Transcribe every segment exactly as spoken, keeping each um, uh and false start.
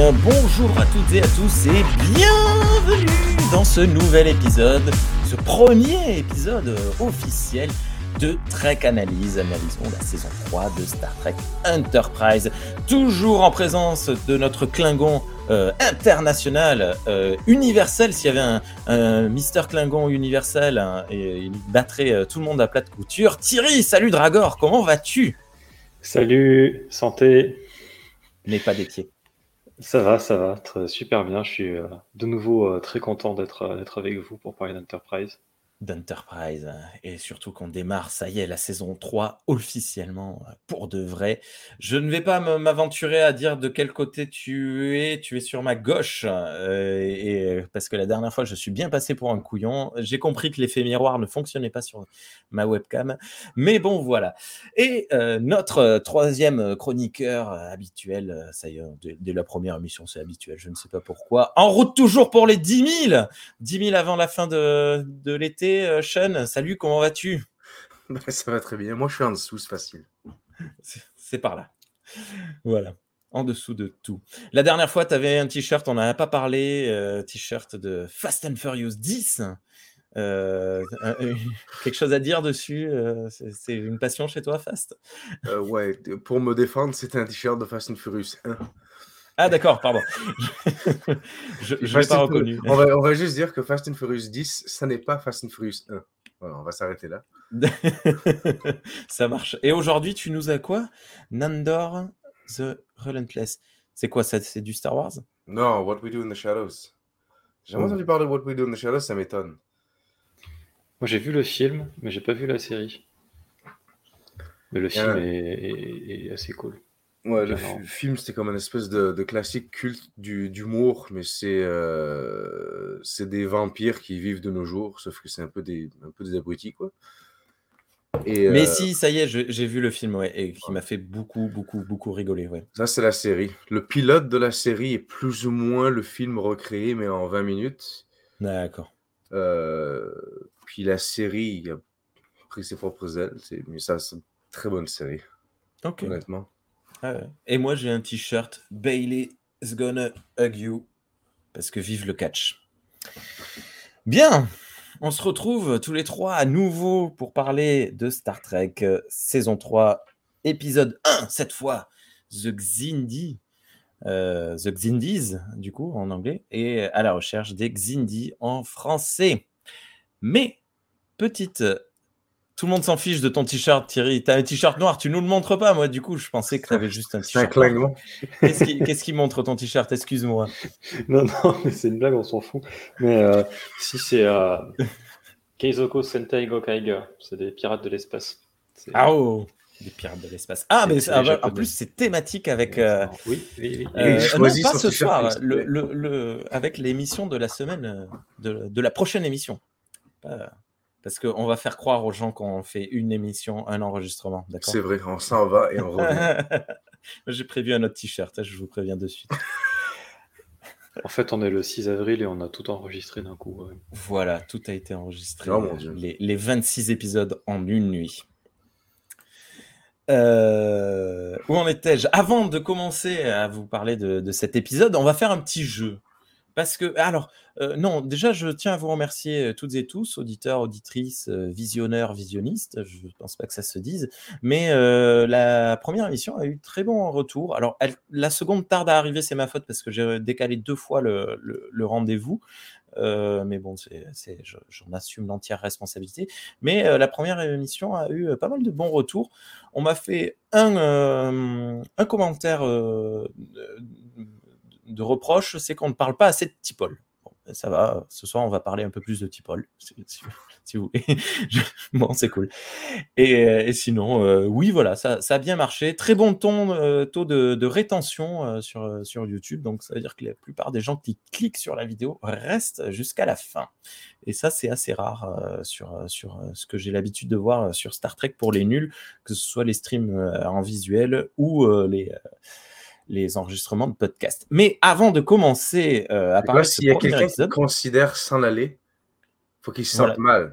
bien, bonjour à toutes et à tous et bienvenue dans ce nouvel épisode, ce premier épisode euh, officiel de Trek Analyse. Analysons la saison trois de Star Trek Enterprise, toujours en présence de notre Klingon euh, international, euh, universel. S'il y avait un, un Mister Klingon universel, hein, et il battrait euh, tout le monde à plat de couture. Thierry, salut Dragor, comment vas-tu? Salut, santé. Mais pas des pieds. Ça va, ça va, très, super bien. Je suis euh, de nouveau euh, très content d'être, euh, d'être avec vous pour parler d'Enterprise. D'Enterprise, et surtout qu'on démarre, ça y est, la saison trois officiellement, pour de vrai. Je ne vais pas m'aventurer à dire de quel côté tu es, tu es sur ma gauche, euh, et, parce que la dernière fois, je suis bien passé pour un couillon. J'ai compris que l'effet miroir ne fonctionnait pas sur ma webcam, mais bon, voilà. Et euh, notre troisième chroniqueur habituel, ça y est, dès, dès la première émission, c'est habituel, je ne sais pas pourquoi, en route toujours pour les dix mille dix mille avant la fin de, de l'été. Sean, salut, comment vas-tu? Bah, ça va très bien. Moi, je suis en dessous, c'est facile. C'est, c'est par là. Voilà, en dessous de tout. La dernière fois, tu avais un t-shirt, on n'en a pas parlé, euh, t-shirt de Fast and Furious dix. Euh, un, un, quelque chose à dire dessus? euh, c'est, c'est une passion chez toi, Fast? euh, Ouais, pour me défendre, c'était un t-shirt de Fast and Furious un. Ah d'accord, pardon. je ne l'ai pas reconnu. On va, on va juste dire que Fast and Furious dix, ça n'est pas Fast and Furious un. Voilà, on va s'arrêter là. Ça marche. Et aujourd'hui, tu nous as quoi? Nandor the Relentless. C'est quoi ça? C'est du Star Wars? Non, What We Do in the Shadows. J'ai jamais oh. entendu parler de What We Do in the Shadows, ça m'étonne. Moi, j'ai vu le film, mais j'ai pas vu la série. Mais le film yeah. est, est, est assez cool. Ouais, le f- film, c'était comme une espèce de, de classique culte du, d'humour, mais c'est, euh, c'est des vampires qui vivent de nos jours, sauf que c'est un peu des, un peu des abrutis, quoi. Et mais euh... si, ça y est, je, j'ai vu le film, ouais, et qui ouais. m'a fait beaucoup, beaucoup, beaucoup rigoler, ouais. Ça, c'est la série. Le pilote de la série est plus ou moins le film recréé, mais en vingt minutes. D'accord. Euh, puis la série, il a pris ses propres ailes, c'est, mais ça, c'est une très bonne série, okay. honnêtement. Ah ouais. Et moi, j'ai un t-shirt Bailey's Gonna Hug You, parce que vive le catch. Bien, on se retrouve tous les trois à nouveau pour parler de Star Trek, euh, saison trois, épisode un, cette fois, The Xindi, euh, The Xindis, du coup, en anglais, et à la recherche des Xindi en français. Mais, petite... Tout le monde s'en fiche de ton t-shirt, Thierry. T'as un t-shirt noir, tu nous le montres pas. Moi, du coup, je pensais que t'avais juste un t-shirt. C'est un Klingon. Qu'est-ce qui, qu'est-ce qui montre ton t-shirt? Excuse-moi. Non, non, mais c'est une blague, on s'en fout. Mais euh, si c'est euh, Keizoko Sentai Gokaiger, c'est des pirates de l'espace. C'est... Ah oh, des pirates de l'espace. Ah, c'est, mais c'est ah, en plus, c'est thématique avec. Euh, oui, oui, oui. Euh, euh, non, pas ce soir. Le, le, le, avec l'émission de la semaine, de, de la prochaine émission. Pas... Parce qu'on va faire croire aux gens qu'on fait une émission, un enregistrement. D'accord ? C'est vrai, on s'en va et on revient. J'ai prévu un autre t-shirt, je vous préviens de suite. En fait, on est le six avril et on a tout enregistré d'un coup. Ouais. Voilà, tout a été enregistré. Oh mon Dieu. Les, les vingt-six épisodes en une nuit. Euh, où en étais-je ? Avant de commencer à vous parler de, de cet épisode, on va faire un petit jeu. Parce que, alors, euh, non, déjà, je tiens à vous remercier toutes et tous, auditeurs, auditrices, euh, visionneurs, visionnistes, je ne pense pas que ça se dise, mais euh, la première émission a eu très bon retour. Alors, elle, la seconde tarde à arriver, c'est ma faute, parce que j'ai décalé deux fois le, le, le rendez-vous, euh, mais bon, c'est, c'est, je, j'en assume l'entière responsabilité. Mais euh, la première émission a eu pas mal de bons retours. On m'a fait un, euh, un commentaire... Euh, de reproche, c'est qu'on ne parle pas assez de T'Pol. Bon, ça va, ce soir, on va parler un peu plus de T'Pol, si, si, si vous voulez. Je, bon, c'est cool. Et, et sinon, euh, oui, voilà, ça, ça a bien marché. Très bon ton, euh, taux de, de rétention euh, sur, sur YouTube, donc ça veut dire que la plupart des gens qui cliquent sur la vidéo restent jusqu'à la fin. Et ça, c'est assez rare euh, sur, sur euh, ce que j'ai l'habitude de voir sur Star Trek pour les nuls, que ce soit les streams euh, en visuel ou euh, les... Euh, les enregistrements de podcast. Mais avant de commencer euh, à parler de ce premier épisode... S'il y a quelqu'un épisode, qui considère s'en aller, il faut qu'il se sente voilà. mal.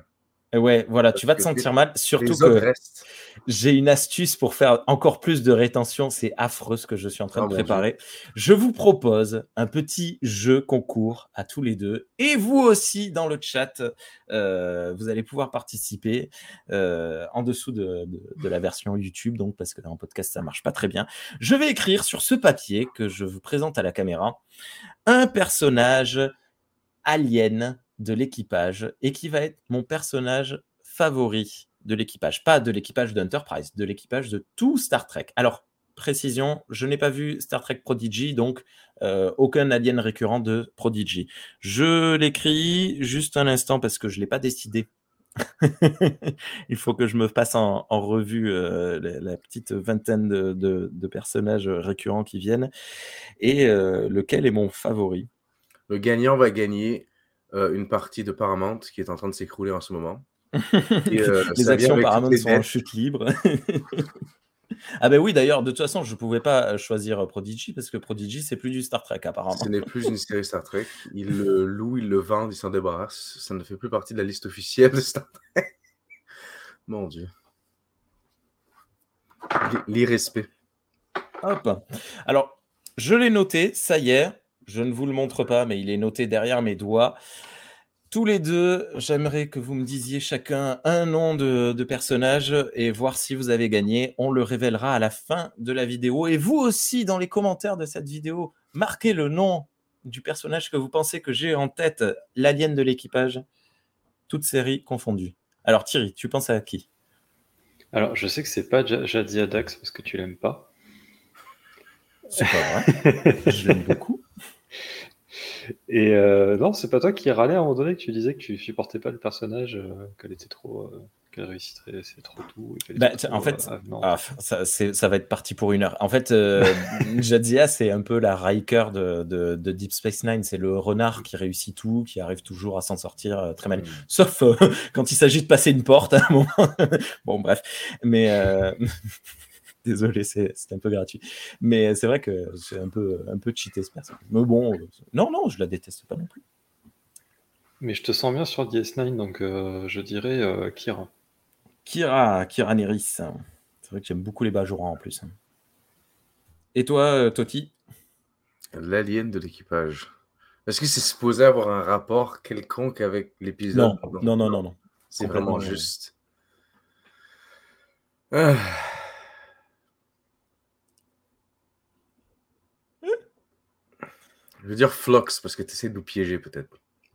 Ouais, voilà, tu vas te que sentir mal, surtout les autres que restent. j'ai une astuce pour faire encore plus de rétention. C'est affreux ce que je suis en train Oh de mon Dieu. préparer. Je vous propose un petit jeu concours à tous les deux. Et vous aussi dans le chat, euh, vous allez pouvoir participer euh, en dessous de, de, de la version YouTube, donc parce que dans le podcast, ça marche pas très bien. Je vais écrire sur ce papier que je vous présente à la caméra un personnage alien de l'équipage et qui va être mon personnage favori de l'équipage. Pas de l'équipage d'Enterprise, de l'équipage de tout Star Trek. Alors, précision, je n'ai pas vu Star Trek Prodigy, donc euh, aucun alien récurrent de Prodigy. Je l'écris juste un instant parce que je ne l'ai pas décidé. Il faut que je me passe en, en revue euh, la, la petite vingtaine de, de, de personnages récurrents qui viennent et euh, lequel est mon favori. Le gagnant va gagner euh, une partie de Paramount qui est en train de s'écrouler en ce moment. Et, euh, les ça vient actions avec Paramount toutes les sont en dettes. chute libre. Ah ben oui, d'ailleurs, de toute façon, je ne pouvais pas choisir Prodigy parce que Prodigy, c'est plus du Star Trek apparemment. Ce n'est plus une série Star Trek. Ils le louent, ils le vendent, ils s'en débarrassent. Ça ne fait plus partie de la liste officielle de Star Trek. Mon Dieu. L'irrespect. Hop. Alors, je l'ai noté, ça y est. Je ne vous le montre pas, mais il est noté derrière mes doigts. Tous les deux, j'aimerais que vous me disiez chacun un nom de, de personnage et voir si vous avez gagné. On le révélera à la fin de la vidéo. Et vous aussi, dans les commentaires de cette vidéo, marquez le nom du personnage que vous pensez que j'ai en tête, l'alien de l'équipage, toute série confondue. Alors Thierry, tu penses à qui? Alors, je sais que c'est pas Jadzia Dax parce que tu l'aimes pas. C'est pas vrai. Je l'aime beaucoup. Et euh, non, c'est pas toi qui râlais à un moment donné que tu disais que tu supportais pas le personnage, euh, qu'elle était trop, euh, qu'elle réussissait, c'est trop tout. Et bah, trop, en fait, euh, ah, ça, ça va être parti pour une heure. En fait, euh, Jadzia, c'est un peu la Riker de, de, de Deep Space Nine. C'est le renard qui réussit tout, qui arrive toujours à s'en sortir euh, très mal. Mmh. Sauf euh, quand il s'agit de passer une porte à un moment. Bon, bref. Mais. Euh... Désolé, c'est, c'est un peu gratuit. Mais c'est vrai que c'est un peu, un peu cheaté ce personnage. Mais bon, non, non, je la déteste pas non plus. Mais je te sens bien sur D S neuf, donc euh, je dirais euh, Kira. Kira, Kira Nerys. C'est vrai que j'aime beaucoup les Bajorans en plus. Et toi, Toti? L'alien de l'équipage. Est-ce que c'est supposé avoir un rapport quelconque avec l'épisode? Non, non, non, non, non. C'est vraiment juste. Ah. Je veux dire Phlox, parce que tu essaies de nous piéger, peut-être.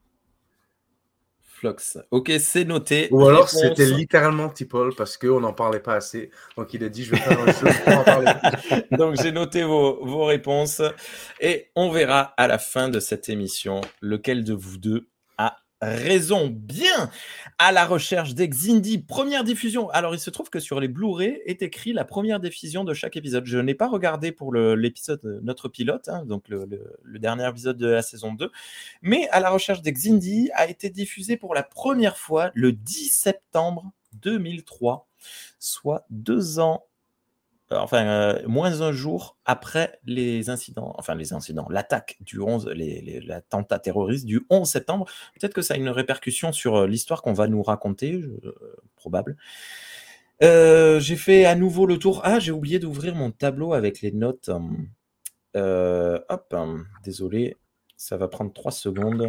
Phlox. Ok, c'est noté. Ou alors, Réponse. C'était littéralement T'Pol, parce qu'on n'en parlait pas assez. Donc, il a dit, je vais faire un jeu pour en parler. Donc, j'ai noté vos, vos réponses. Et on verra à la fin de cette émission lequel de vous deux a raison. Bien, à la recherche d'Exindi, première diffusion. Alors, il se trouve que sur les Blu-ray est écrit la première diffusion de chaque épisode. Je n'ai pas regardé pour le, l'épisode Notre Pilote, hein, donc le, le, le dernier épisode de la saison deux, mais à la recherche d'Exindi a été diffusé pour la première fois le dix septembre deux mille trois, soit deux ans enfin euh, moins un jour après les incidents, enfin les incidents, l'attaque du onze, les, les, l'attentat terroriste du onze septembre. Peut-être que ça a une répercussion sur euh, l'histoire qu'on va nous raconter, je, euh, probable. Euh, j'ai fait à nouveau le tour. Ah, j'ai oublié d'ouvrir mon tableau avec les notes. Euh, hop, hein, désolé, ça va prendre trois secondes.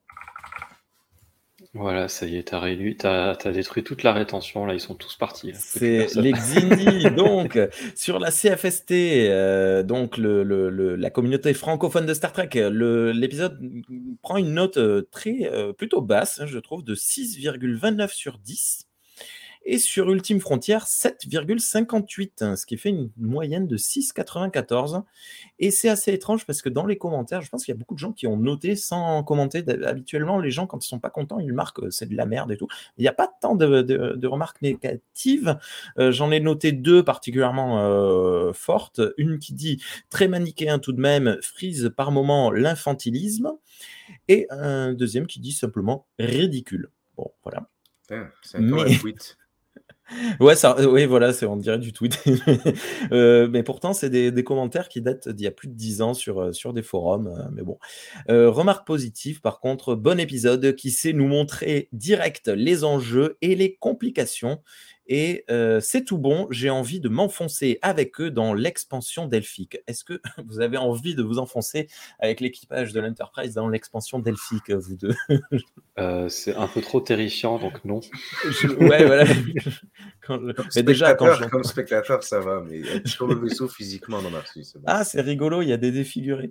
Voilà, ça y est, t'as réduit, t'as, t'as détruit toute la rétention, là, ils sont tous partis. Là. C'est l'Exindi, donc, sur la C F S T, euh, donc le, le, le, la communauté francophone de Star Trek, le, l'épisode prend une note très, euh, plutôt basse, je trouve, de six virgule vingt-neuf sur dix. Et sur Ultime Frontière, sept virgule cinquante-huit, ce qui fait une moyenne de six virgule quatre-vingt-quatorze. Et c'est assez étrange parce que dans les commentaires, je pense qu'il y a beaucoup de gens qui ont noté sans commenter. Habituellement, les gens, quand ils ne sont pas contents, ils marquent c'est de la merde et tout. Il n'y a pas tant de, de, de remarques négatives. Euh, j'en ai noté deux particulièrement euh, fortes. Une qui dit « Très manichéen tout de même, frise par moments l'infantilisme ». Et un deuxième qui dit simplement « Ridicule ». Bon, voilà. Putain, c'est encore Mais... un tweet. Ouais, ça, euh, oui, voilà, c'est on dirait du tweet. Euh, mais pourtant, c'est des, des commentaires qui datent d'il y a plus de dix ans sur, euh, sur des forums. euh, mais bon. Euh, remarque positive, par contre, bon épisode qui sait nous montrer direct les enjeux et les complications. Et euh, c'est tout bon, j'ai envie de m'enfoncer avec eux dans l'expansion delphique. Est-ce que vous avez envie de vous enfoncer avec l'équipage de l'Enterprise dans l'expansion delphique, vous deux? Euh, c'est un peu trop terrifiant, donc non. Je- Ouais, voilà. Quand je- Comme Mais déjà, quand spectateur, j'entends- comme spectateur, ça va, mais être sur le vaisseau physiquement, non merci. C'est bon. Ah, c'est rigolo, il y a des défigurés.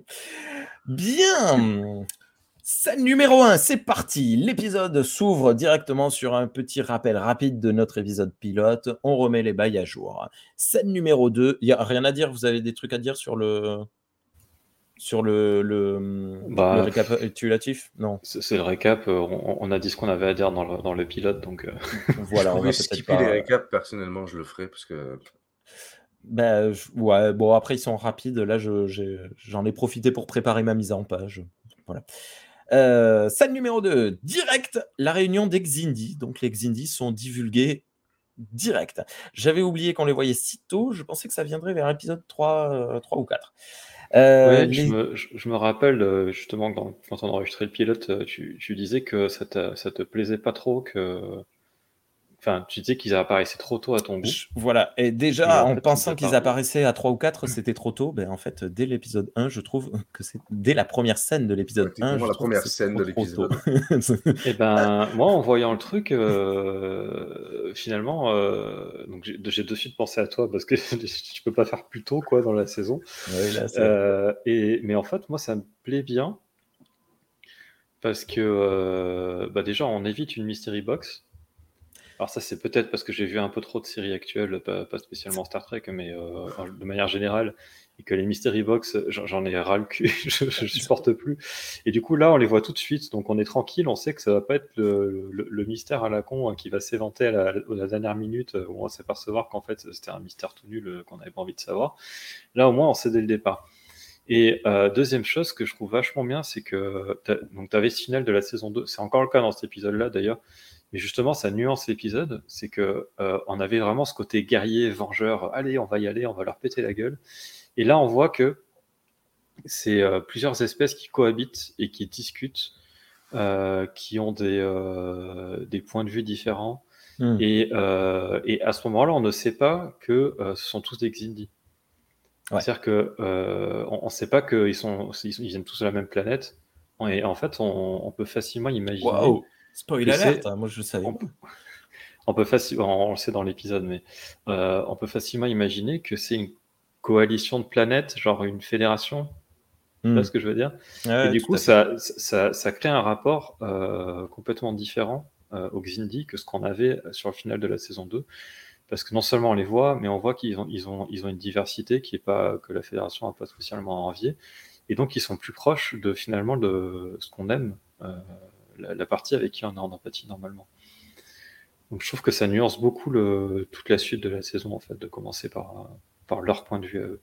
Bien. Scène numéro un, c'est parti. L'épisode s'ouvre directement sur un petit rappel rapide de notre épisode pilote. On remet les bails à jour. Scène numéro deux, il n'y a rien à dire. Vous avez des trucs à dire sur le sur le, le, Bah, le récapitulatif? Non. C'est c'est le récap. euh, On, on a dit ce qu'on avait à dire dans le, dans le pilote, donc. euh, Voilà, on Oui, va peut-être skipper les pas. récaps, personnellement, je le ferai parce que Ben, je- ouais, bon, après, ils sont rapides. Là, je- j'ai- j'en ai profité pour préparer ma mise en page. Voilà. Euh, scène numéro deux, direct, la réunion des Xindi. Donc, les Xindi sont divulgués direct. J'avais oublié qu'on les voyait si tôt. Je pensais que ça viendrait vers l'épisode trois, euh, trois ou quatre. Euh, Oui, je les- me, je, je me rappelle euh, justement que dans- quand on a enregistré le pilote, euh, tu, tu disais que ça te, ça te plaisait pas trop que. Enfin, tu disais qu'ils apparaissaient trop tôt à ton goût. je- voilà. Et Et déjà, en en fait, ils pensant qu'ils apparaissent. apparaissaient à trois ou quatre, c'était trop tôt. Ben, en fait, dès l'épisode un, je trouve que c'est dès la première scène de l'épisode un, techniquement je la trouve que première c'est scène trop, de trop tôt. l'épisode. Eh ben, moi, en voyant le truc, euh, finalement, euh, donc j'ai j'ai de suite pensé à toi parce que tu peux pas faire plus tôt, quoi, dans la saison. Oui, là, c'est- Euh, et, mais en fait, moi, ça me plaît bien parce que, euh, bah déjà, on évite une mystery box. Alors ça, c'est peut-être parce que j'ai vu un peu trop de séries actuelles, pas, pas spécialement Star Trek, mais euh, en- de manière générale, et que les mystery box, j'en j'en ai ras le cul, je, je supporte plus. Et du coup, là, on les voit tout de suite, donc on est tranquille, on sait que ça va pas être le, le- le mystère à la con hein, qui va s'éventer à la, à la dernière minute, euh, où on va s'apercevoir qu'en fait, c'était un mystère tout nul euh, qu'on n'avait pas envie de savoir. Là, au moins, on sait dès le départ. Et euh, deuxième chose que je trouve vachement bien, c'est que t'as- donc tu avais ce final de la saison deux, c'est encore le cas dans cet épisode-là d'ailleurs, mais justement ça nuance l'épisode, c'est que euh, on avait vraiment ce côté guerrier, vengeur, allez on va y aller, on va leur péter la gueule. Et là on voit que c'est euh, plusieurs espèces qui cohabitent et qui discutent, euh, qui ont des, euh, des points de vue différents. Hmm. Et, euh, et à ce moment-là, on ne sait pas que euh, ce sont tous des Xindi. Ouais. C'est-à-dire que euh, on ne sait pas qu'ils sont, ils, sont- ils viennent tous de la même planète. Et en fait, on, on peut facilement imaginer. Waouh! Spoil que alert, c'est- hein, moi je savais On, pas. on peut facilement, on le sait dans l'épisode, mais euh, on peut facilement imaginer que c'est une coalition de planètes, genre une fédération. Tu vois Hmm. ce que je veux dire? Ouais, Et du tout coup, à fait. ça, ça, ça crée un rapport euh, complètement différent euh, aux Xindi que ce qu'on avait sur le final de la saison deux. Parce que non seulement on les voit, mais on voit qu'ils ont, ils ont, ils ont une diversité qui est pas, que la fédération n'a pas spécialement enviée. Et donc, ils sont plus proches de finalement de ce qu'on aime, euh, la, la partie avec qui on est en empathie normalement. Donc, je trouve que ça nuance beaucoup le, toute la suite de la saison, en fait, de commencer par, par leur point de vue à eux.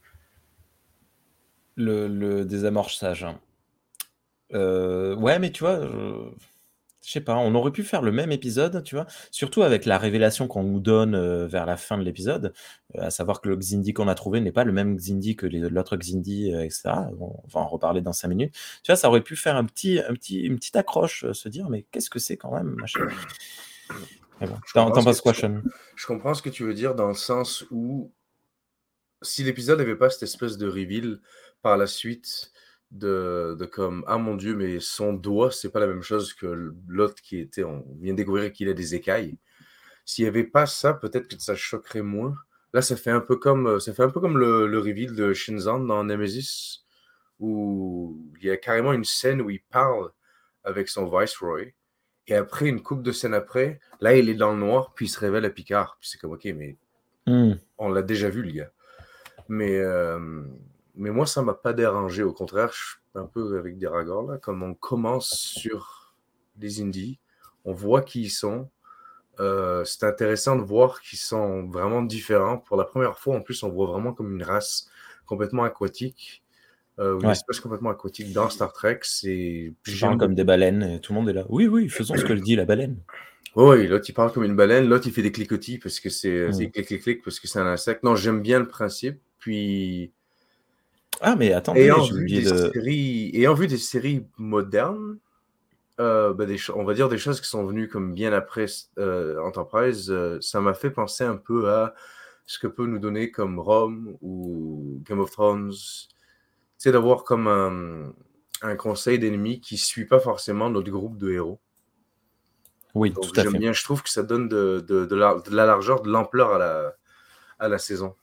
Le, le désamorçage. hein. Euh, ouais, mais tu vois, je... je sais pas, on aurait pu faire le même épisode, tu vois, surtout avec la révélation qu'on nous donne euh, vers la fin de l'épisode, euh, à savoir que le Xindi qu'on a trouvé n'est pas le même Xindi que les- l'autre Xindi, euh, et cetera. On va en reparler dans cinq minutes. Tu vois, ça aurait pu faire un petit, un petit, une petite accroche, euh, se dire, mais qu'est-ce que c'est quand même, machin. Mais bon, Je t'en comprends t'en ce penses que- quoi, je- Sean? Je comprends ce que tu veux dire dans le sens où si l'épisode n'avait pas cette espèce de reveal par la suite de, de comme ah mon Dieu, mais son doigt, c'est pas la même chose que l'autre qui était, on vient de découvrir qu'il a des écailles. S'il n'y avait pas ça, peut-être que ça choquerait moins. Là, ça fait un peu comme, ça fait un peu comme le, le reveal de Shinzan dans Nemesis, où il y a carrément une scène où il parle avec son Viceroy. Et après, une couple de scènes après, là, il est dans le noir, puis il se révèle à Picard. Puis c'est comme, ok, mais Hmm. on l'a déjà vu, le gars. Mais, euh, mais moi, ça ne m'a pas dérangé. Au contraire, je suis un peu avec des ragards, là. Comme on commence sur les Indies, on voit qui ils sont. Euh, c'est intéressant de voir qu'ils sont vraiment différents. Pour la première fois, en plus, on voit vraiment comme une race complètement aquatique. euh, une Ouais. espèce complètement aquatique dans Star Trek. C'est Ils j'aime parlent comme beaucoup. des baleines et tout le monde est là. Oui, oui, faisons ce que dit la baleine. Ouais, ouais, l'autre il parle comme une baleine, l'autre il fait des clicotis parce que c'est Mm. c'est clic clic clic parce que c'est un insecte. Non, j'aime bien le principe. Puis Ah, mais attendez, ayant j'ai vu oublié des de. séries, ayant vu des séries modernes, euh, ben, des cho- on va dire des choses qui sont venues comme bien après euh, Enterprise, euh, ça m'a fait penser un peu à ce que peut nous donner comme Rome ou Game of Thrones. Tu sais, d'avoir comme un, un conseil d'ennemis qui suit pas forcément notre groupe de héros. Oui, Donc tout à j'aime fait. bien, je trouve que ça donne de, de, de, la, de la largeur, de l'ampleur à la, à la saison.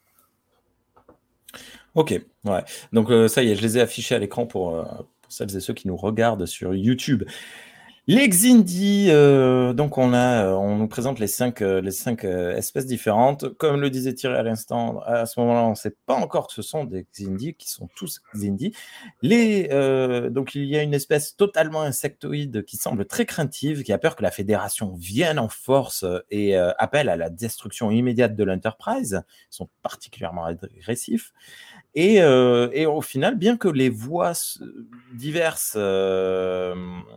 Ok, ouais. Donc euh, ça y est, je les ai affichés à l'écran pour, euh, pour celles et ceux qui nous regardent sur YouTube. Les Xindi, euh, donc on a, euh, on nous présente les cinq, euh, les cinq euh, espèces différentes. Comme le disait Thierry à l'instant, à ce moment-là, on ne sait pas encore que ce sont des Xindi, qui sont tous Xindi. Les, euh, donc il y a une espèce totalement insectoïde qui semble très craintive, qui a peur que la Fédération vienne en force et euh, appelle à la destruction immédiate de l'Enterprise. Ils sont particulièrement agressifs. Et, euh, et au final, bien que les voix s- diverses, euh,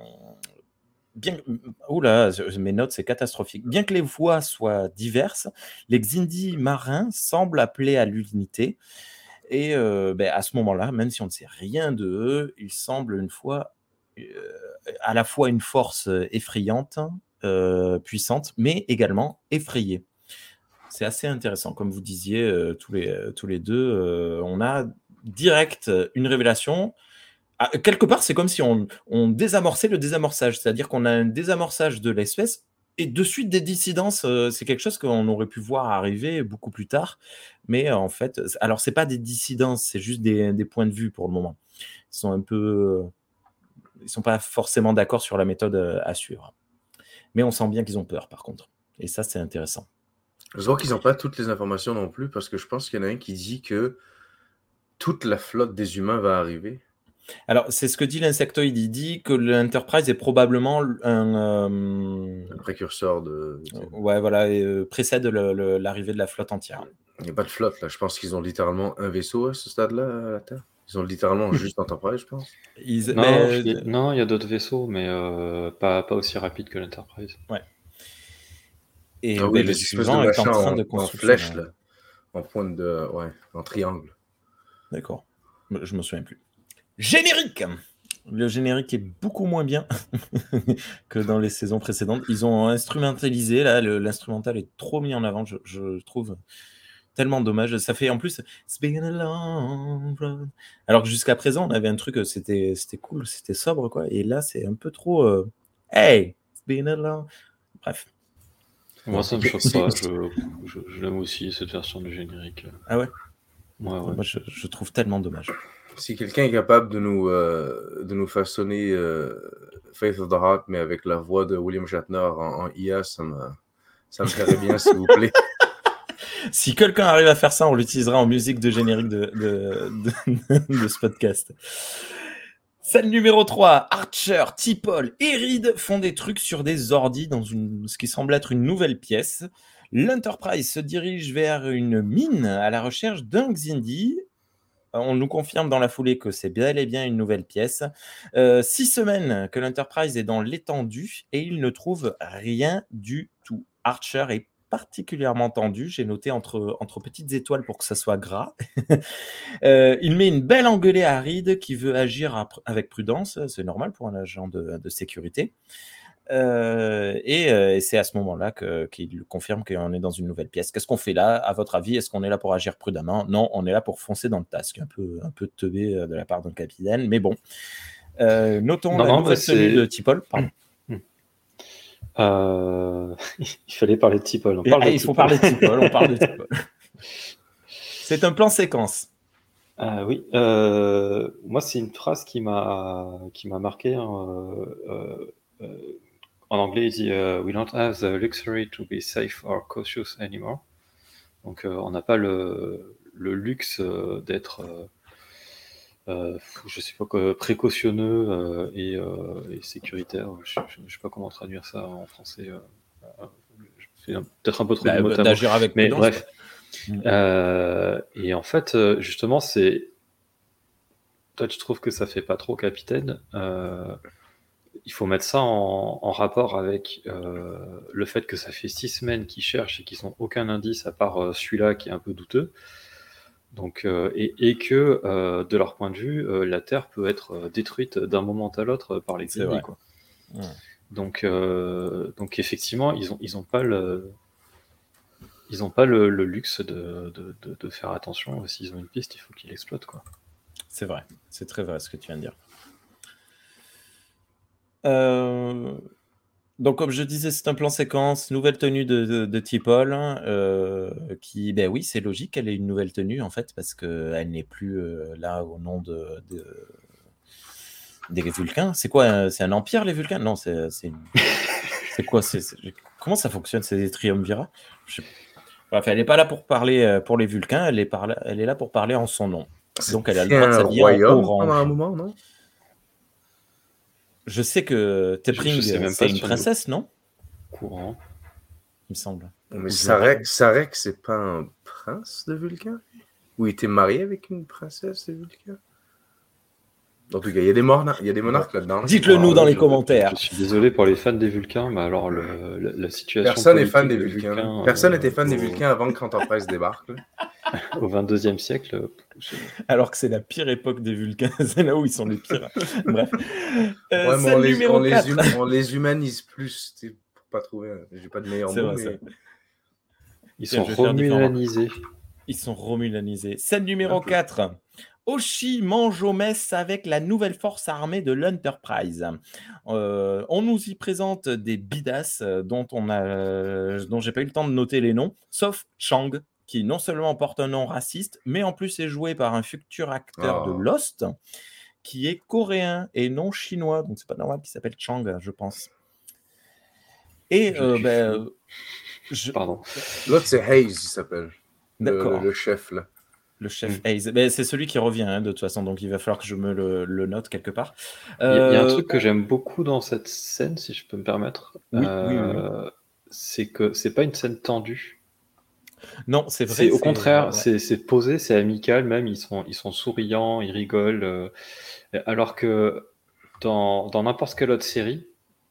bien, oula, je- mes notes c'est catastrophique. Bien que les voix soient diverses, les Xindi marins semblent appeler à l'unité. Et euh, ben, à ce moment-là, même si on ne sait rien d'eux, ils semblent une fois euh, à la fois une force effrayante, euh, puissante, mais également effrayée. C'est assez intéressant, comme vous disiez euh, tous, les, euh, tous les deux. Euh, on a direct euh, une révélation. Ah, quelque part, c'est comme si on, on désamorçait le désamorçage, c'est-à-dire qu'on a un désamorçage de l'espèce et de suite des dissidences. Euh, c'est quelque chose qu'on aurait pu voir arriver beaucoup plus tard, mais euh, en fait, alors c'est pas des dissidences, c'est juste des, des points de vue pour le moment. Ils sont un peu, ils sont pas forcément d'accord sur la méthode euh, à suivre, mais on sent bien qu'ils ont peur, par contre, et ça, c'est intéressant. Je vois qu'ils n'ont pas toutes les informations non plus parce que je pense qu'il y en a un qui dit que toute la flotte des humains va arriver. Alors, c'est ce que dit l'insectoïde. Il dit que l'Enterprise est probablement un. Euh... Un précurseur de. Ouais, voilà, et, euh, précède le, le, l'arrivée de la flotte entière. Il n'y a pas de flotte là. Je pense qu'ils ont littéralement un vaisseau à ce stade-là à la Terre. Ils ont littéralement juste Enterprise, je pense. Ils... Non, Mais, je- euh, non, il y a d'autres vaisseaux, mais euh, pas, pas aussi rapides que l'Enterprise. Ouais. Et Ah euh, oui, ben, le des espèces de suivant est en machins train en, de en construction. flèche là. En pointe de. Ouais, en triangle. D'accord. Je me souviens plus. Générique. Le générique est beaucoup moins bien que dans les saisons précédentes. Ils ont instrumentalisé, là, le, l'instrumental est trop mis en avant, je, je trouve. Tellement dommage. Ça fait en plus. It's been a long road. Alors que jusqu'à présent, on avait un truc, c'était, c'était cool, c'était sobre, quoi. Et là, c'est un peu trop. Euh, Hey, it's been a long. Bref. Moi, Bon, ça me c'est- choque c'est- pas. Je, je, je l'aime aussi, cette version du générique. Ah ouais. Ouais, ouais. Moi, je, je trouve tellement dommage. Si quelqu'un est capable de nous, euh, de nous façonner euh, Faith of the Heart, mais avec la voix de William Shatner en, en I A, ça me, ça me ferait bien, s'il vous plaît. Si quelqu'un arrive à faire ça, on l'utilisera en musique de générique de, de, de, de ce podcast. Scène numéro trois, Archer, T'Pol et Reed font des trucs sur des ordis dans une, ce qui semble être une nouvelle pièce. L'Enterprise se dirige vers une mine à la recherche d'un Xindi. On nous confirme dans la foulée que c'est bel et bien une nouvelle pièce. Euh, six semaines que l'Enterprise est dans l'étendue et il ne trouve rien du tout. Archer est particulièrement tendu. J'ai noté entre, entre petites étoiles pour que ça soit gras. euh, il met une belle engueulée à Reed qui veut agir à, avec prudence. C'est normal pour un agent de, de sécurité. Euh, et, euh, et c'est à ce moment-là que, qu'il confirme qu'on est dans une nouvelle pièce. Qu'est-ce qu'on fait là, à votre avis? Est-ce qu'on est là pour agir prudemment? Non, on est là pour foncer dans le tasque. Un peu, un peu teubé de la part d'un capitaine, mais bon. Euh, notons Non, la non, nouvelle bah, tenue c'est- de T'Pol. Pardon. Euh, il fallait parler de T'Pol. On Et- parle ah, de il faut T'Pol. parler de T'Pol, on parle de T'Pol. C'est un plan séquence. Ah oui, euh, moi c'est une phrase qui m'a qui m'a marqué. Hein, euh, euh, euh, en anglais, il dit euh, "We don't have the luxury to be safe or cautious anymore." Donc, euh, on n'a pas le, le luxe euh, d'être, euh, euh, je sais pas quoi, précautionneux euh, et, euh, et sécuritaire. Je, je, je sais pas comment traduire ça en français. Euh, euh, c'est un- peut-être un peu trop Bah, du mot à mot. d'agir avec Mais prudence. bref. quoi. Euh, et en fait, euh, justement, c'est toi, tu trouves que ça fait pas trop capitaine. Euh, il faut mettre ça en, en rapport avec euh, le fait que ça fait six semaines qu'ils cherchent et qu'ils n'ont aucun indice à part euh, celui-là qui est un peu douteux. Donc, euh, et, et que, euh, de leur point de vue, euh, la Terre peut être euh, détruite d'un moment à l'autre par les C'est Green Lee, vrai. quoi. Ouais. Donc, euh, donc effectivement, ils ont, ils ont pas le, ils ont pas le, le luxe de, de, de, de faire attention. S'ils ont une piste, il faut qu'ils l'exploitent, quoi. C'est vrai, c'est très vrai ce que tu viens de dire. Euh, Donc, comme je disais, c'est un plan séquence, nouvelle tenue de, de, de T'Pol, euh, qui, ben oui, c'est logique, elle ait une nouvelle tenue, en fait, parce qu'elle n'est plus euh, là au nom de, de, des Vulcains. C'est quoi, euh, c'est un empire, les Vulcains? Non, c'est c'est une... c'est quoi c'est, c'est... Comment ça fonctionne? C'est des triumvirats? Je sais... Bref, elle n'est pas là pour parler euh, pour les Vulcains, elle est, par là... elle est là pour parler en son nom. Donc, elle a le C'était droit de un s'habiller en royaume pendant un orange. moment, non? Je sais que Je, je T'Pring, sais même c'est pas une si on est princesse, non? au courant. Il me semble. Mais Ou je Sarek, rêve. Sarek, c'est pas un prince de Vulcain? Ou il était marié avec une princesse de Vulcain? En tout cas, il y a des, morna- il y a des monarques là-dedans. Dites-le nous Alors dans là, les je, commentaires. je suis désolé pour les fans des Vulcains, mais alors le, la, la situation Personne n'est politique fan des des Vulcains. là. Vulcains Personne euh, n'était fan des au, Vulcains avant que Enterprise débarque. là. au vingt-deuxième siècle. je- Alors que c'est la pire époque des Vulcains, c'est là où ils sont les pires. Bref. Euh, Ouais, mais on scène les, numéro on, les quatre. hum- on les humanise plus, tu sais, pour pas trouver. un- J'ai pas de meilleur C'est mot, vrai, mais. ça. Ils Tiens, sont je vais faire différemment. romulanisés. Ils sont romulanisés. Scène numéro Un peu. quatre. Oshi mange au mess avec la nouvelle force armée de l'Enterprise. Euh, on nous y présente des bidasses euh, dont on a, euh, dont j'ai pas eu le temps de noter les noms, sauf Chang, qui non seulement porte un nom raciste, mais en plus est joué par un futur acteur de Oh. Lost, qui est coréen et non chinois. Donc c'est pas normal qu'il s'appelle Chang, je pense. Et Je euh, suis ben, flou. euh, je... Pardon. L'autre, c'est Hayes, il s'appelle. Le, le, D'accord. le chef, là. Le chef Mm. Hayes. Ben, c'est celui qui revient, hein, de toute façon, donc il va falloir que je me le, le note quelque part. Il y, a- il y a un Euh, truc que j'aime beaucoup dans cette scène, si je peux me permettre. Oui, oui, oui, oui. Euh, c'est que c'est pas une scène tendue. Non, c'est vrai. C'est au c'est- contraire, ouais. c'est c'est posé, c'est amical, même ils sont, ils sont souriants, ils rigolent. euh, alors que dans dans n'importe quelle autre série,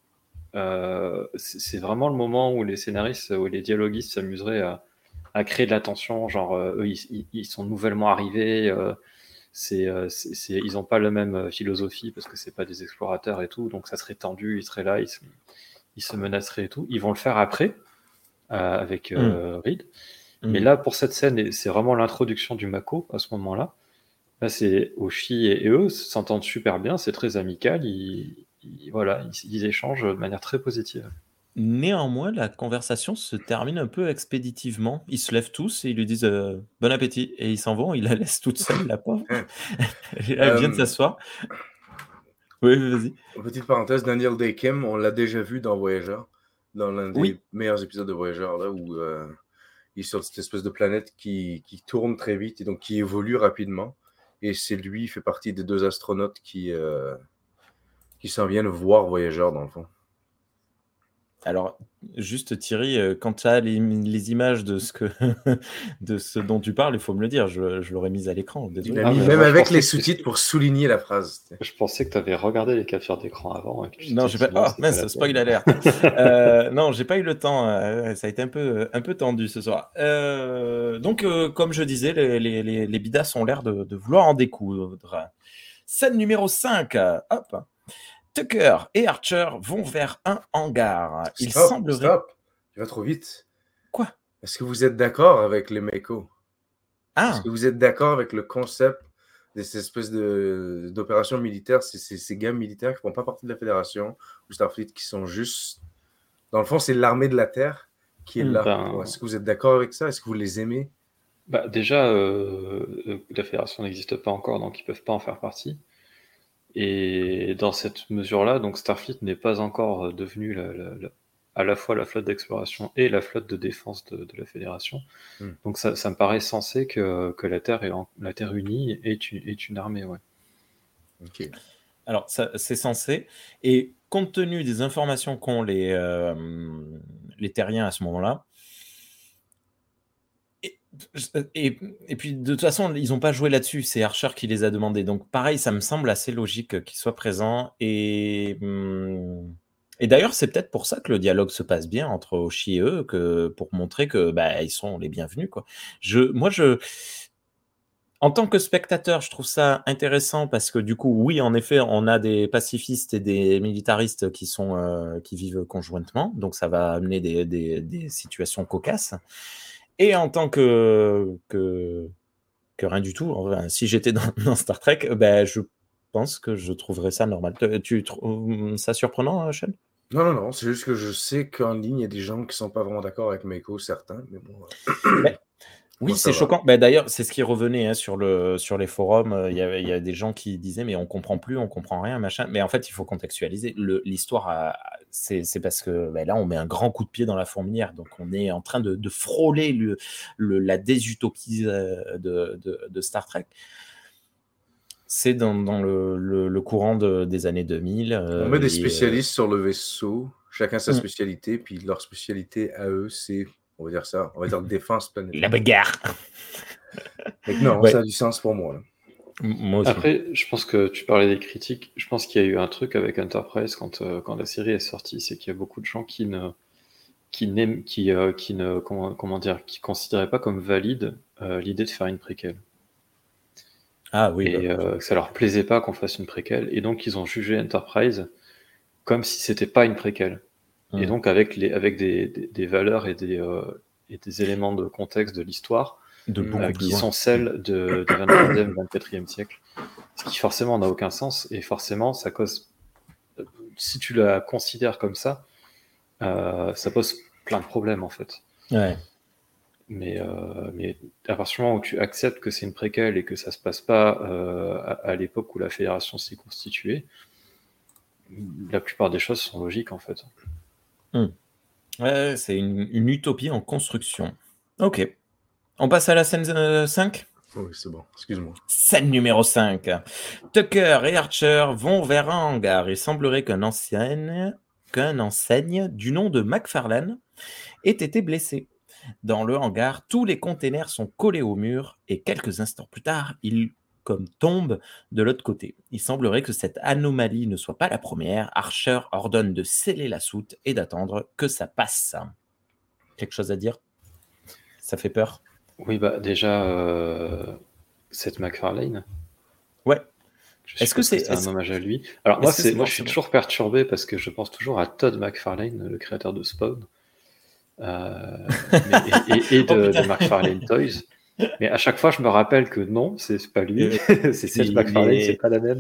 euh, c'est c'est vraiment le moment où les scénaristes, où les dialoguistes s'amuseraient à, à créer de la tension. Genre, euh, eux, ils, ils- ils sont nouvellement arrivés, euh, c'est, euh, c'est- c'est- ils n'ont pas la même euh, philosophie parce que c'est pas des explorateurs et tout, donc ça serait tendu, ils seraient là, ils se, ils se menaceraient et tout. Ils vont le faire après euh, avec euh, Reed. Mais Mm. là, pour cette scène, et c'est vraiment l'introduction du Mako à ce moment-là. Là, c'est Oshi et, et eux s'entendent super bien, c'est très amical. Ils, ils- voilà, ils, ils échangent de manière très positive. Néanmoins, la conversation se termine un peu expéditivement. Ils se lèvent tous et ils lui disent euh, bon appétit. Et ils s'en vont, ils la laissent toute seule, la pauvre. Elle vient de Euh, s'asseoir. Oui, vas-y. Petite parenthèse, Daniel Day Kim, on l'a déjà vu dans Voyager, dans l'un des Oui. meilleurs épisodes de Voyager, là, où euh, il est sur cette espèce de planète qui, qui tourne très vite et donc qui évolue rapidement. Et c'est lui, il fait partie des deux astronautes qui, euh, qui s'en viennent voir Voyager, dans le fond. Alors, juste Thierry, euh, quand tu as les, les images de ce, que de ce dont tu parles, il faut me le dire. Je, je l'aurais mise à l'écran. Il Désolé. a Ah, mis mais même moi, je avec pensais les que c'était- sous-titres pour souligner la phrase. Je pensais que tu avais regardé les captures d'écran avant. Et que tu Non, t'es j'ai dit, pas. non, Oh, c'est pas mince, la spoil peine. alert. Euh, non, j'ai pas eu le temps. euh, ça a été un peu, un peu tendu ce soir. Euh, donc, euh, comme je disais, les, les, les, les bidas ont l'air de, de vouloir en découdre. Scène numéro cinq. Hop. Tucker et Archer vont vers un hangar. Il Stop, semblerait. stop. Tu vas trop vite. Quoi? Est-ce que vous êtes d'accord avec les Meko? Est-ce Ah, que vous êtes d'accord avec le concept de ces espèces de, d'opérations militaires, c'est ces, ces gars militaires qui ne font pas partie de la Fédération ou Starfleet, qui sont juste... Dans le fond, c'est l'armée de la Terre qui est Hmm. là. Ben, Est-ce que vous êtes d'accord avec ça? Est-ce que vous les aimez? bah, déjà, euh, euh, la fédération n'existe pas encore, donc ils peuvent pas en faire partie. Et dans cette mesure-là, donc Starfleet n'est pas encore euh, devenu la, la- la- à la fois la flotte d'exploration et la flotte de défense de, de la Fédération. Hmm. Donc ça, ça me paraît sensé que, que la Terre est en- la Terre unie est une, est une armée, ouais. Ok. alors ça, c'est censé. Et compte tenu des informations qu'ont les, euh, les terriens à ce moment-là, et Et, et puis, de toute façon, ils n'ont pas joué là-dessus. C'est Archer qui les a demandés. Donc, pareil, ça me semble assez logique qu'ils soient présents. Et, hum, et d'ailleurs, c'est peut-être pour ça que le dialogue se passe bien entre Hoshi et eux, que, pour montrer que bah, ils sont les bienvenus, quoi. Je, moi, je... En tant que spectateur, je trouve ça intéressant parce que du coup, oui, en effet, on a des pacifistes et des militaristes qui sont euh, qui vivent conjointement, donc ça va amener des, des, des situations cocasses. Et en tant que que, que rien du tout, enfin, si j'étais dans, dans Star Trek, ben je pense que je trouverais ça normal. Tu, tu trouves ça surprenant, Sean? Non, non, non, c'est juste que je sais qu'en ligne, il y a des gens qui sont pas vraiment d'accord avec Mako, certains, mais bon. euh, Ben, oui, moi, ça c'est va. choquant. Ben, d'ailleurs, c'est ce qui revenait hein, sur, le, sur les forums. euh, Il y, avait- il y a des gens qui disaient, mais on comprend plus, on comprend rien, machin. Mais en fait, il faut contextualiser. Le- L'histoire, a- c'est c'est parce que ben là, on met un grand coup de pied dans la fourmilière. Donc, on est en train de, de frôler le, le- la désutopie euh, de, de, de Star Trek. C'est dans, dans le, le- le courant de- des années deux mille. On euh, met des et, euh, spécialistes sur le vaisseau, chacun sa Mm. spécialité, puis leur spécialité à eux, c'est, on va dire ça, on va dire défense planétaire. la bagarre. Fait que non, Ouais. ça a du sens pour moi. Là. M- Moi aussi. Après, je pense que tu parlais des critiques. Je pense qu'il y a eu un truc avec Enterprise quand, euh, quand la série est sortie, c'est qu'il y a beaucoup de gens qui ne, qui n'aiment, qui, euh, qui ne, comment, comment dire, qui considéraient pas comme valide euh, l'idée de faire une préquelle. Ah oui. Et bah, euh, que ça leur plaisait pas qu'on fasse une préquelle. Et donc, ils ont jugé Enterprise comme si c'était pas une préquelle. Mm. Et donc, avec, les, avec des, des, des valeurs et des, euh, et des éléments de contexte de l'histoire de beaucoup euh, plus qui loin. sont celles de, du vingt-troisième, vingt-quatrième siècle. Ce qui forcément n'a aucun sens. Et forcément, ça cause. Si tu la considères comme ça, euh, ça pose plein de problèmes en fait. Ouais. Mais, euh, mais à partir du moment où tu acceptes que c'est une préquelle et que ça se passe pas euh, à, à l'époque où la fédération s'est constituée, la plupart des choses sont logiques en fait. Mm. Ouais, c'est une, une utopie en construction. Ok. On passe à la scène euh, cinq. Oui, c'est bon, excuse-moi. Scène numéro cinq. Tucker et Archer vont vers un hangar. Il semblerait qu'un enseigne, qu'un enseigne du nom de McFarlane ait été blessé. Dans le hangar, tous les containers sont collés au mur et quelques instants plus tard, ils comme tombent de l'autre côté. Il semblerait que cette anomalie ne soit pas la première. Archer ordonne de sceller la soute et d'attendre que ça passe. Quelque chose à dire? Ça fait peur? Oui, bah déjà, euh, cette McFarlane. Ouais. Je Est-ce que suppose c'est un est-ce- hommage à lui. Alors moi, est-ce que c'est c'est moi, je suis forcément- toujours perturbé parce que je pense toujours à Todd McFarlane, le créateur de Spawn, euh, mais- et, et- et Oh, de, putain. de McFarlane Toys. Mais à chaque fois, je me rappelle que non, c'est c'est pas lui, Euh, c'est Seth il MacFarlane, est- c'est pas la même.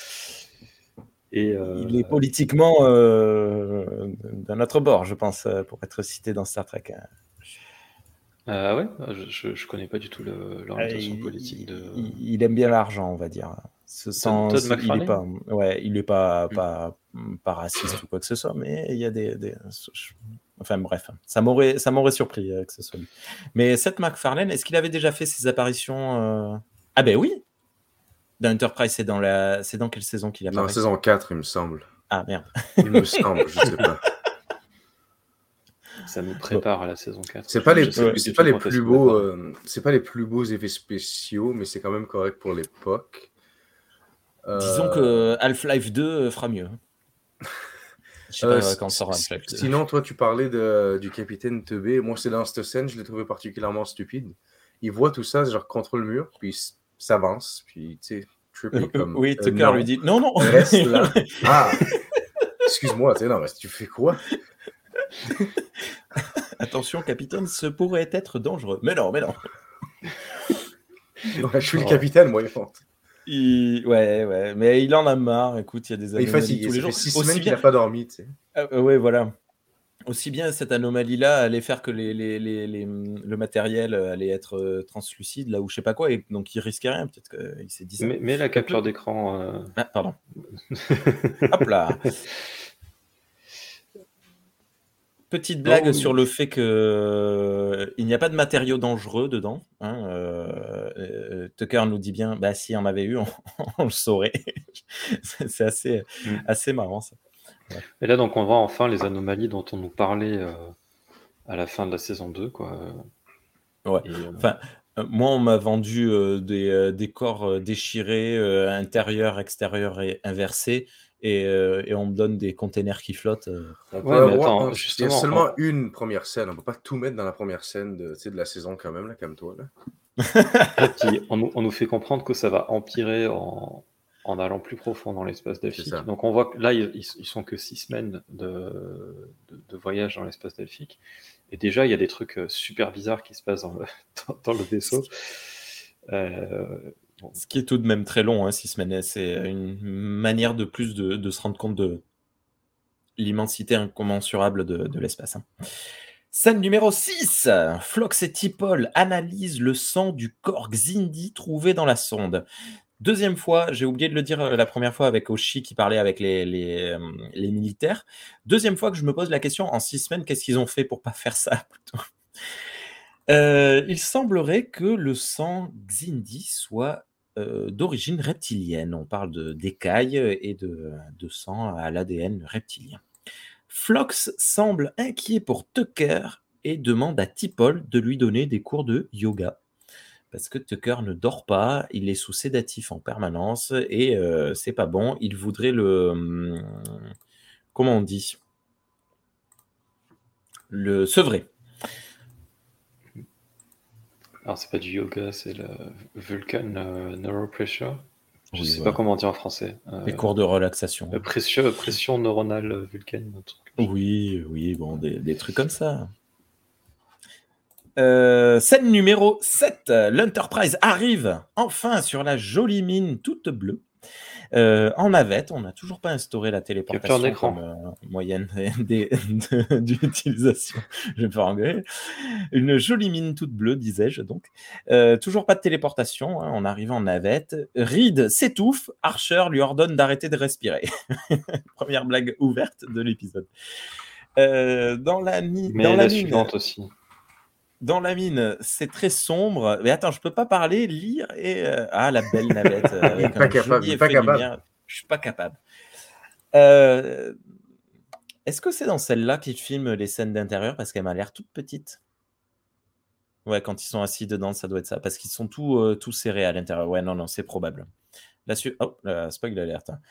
Et euh, Il est politiquement euh, d'un autre bord, je pense, euh, pour être cité dans Star Trek. euh, ouais, je, je, je connais pas du tout le- Euh, l'orientation il, politique de. il- il aime bien l'argent, on va dire. Ce sans- Todd il est McFarlane pas, ouais, il est pas, Mm. pas, pas raciste ou quoi que ce soit, mais il y a des, des- enfin bref, ça m'aurait, ça m'aurait surpris euh, que ce soit lui. Mais Seth MacFarlane, est-ce qu'il avait déjà fait ses apparitions euh... Ah ben oui, dans Enterprise, c'est dans la, c'est dans quelle saison qu'il Dans apparaît? la saison quatre, il me semble. Ah merde. Il me semble, je sais pas. Ça nous prépare à la saison quatre. C'est pas les, Je sais c'est du pas tout les quand est-ce plus qu'il beaux, apparaît. euh, c'est pas les plus beaux effets spéciaux, mais c'est quand même correct pour l'époque. Euh, Disons que Half-Life deux fera mieux. Je sais euh, pas quand s- sort s- Half-Life deux. Sinon, toi, tu parlais de, du capitaine Teubé. Moi, c'est dans cette scène, je l'ai trouvé particulièrement stupide. Il voit tout ça, genre contre le mur, puis il s- s'avance, puis tu sais, trippy comme. Oui, euh, Tucker non, lui dit non, non. reste là. Ah, excuse-moi, tu sais, non, mais tu fais quoi? Attention, capitaine, ce pourrait être dangereux. Mais non, mais non. Ouais, je suis le Oh. capitaine, moi, il faut. Il... Ouais, ouais, mais il en a marre. Écoute, il y a des Il est anomalies fatigué, tous les ça fait jours. six Aussi semaines qu'il bien, n'a pas dormi, tu sais. euh, euh, ouais, voilà. Aussi bien cette anomalie-là allait faire que les, les, les, les- le matériel allait être euh, translucide, là où je sais pas quoi, et donc il risquait rien. Peut-être qu'il s'est dit ça. Mais, mais la capture d'écran. euh, Ah, pardon. Hop là. Petite blague Non, sur le fait que euh, il n'y a pas de matériaux dangereux dedans. Hein, euh, euh, Tucker nous dit bien, bah si on avait eu, on, on le saurait. c'est c'est assez, Mm. assez marrant ça. Et là, donc, on voit enfin les anomalies dont on nous parlait euh, à la fin de la saison deux, quoi. Ouais. Et, euh, Enfin, euh, moi, on m'a vendu euh, des, euh, des corps euh, déchirés, euh, intérieur, extérieur et inversé, et, euh, et on me donne des containers qui flottent. euh. On Ouais, peut mais avoir. attends, un- Il y a justement, seulement on- une première scène. On peut pas tout mettre dans la première scène de, tu sais, de la saison quand même, là, calme-toi. Là. et puis on, nous- on nous fait comprendre que ça va empirer en, en allant plus profond dans l'espace C'est delphique. ça. Donc on voit que là, ils, ils sont que six semaines de, de, de voyage dans l'espace delphique. Et déjà, il y a des trucs euh, super bizarres qui se passent dans le, dans, dans le vaisseau. Euh, bon. Ce qui est tout de même très long, hein, six semaines. C'est une manière de plus de, de se rendre compte de l'immensité incommensurable de, de l'espace. hein. Scène numéro six. Phlox et T'Pol analysent le sang du corps Xindi trouvé dans la sonde. Deuxième fois, j'ai oublié de le dire euh, la première fois avec Oshi qui parlait avec les, les, euh, les militaires. Deuxième fois que je me pose la question, en six semaines, qu'est-ce qu'ils ont fait pour pas faire ça plutôt Euh, Il semblerait que le sang Xindi soit euh, d'origine reptilienne. On parle de d'écailles et de, de sang à l'A D N reptilien. Phlox semble inquiet pour Tucker et demande à T'Pol de lui donner des cours de yoga. Parce que Tucker ne dort pas, il est sous sédatif en permanence et euh, c'est pas bon. Il voudrait le. hum, Comment on dit Le sevrer. Alors, c'est pas du yoga, c'est le Vulcan euh, Neuropressure. Je Oui, sais voilà. pas comment on dit en français. Euh, Les cours de relaxation. euh, pression, pression neuronale euh, Vulcan, un truc. Oui, oui, bon, des, des trucs comme ça. Euh, scène numéro sept. L'Enterprise arrive enfin sur la jolie mine toute bleue. Euh, en navette, on n'a toujours pas instauré la Capture téléportation d'écran. comme euh, moyenne des- de- d'utilisation. Je vais me faire engueuler. Une jolie mine toute bleue, disais-je donc. Euh, toujours pas de téléportation, hein, on arrive en navette. Reed s'étouffe, Archer lui ordonne d'arrêter de respirer. Première blague ouverte de l'épisode. Euh, dans la, ni- Mais dans la, la mine, suivante aussi. dans la mine, c'est très sombre. Mais attends, je peux pas parler, lire et euh, ah la belle navette euh, Il est avec pas un capable, joli il est pas effet de capable. lumière. Je suis pas capable. Euh, Est-ce que c'est dans celle-là qu'ils filment les scènes d'intérieur parce qu'elle m'a l'air toute petite? Ouais, quand ils sont assis dedans, ça doit être ça parce qu'ils sont tous euh, tous serrés à l'intérieur. Ouais, non, non, c'est probable. La su- oh, la spoil alerte. hein.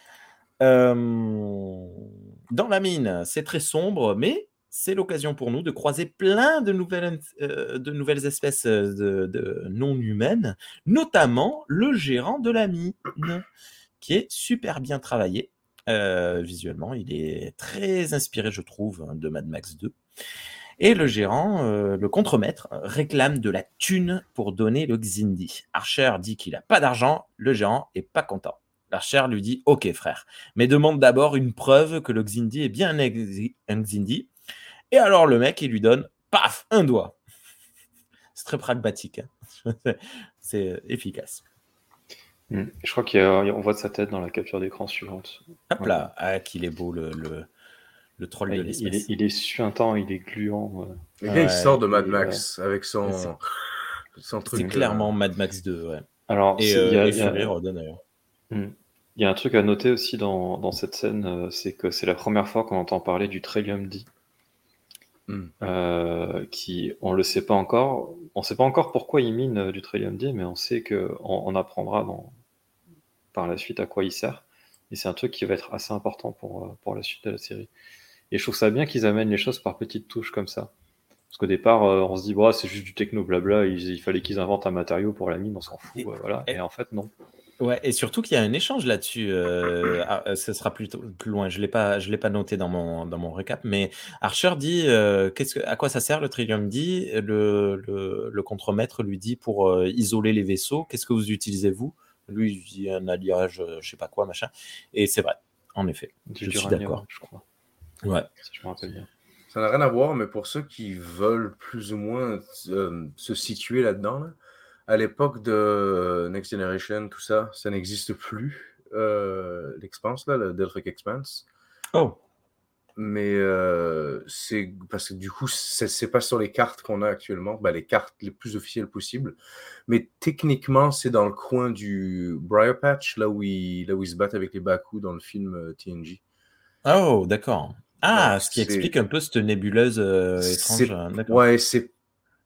Euh, Dans la mine, c'est très sombre, mais c'est l'occasion pour nous de croiser plein de nouvelles, euh, de nouvelles espèces euh, de, de non humaines, notamment le gérant de la mine, qui est super bien travaillé. Euh, visuellement, il est très inspiré, je trouve, de Mad Max deux. Et le gérant, euh, le contremaître, réclame de la thune pour donner le Xindi. Archer dit qu'il n'a pas d'argent, le gérant est pas content. Archer lui dit « Ok frère, mais demande d'abord une preuve que le Xindi est bien un, ex- un Xindi. » Et alors le mec, il lui donne, paf, un doigt. C'est très pragmatique. hein. C'est efficace. Hmm. Je crois qu'on voit de sa tête dans la capture d'écran suivante. Hop Ouais. là, ah, qu'il est beau le, le, le troll Ouais, de il, l'espace. il est, il est suintant, il est gluant. ouais. Le gars, Ouais, il sort de il Mad est, Max avec C'est- son, son C'est truc. euh, clairement Mad Max deux, ouais. Alors, Et, c'est- il y euh, a, et il y a- Fury Road d'ailleurs. Hmm. Il y a un truc à noter aussi dans, dans cette scène, euh, c'est que c'est la première fois qu'on entend parler du Trillium D, hmm. euh, qui, on le sait pas encore. On sait pas encore pourquoi il mine euh, du Trillium D, mais on sait que on, on apprendra dans, par la suite à quoi il sert. Et c'est un truc qui va être assez important pour, euh, pour la suite de la série. Et je trouve ça bien qu'ils amènent les choses par petites touches comme ça. Parce qu'au départ, euh, on se dit, bah, c'est juste du techno blabla, il, il fallait qu'ils inventent un matériau pour la mine, on s'en fout. Et- ouais, voilà. et- Et en fait, non. Ouais, et surtout qu'il y a un échange là-dessus. euh, ah, euh, ce sera plus, plus loin. Je l'ai pas, je l'ai pas noté dans mon dans mon récap, mais Archer dit euh, qu'est-ce que, à quoi ça sert le Trillium D. Le, le, le contremaître lui dit pour euh, isoler les vaisseaux. Qu'est-ce que vous utilisez vous? Lui il dit un alliage, euh, je sais pas quoi, machin. Et c'est vrai, en effet. Du Je suis duranium, d'accord. je crois, Ouais. si je me rappelle bien. Ça n'a rien à voir, mais pour ceux qui veulent plus ou moins euh, se situer là-dedans, là, à l'époque de Next Generation, tout ça, ça n'existe plus, euh, l'Expanse, là, le Delphic Expanse. Oh. Mais euh, c'est parce que du coup, c'est, c'est pas sur les cartes qu'on a actuellement, ben, les cartes les plus officielles possibles. Mais techniquement, c'est dans le coin du Briar Patch, là où ils, là où ils se battent avec les Baku dans le film euh, T N G. Oh, d'accord. Ah, Donc, ce qui c'est- explique un peu cette nébuleuse euh, étrange. c'est, hein, D'accord. ouais, c'est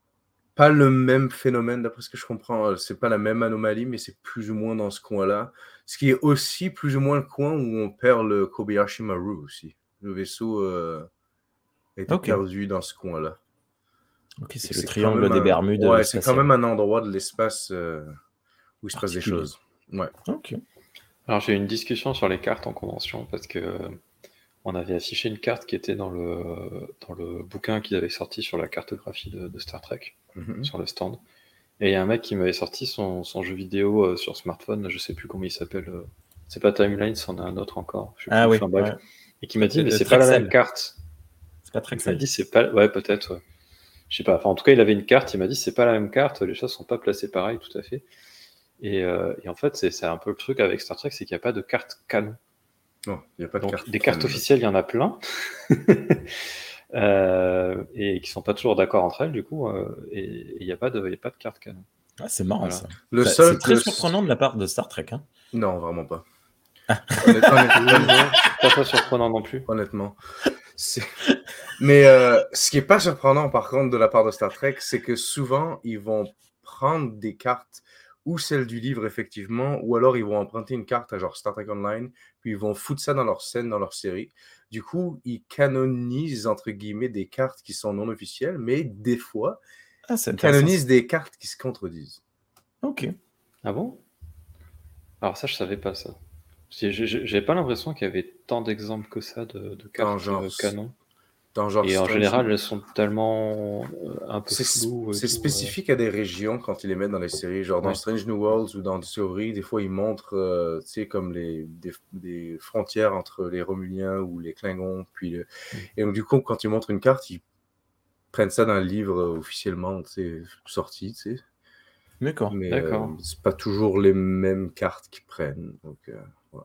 pas le même phénomène, d'après ce que je comprends. C'est pas la même anomalie, mais c'est plus ou moins dans ce coin-là. Ce qui est aussi plus ou moins le coin où on perd le Kobayashi Maru aussi. Le vaisseau euh, a été Ok. perdu dans ce coin-là. Ok, c'est Et le c'est quand triangle même des un- Bermudes Ouais, c'est quand spatiales. même un endroit de l'espace euh, où il se passe des Particulier. choses. Ouais. Ok. Alors j'ai eu une discussion sur les cartes en convention parce que euh, on avait affiché une carte qui était dans le, dans le bouquin qu'ils avaient sorti sur la cartographie de, de Star Trek, Mhm. sur le stand. Et il y a un mec qui m'avait sorti son, son jeu vidéo euh, sur smartphone, je sais plus comment il s'appelle, euh, c'est pas Timeline, c'en a un autre encore, je sais Ah plus, oui. enfin bref. Ouais. Et qui m'a dit, C'est, mais euh, c'est pas la Trexel. même carte. C'est pas Il m'a Trexel. dit, c'est pas. Ouais, peut-être, ouais. Je sais pas. Enfin, en tout cas, il avait une carte, il m'a dit, c'est pas la même carte, les choses sont pas placées pareil, tout à fait. Et, euh, et en fait, c'est, c'est un peu le truc avec Star Trek, c'est qu'il n'y a pas de carte canon. Non, il n'y a pas de Donc, carte. des cartes canon. officielles, il y en a plein. Euh, et qui sont pas toujours d'accord entre elles, du coup, euh, et il n'y a pas de, il y a pas de carte canon. Ah, c'est marrant Voilà. ça. Le Ça- seul c'est très que- surprenant de la part de Star Trek. Hein. Non, vraiment pas. Honnêtement, honnêtement, Pas très surprenant non plus. honnêtement. C'est- Mais euh, ce qui est pas surprenant, par contre, de la part de Star Trek, c'est que souvent, ils vont prendre des cartes ou celles du livre, effectivement, ou alors ils vont emprunter une carte à genre Star Trek Online, puis ils vont foutre ça dans leur scène, dans leur série. Du coup, ils canonisent, entre guillemets, des cartes qui sont non officielles, mais des fois, Ah, c'est ils intéressant. canonisent des cartes qui se contredisent. Ok. Ah bon? Alors ça, je savais pas ça. J'ai- j'ai- J'avais pas l'impression qu'il y avait tant d'exemples que ça de, de cartes genre- euh, canon. Dans genre Et en Strange- général, elles sont tellement euh, un peu C'est floues. et c'est tout, spécifique à des régions quand ils les mettent dans les séries. Genre dans Ouais. Strange New Worlds ou dans Discovery, des fois ils montrent, euh, tu sais, comme les, des, des frontières entre les Romuliens ou les Klingons. Puis le- Mm. Et donc, du coup, quand ils montrent une carte, ils prennent ça dans le livre euh, officiellement, tu sais, sorti, tu sais. D'accord. Mais D'accord. euh, c'est pas toujours les mêmes cartes qu'ils prennent. Donc, euh, voilà.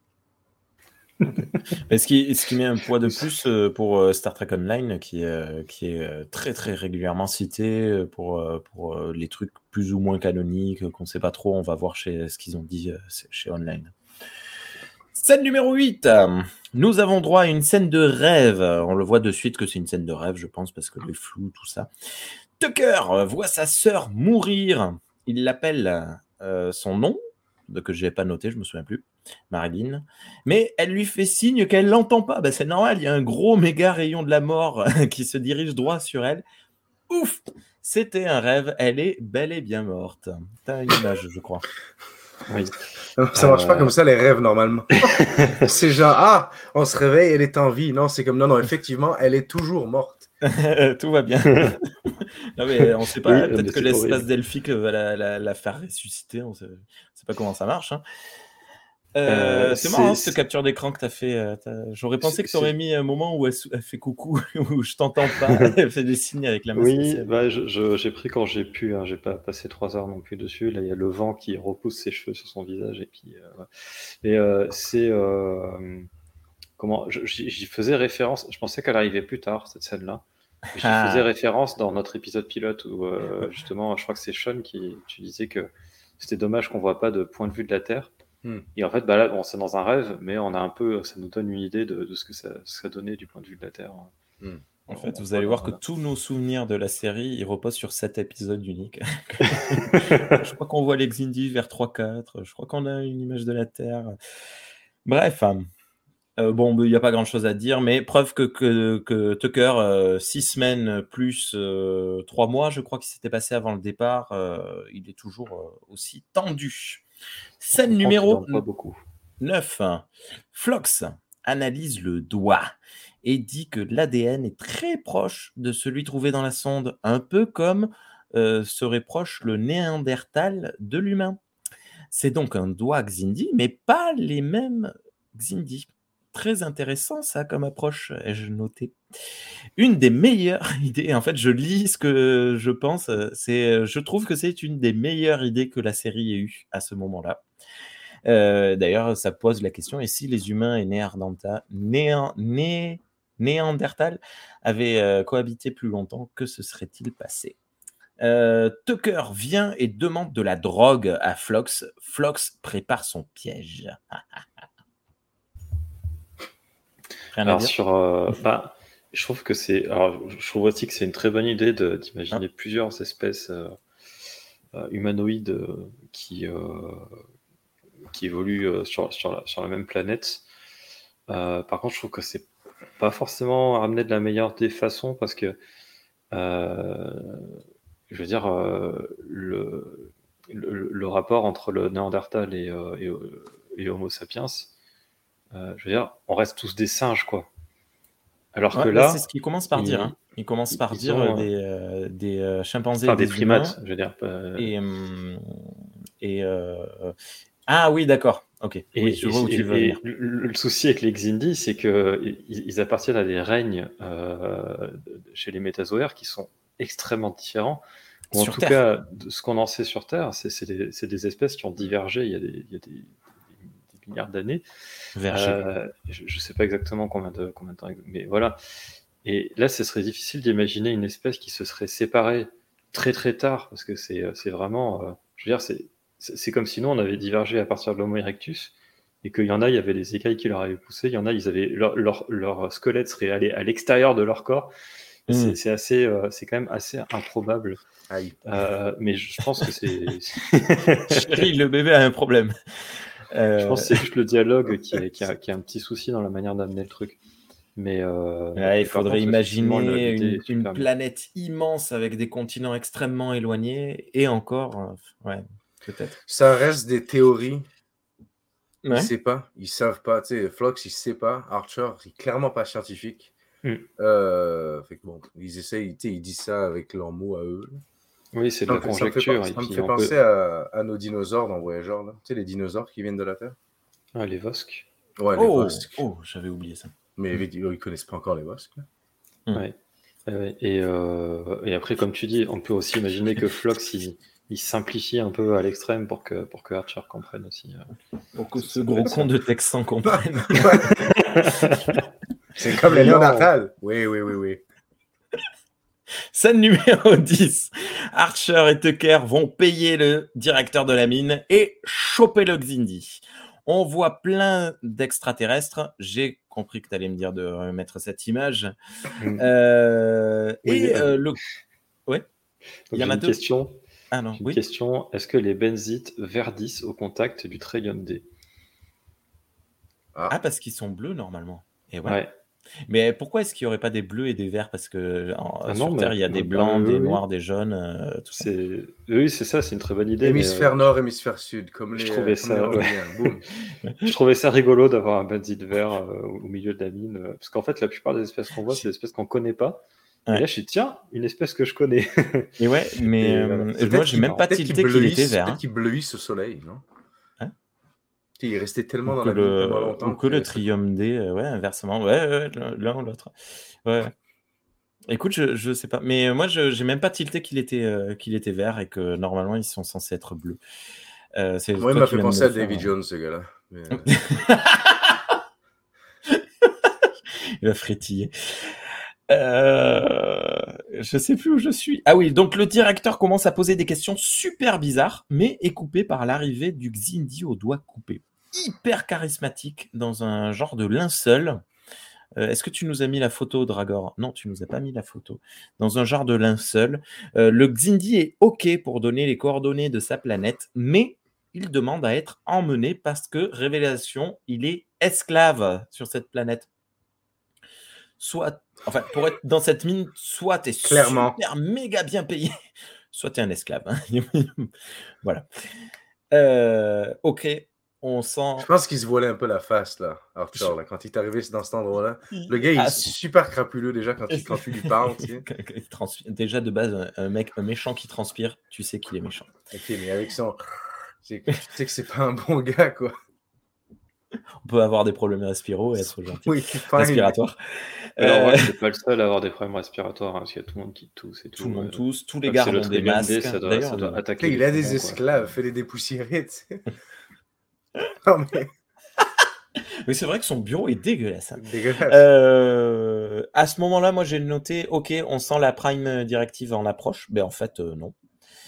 Mais ce qui, ce qui met un poids de plus euh, pour euh, Star Trek Online, qui, euh, qui est euh, très très régulièrement cité euh, pour, euh, pour euh, les trucs plus ou moins canoniques, euh, qu'on ne sait pas trop, on va voir chez, ce qu'ils ont dit euh, chez Online. Scène numéro huit. Nous avons droit à une scène de rêve. On le voit de suite que c'est une scène de rêve, je pense, parce que le flou, tout ça. Tucker voit sa sœur mourir. Il l'appelle euh, son nom, que je n'ai pas noté, je me souviens plus, Marilyn. Mais elle lui fait signe qu'elle l'entend pas. Ben, c'est normal, il y a un gros méga rayon de la mort qui se dirige droit sur elle. Ouf, c'était un rêve. Elle est bel et bien morte. T'as une image, je crois. Oui. Ça marche pas Euh, comme ça, les rêves, normalement. C'est genre, ah, on se réveille, elle est en vie. Non, c'est comme, non, non, effectivement, elle est toujours morte. Tout va bien. Non, mais on ne sait pas, Oui, peut-être mais que c'est l'espace horrible. delphique va la, la, la faire ressusciter. On ne sait, sait pas comment ça marche. Hein. Euh, Euh, c'est marrant, c'est- cette capture d'écran que tu as fait. euh, t'as- J'aurais pensé c'est- que tu aurais c'est- mis un moment où elle, sou- elle fait coucou, où je t'entends pas, elle fait des signes avec la main Oui, spéciale. bah, je- je- j'ai pris quand j'ai pu, hein, j'ai pas passé trois heures non plus dessus. Là, il y a le vent qui repousse ses cheveux sur son visage et puis. euh, ouais. Et euh, c'est euh, comment je- j'y j'y faisais référence. Je pensais qu'elle arrivait plus tard cette scène-là. J'y Ah. faisais référence dans notre épisode pilote où euh, justement, je crois que c'est Sean qui tu disais que c'était dommage qu'on voit pas de point de vue de la Terre. Hmm. Et en fait, bah là, bon, c'est dans un rêve, mais on a un peu, ça nous donne une idée de, de ce que ça, ça donnait du point de vue de la Terre. Hmm. En On- fait, on vous voit allez dans- voir que voilà. tous nos souvenirs de la série, ils reposent sur cet épisode unique. Je crois qu'on voit les Xindi vers trois quatre. Je crois qu'on a une image de la Terre. Bref, euh, bon, il n'y a pas grand-chose à dire, mais preuve que, que, que Tucker, euh, six semaines plus euh, trois mois, je crois qu'il s'était passé avant le départ, euh, il est toujours euh, aussi tendu. Scène On comprend numéro qu'il dorme pas beaucoup. neuf. Flox analyse le doigt et dit que l'A D N est très proche de celui trouvé dans la sonde, un peu comme euh, serait proche le Néandertal de l'humain. C'est donc un doigt Xindi, mais pas les mêmes Xindi. Très intéressant ça comme approche, ai-je noté. Une des meilleures idées, en fait je lis ce que je pense, c'est, je trouve que c'est une des meilleures idées que la série ait eue à ce moment-là. Euh, d'ailleurs, ça pose la question, et si les humains et Néardanta, Néan, Né, Néandertal avaient euh, cohabité plus longtemps, que se serait-il passé? euh, Tucker vient et demande de la drogue à Flox. Flox prépare son piège. Rien à Alors dire sur, euh, bah, Je trouve que c'est. Alors, je trouve aussi que c'est une très bonne idée de, d'imaginer ah. plusieurs espèces euh, euh, humanoïdes euh, qui, euh, qui évoluent euh, sur, sur, la, sur la même planète. Euh, par contre, je trouve que c'est pas forcément ramené de la meilleure des façons parce que, euh, je veux dire, euh, le, le, le rapport entre le Néandertal et, euh, et, et Homo sapiens, euh, je veux dire, on reste tous des singes, quoi. Alors ouais, que là, c'est ce qu'il commence par ils, dire. Hein. Il commence par ils dire ont, des, euh, des euh, chimpanzés, enfin, des, des primates, humains, je veux dire. Euh... Et, hum, et euh... ah oui, d'accord. Ok. Et, oui, je et, vois où tu et, veux et venir. le, le souci avec les Xindi, c'est qu'ils ils appartiennent à des règnes euh, chez les métazoaires qui sont extrêmement différents. Ou en sur tout Terre. cas, de ce qu'on en sait sur Terre, c'est, c'est, des, c'est des espèces qui ont divergé il y a des, il y a des, des milliards d'années. Euh, je ne sais pas exactement combien de, combien de temps, mais voilà. Et là, ce serait difficile d'imaginer une espèce qui se serait séparée très très tard, parce que c'est, c'est vraiment, euh, je veux dire, c'est, c'est, c'est comme si nous, on avait divergé à partir de l'Homo erectus, et qu'il y en a, il y avait des écailles qui leur avaient poussé, il y en a, ils avaient, leur, leur, leur squelette serait allé à l'extérieur de leur corps. Mmh. C'est, c'est, assez, euh, c'est quand même assez improbable. Euh, mais je pense que c'est... Chérie, le bébé a un problème. Euh... Je pense que c'est juste le dialogue qui, est, qui, a, qui a un petit souci dans la manière d'amener le truc. Mais euh, ouais, il faudrait contre, imaginer une, une planète bien. immense avec des continents extrêmement éloignés et encore, euh, ouais, peut-être. Ça reste des théories. Ils ouais. ne savent pas, ils savent pas. Tu sais, Phlox, il ne sait pas. Archer, il n'est clairement pas scientifique. Mm. Euh, fait que bon, ils essayent, ils disent ça avec leurs mots à eux. Oui, c'est de la conjecture. Ça me fait, ça me fait penser peut... à, à nos dinosaures dans Voyageur, là. Tu sais, les dinosaures qui viennent de la Terre. Ah, les Vosques. Ouais, les oh, Vosques. Oh, j'avais oublié ça. Mais mm. ils ne connaissent pas encore les Vosques. Mm. Ouais. Euh, et, euh, et après, comme tu dis, on peut aussi imaginer que Phlox, il, il simplifie un peu à l'extrême pour que, pour que Archer comprenne aussi. Euh, pour que ce gros con de Texan comprenne. C'est comme les Néandertals. Oui, oui, oui, oui. Scène numéro dix. Archer et Tucker vont payer le directeur de la mine et choper le Xindi. On voit plein d'extraterrestres. J'ai compris que tu allais me dire de remettre cette image. Mmh. Euh, oui, et euh, le... Ouais. Il y en a une deux. Question. Ah non, une oui. question. Est-ce que les benzites verdissent au contact du Trayum D? Ah, parce qu'ils sont bleus normalement. Et ouais. ouais. Mais pourquoi est-ce qu'il n'y aurait pas des bleus et des verts? Parce que en, ah sur non, Terre, mais, il y a des blancs, euh, des oui. noirs, des jaunes. Euh, tout c'est... Ça. Oui, c'est ça, c'est une très bonne idée. Hémisphère mais, nord, hémisphère sud, comme je les. Trouvais comme ça, les ouais. Je trouvais ça rigolo d'avoir un benzite vert euh, au milieu de la mine. Euh, parce qu'en fait, la plupart des espèces qu'on voit, c'est des espèces qu'on ne connaît pas. Ouais. Et là, je suis tiens, une espèce que je connais. Et ouais, mais et, euh, moi, j'ai même pas tilté qu'il était vert. Peut-être hein. qu'il bleuisse au soleil, non? Hein Il est resté tellement ou dans que la le, mine tellement longtemps. Ou que, que le Trium D, euh, ouais, inversement. Ouais, ouais, l'un ou l'autre. Ouais. Écoute, je, je sais pas. Mais moi, je j'ai même pas tilté qu'il était, euh, qu'il était vert et que normalement, ils sont censés être bleus. Euh, c'est moi, il m'a fait penser à Davy Jones, ce gars-là. Mais... il va frétiller. Euh, je sais plus où je suis. Ah oui, donc le directeur commence à poser des questions super bizarres, mais est coupé par l'arrivée du Xindi aux doigts coupés. Hyper charismatique, dans un genre de linceul. Euh, est-ce que tu nous as mis la photo, Dragor? Non, tu nous as pas mis la photo. Dans un genre de linceul. Euh, le Xindi est OK pour donner les coordonnées de sa planète, mais il demande à être emmené parce que, révélation, il est esclave sur cette planète. Soit, enfin, pour être dans cette mine, soit tu es super méga bien payé, soit tu es un esclave. Hein. Voilà. Euh, OK. On sent... Je pense qu'il se voilait un peu la face, là, Archer, là, quand il est arrivé dans cet endroit-là. Le gars, il est ah, super crapuleux, déjà quand tu, quand tu lui parles. Tu sais. Déjà, de base, un mec un méchant qui transpire, tu sais qu'il est méchant. Ok, mais avec son... Tu sais que c'est pas un bon gars, quoi. On peut avoir des problèmes respiraux et être gentil. Oui, respiratoire. Alors, euh... ouais, c'est pas le seul à avoir des problèmes respiratoires, hein, parce qu'il y a tout le monde qui tousse et tout. Tout le monde tousse, tous les gars ont des masques. Ça doit, ça doit attaquer. Il a des esclaves, fait les dépoussiérer, tu sais. Non, mais... oui, c'est vrai que son bureau est dégueulasse. Hein. Dégueulasse. Euh, à ce moment-là, moi, j'ai noté, OK, on sent la Prime Directive en approche. Mais en fait, euh, non.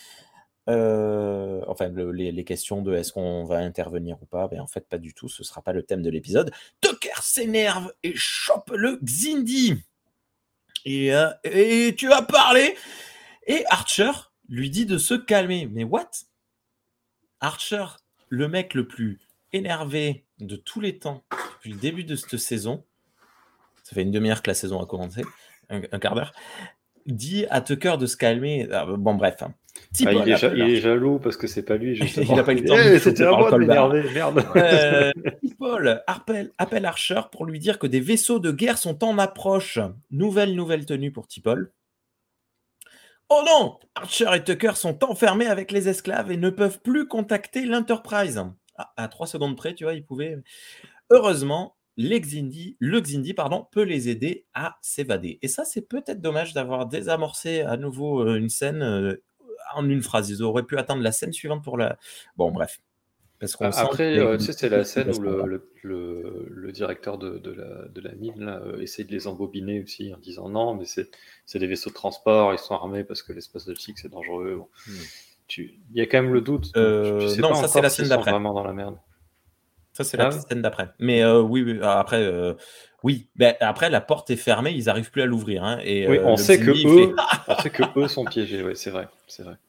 Euh, enfin, le, les, les questions de est-ce qu'on va intervenir ou pas, ben en fait, pas du tout. Ce sera pas le thème de l'épisode. Tucker s'énerve et chope le Xindi. Et, euh, et tu as parlé. Et Archer lui dit de se calmer. Mais what? Archer, le mec le plus énervé de tous les temps depuis le début de cette saison, ça fait une demi-heure que la saison a commencé, un, un quart d'heure, dit à Tucker de se calmer. Ah, bon, bref. Hein. Ah, il, est ja- il est jaloux parce que c'est pas lui, justement. Il n'a pas eu le temps Eh, de c'était à moi de m'énerver, merde. Euh, Paul appelle, appelle Archer pour lui dire que des vaisseaux de guerre sont en approche. Nouvelle, nouvelle tenue pour T-Paul. Oh non! Archer et Tucker sont enfermés avec les esclaves et ne peuvent plus contacter l'Enterprise. Ah, à trois secondes près, tu vois, ils pouvaient... Heureusement, les Xindi, le Xindi pardon, peut les aider à s'évader. Et ça, c'est peut-être dommage d'avoir désamorcé à nouveau euh, une scène euh, en une phrase. Ils auraient pu attendre la scène suivante pour la... Bon, bref. Parce qu'on Après, sent euh, tu sais, c'est la scène où le, le, le, le directeur de, de, la, de la mine là, euh, essaie de les embobiner aussi en disant non, mais c'est, c'est des vaisseaux de transport, ils sont armés parce que l'espace deltique c'est dangereux. Bon. Hmm. Tu... Il y a quand même le doute. Euh, tu sais non, pas ça c'est la scène d'après. Vraiment dans la merde. Ça c'est ah, la scène d'après. Mais euh, oui, oui, après, euh, oui. Ben, après la porte est fermée, ils n'arrivent plus à l'ouvrir. Hein, et, oui, euh, on, sait que eux, fait... on sait que eux sont piégés. Oui, c'est vrai, c'est vrai.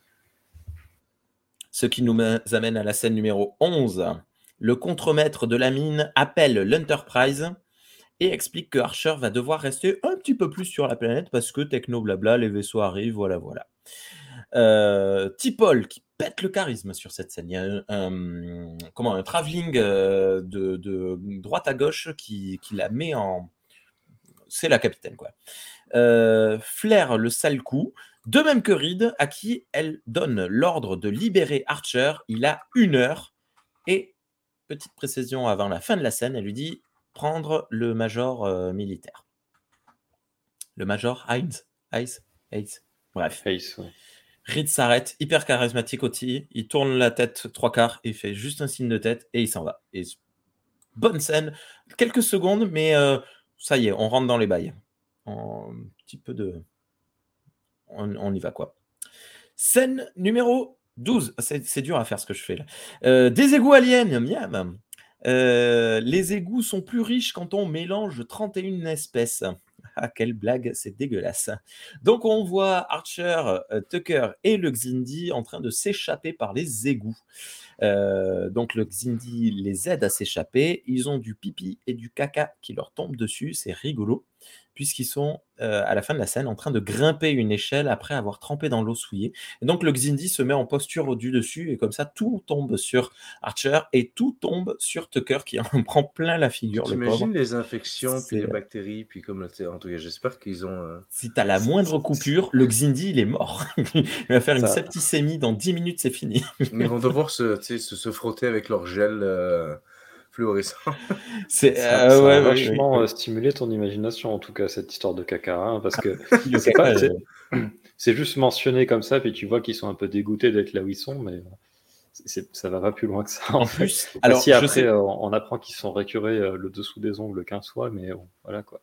Ce qui nous amène à la scène numéro onze. Le contremaître de la mine appelle l'Enterprise et explique que Archer va devoir rester un petit peu plus sur la planète parce que techno blabla, les vaisseaux arrivent, voilà, voilà. Euh, T-Paul qui pète le charisme sur cette scène. Il y a un, un, comment, un travelling de, de droite à gauche qui, qui la met en... C'est la capitaine, quoi. Euh, flaire le sale coup. De même que Reed, à qui elle donne l'ordre de libérer Archer. Il a une heure. Et, petite précision avant la fin de la scène, elle lui dit prendre le major euh, militaire. Le major Heinz Heinz Heinz Bref. Heinz, ouais. Reed s'arrête, hyper charismatique aussi. Il tourne la tête trois quarts, il fait juste un signe de tête et il s'en va. Et bonne scène. Quelques secondes, mais euh, ça y est, on rentre dans les bails. Un petit peu de... On, on y va, quoi. Scène numéro douze. C'est, c'est dur à faire ce que je fais là. Euh, des égouts aliens, miam. Euh, les égouts sont plus riches quand on mélange trente et une espèces. Ah, quelle blague, c'est dégueulasse. Donc on voit Archer, euh, Tucker et le Xindi en train de s'échapper par les égouts. Euh, donc le Xindi les aide à s'échapper. Ils ont du pipi et du caca qui leur tombent dessus. C'est rigolo, puisqu'ils sont euh, à la fin de la scène en train de grimper une échelle après avoir trempé dans l'eau souillée. Et donc le Xindi se met en posture du dessus et comme ça tout tombe sur Archer et tout tombe sur Tucker qui en prend plein la figure. T'imagines les infections c'est... puis les bactéries puis comme en tout cas j'espère qu'ils ont. Euh... Si t'as la moindre coupure, le Xindi il est mort. Il va faire ça... une septicémie dans dix minutes, c'est fini. Ils vont devoir se, se, se frotter avec leur gel. Euh... fluorescent. C'est, ça, euh, ça ouais, a ouais, vachement ouais, ouais. stimulé ton imagination, en tout cas, cette histoire de caca, hein, parce que c'est, pas, c'est, c'est juste mentionné comme ça, puis tu vois qu'ils sont un peu dégoûtés d'être là où ils sont, mais c'est, ça va pas plus loin que ça. En, en fait. plus, enfin, alors si après sais... euh, on apprend qu'ils sont récurés euh, le dessous des ongles quinze fois, mais bon, voilà quoi.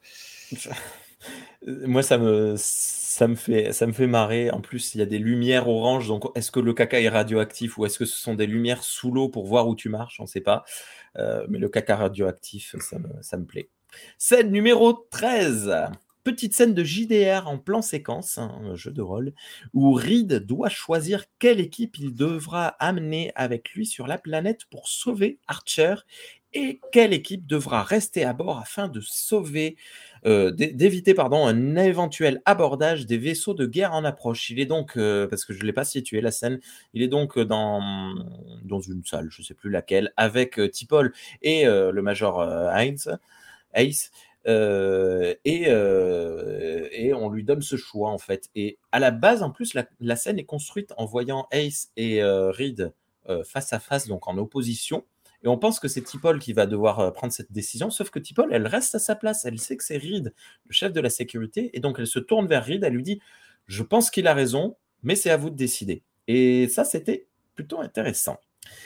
Moi, ça me, ça, me fait, ça me fait marrer. En plus, il y a des lumières oranges. Donc, est-ce que le caca est radioactif ou est-ce que ce sont des lumières sous l'eau pour voir où tu marches? On ne sait pas. Euh, mais le caca radioactif, ça me, ça me plaît. Scène numéro treize. Petite scène de J D R en plan séquence, hein, un jeu de rôle, où Reed doit choisir quelle équipe il devra amener avec lui sur la planète pour sauver Archer et quelle équipe devra rester à bord afin de sauver, euh, d'éviter pardon, un éventuel abordage des vaisseaux de guerre en approche. Il est donc, euh, parce que je ne l'ai pas situé la scène, il est donc dans, dans une salle, je ne sais plus laquelle, avec euh, T-Paul et euh, le major euh, Heinz, Ace, euh, et, euh, et on lui donne ce choix en fait. Et à la base, en plus, la, la scène est construite en voyant Ace et euh, Reed euh, face à face, donc en opposition. Et on pense que c'est T-Paul qui va devoir prendre cette décision, sauf que T-Paul, elle reste à sa place. Elle sait que c'est Reed, le chef de la sécurité, et donc elle se tourne vers Reed, elle lui dit « Je pense qu'il a raison, mais c'est à vous de décider. » Et ça, c'était plutôt intéressant.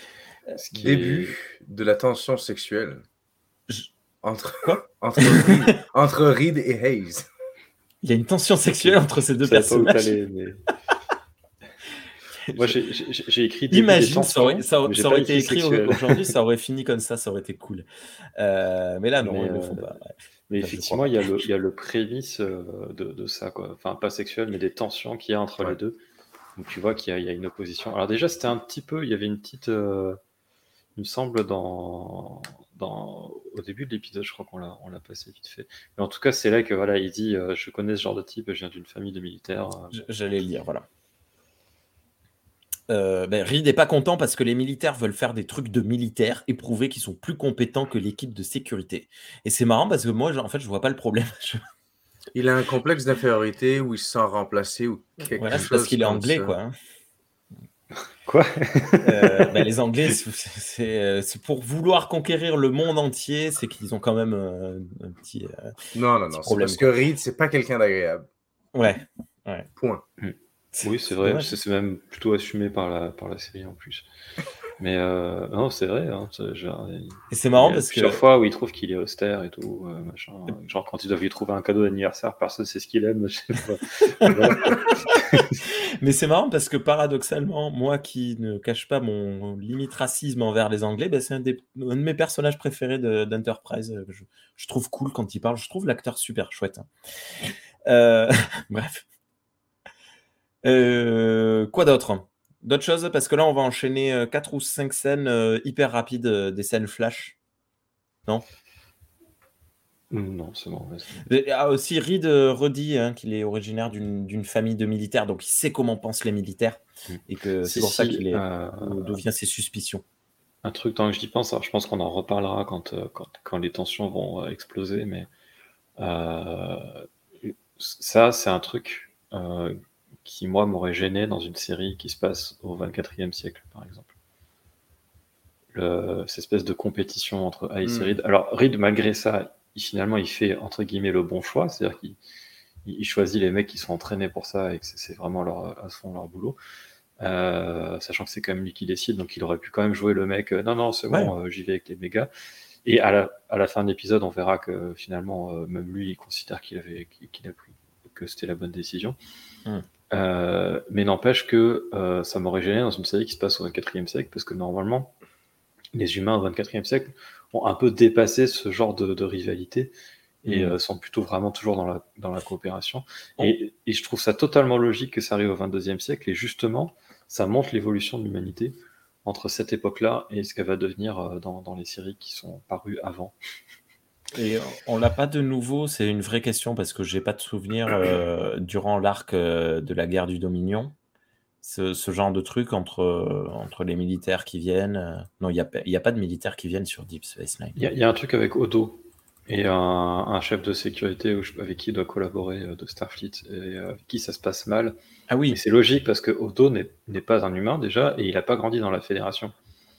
Début est... de la tension sexuelle Je... entre, Quoi entre, Reed, entre Reed et Hayes. Il y a une tension sexuelle entre ces deux ça personnages. Aller, mais... Moi, j'ai, j'ai, j'ai écrit. Imagine, ça aurait, ça, ça aurait été écrit sexuel. Aujourd'hui, ça aurait fini comme ça, ça aurait été cool. Euh, mais là, non, mais ils ne euh, le font pas. Ouais. Mais Enfin, je effectivement, crois. il y a le, il y a le prémisse euh, de, de ça, quoi. Enfin, pas sexuel, mais des tensions qu'il y a entre Ouais. les deux. Donc tu vois qu'il y a, il y a une opposition. Alors déjà, c'était un petit peu, il y avait une petite, euh, il me semble, dans, dans, au début de l'épisode, je crois qu'on l'a, on l'a passé vite fait. Mais en tout cas, c'est là que voilà, il dit, euh, je connais ce genre de type, je viens d'une famille de militaires. euh, J- J'allais le lire, voilà. Euh, ben, Reed n'est pas content parce que les militaires veulent faire des trucs de militaires et prouver qu'ils sont plus compétents que l'équipe de sécurité. Et c'est marrant parce que moi, genre, en fait, je vois pas le problème. Je- Il a un complexe d'infériorité où il se sent remplacé ou quelque Voilà, c'est parce chose qu'il est comme anglais, ça. quoi. hein. Quoi? Euh, ben, les Anglais, c'est- c'est euh, c'est pour vouloir conquérir le monde entier, c'est qu'ils ont quand même euh, un petit, euh, Non, non, petit non. C'est problème, parce que quoi. Reed, c'est pas quelqu'un d'agréable. Ouais, ouais. Point. C'est Oui, c'est c'est vrai, dommage. c'est c'est même plutôt assumé par la, par la série en plus. Mais euh, non, c'est vrai. Hein, c'est- genre, il Et c'est il marrant y a parce plusieurs que fois où il trouve qu'il est austère et tout, euh, machin. Genre quand ils doivent lui trouver un cadeau d'anniversaire, personne sait ce qu'il aime. Je sais pas. Voilà, quoi. Mais c'est marrant parce que paradoxalement, moi qui ne cache pas mon limite racisme envers les Anglais, ben c'est un, des- un de mes personnages préférés de- d'Enterprise. Euh, Je, je trouve cool quand il parle. Je trouve l'acteur super chouette. hein. Euh, Bref. Euh, quoi d'autre? D'autres choses? Parce que là, on va enchaîner euh, quatre ou cinq scènes euh, hyper rapides, euh, des scènes flash. Non? Non, c'est bon, vas-y. Et, ah, aussi, Reed euh, redit hein, qu'il est originaire d'une d'une famille de militaires, donc il sait comment pensent les militaires, Mm. et que c'est Si, pour ça si, qu'il est euh, d'où d'où vient ses suspicions. un truc tant que j'y pense, alors je pense qu'on en reparlera quand, euh, quand, quand les tensions vont euh, exploser, mais euh, ça, c'est un truc euh, qui, moi, m'aurait gêné dans une série qui se passe au vingt-quatrième siècle, par exemple. Le, cette espèce de compétition entre Ice et Mm. Reed. Alors, Reed, malgré ça, il, finalement, il fait, entre guillemets, le bon choix, c'est-à-dire qu'il il choisit les mecs qui sont entraînés pour ça et que c'est c'est vraiment leur, à fond leur boulot. Euh, sachant que c'est quand même lui qui décide, donc il aurait pu quand même jouer le mec, euh, non, non, c'est Ouais. bon, euh, j'y vais avec les mégas. Et à la, à la fin de l'épisode, on verra que finalement, euh, même lui, il considère qu'il avait, qu'il qu'il a pris, que c'était la bonne décision. Mm. Euh, mais n'empêche que euh, ça m'aurait gêné dans une série qui se passe au vingt-quatrième siècle, parce que normalement, les humains au vingt-quatrième siècle ont un peu dépassé ce genre de, de rivalité et Mm. euh, sont plutôt vraiment toujours dans la, dans la coopération. Oh. Et, et je trouve ça totalement logique que ça arrive au vingt-deuxième siècle, et justement, ça montre l'évolution de l'humanité entre cette époque-là et ce qu'elle va devenir euh, dans, dans les séries qui sont parues avant. Et on l'a pas de nouveau, c'est une vraie question parce que j'ai pas de souvenir euh, durant l'arc euh, de la guerre du Dominion. Ce, ce genre de truc entre, euh, entre les militaires qui viennent. euh, Non, il n'y a, pas- il y a pas de militaires qui viennent sur Deep Space Nine. Il y, a- il y a un truc avec Odo et un, un chef de sécurité où je- avec qui il doit collaborer euh, de Starfleet et euh, avec qui ça se passe mal. Ah Mais oui, c'est logique parce que Odo n'est n'est pas un humain déjà et il n'a pas grandi dans la Fédération.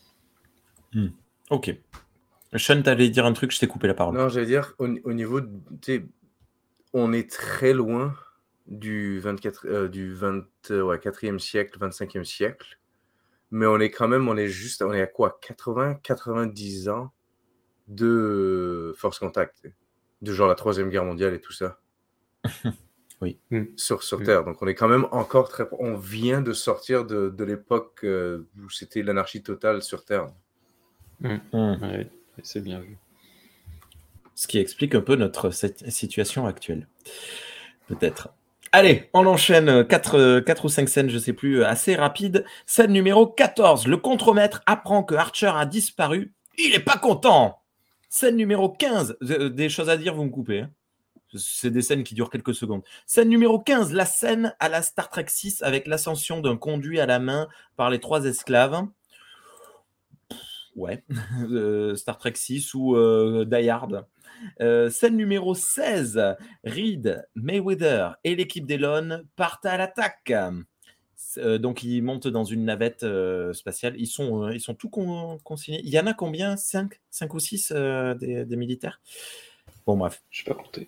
ok. Sean, t'allais dire un truc, je t'ai coupé la parole. Non, j'allais dire, au, au niveau, de, tu sais, on est très loin du vingt-quatre, euh, du vingt, euh, ouais, quatrième siècle, vingt-cinquième siècle, mais on est quand même, on est juste, on est à quoi, quatre-vingts, quatre-vingt-dix ans de Force Contact, de genre la Troisième Guerre mondiale et tout ça. Oui. Mm. Sur, sur Mm. Terre. Donc on est quand même encore très... On vient de sortir de, de l'époque euh, où c'était l'anarchie totale sur Terre. Mm. Mm. Ouais, c'est bien vu. Ce qui explique un peu notre cette situation actuelle. Peut-être. Allez, on enchaîne quatre ou cinq scènes, je sais plus, assez rapides. Scène numéro quatorze. Le contremaître apprend que Archer a disparu. Il est pas content. Scène numéro quinze. Euh, Des choses à dire, vous me coupez. hein. C'est des scènes qui durent quelques secondes. Scène numéro quinze. La scène à la Star Trek six avec l'ascension d'un conduit à la main par les trois esclaves. Ouais. Euh, Star Trek six ou euh, Die Hard. Euh, scène numéro seize, Reed, Mayweather et l'équipe d'Elon partent à l'attaque. Euh, donc ils montent dans une navette euh, spatiale. Ils sont, euh, ils sont tous con- consignés. Il y en a combien? cinq cinq ou six euh, des, des militaires? Bon bref. Je sais pas compter.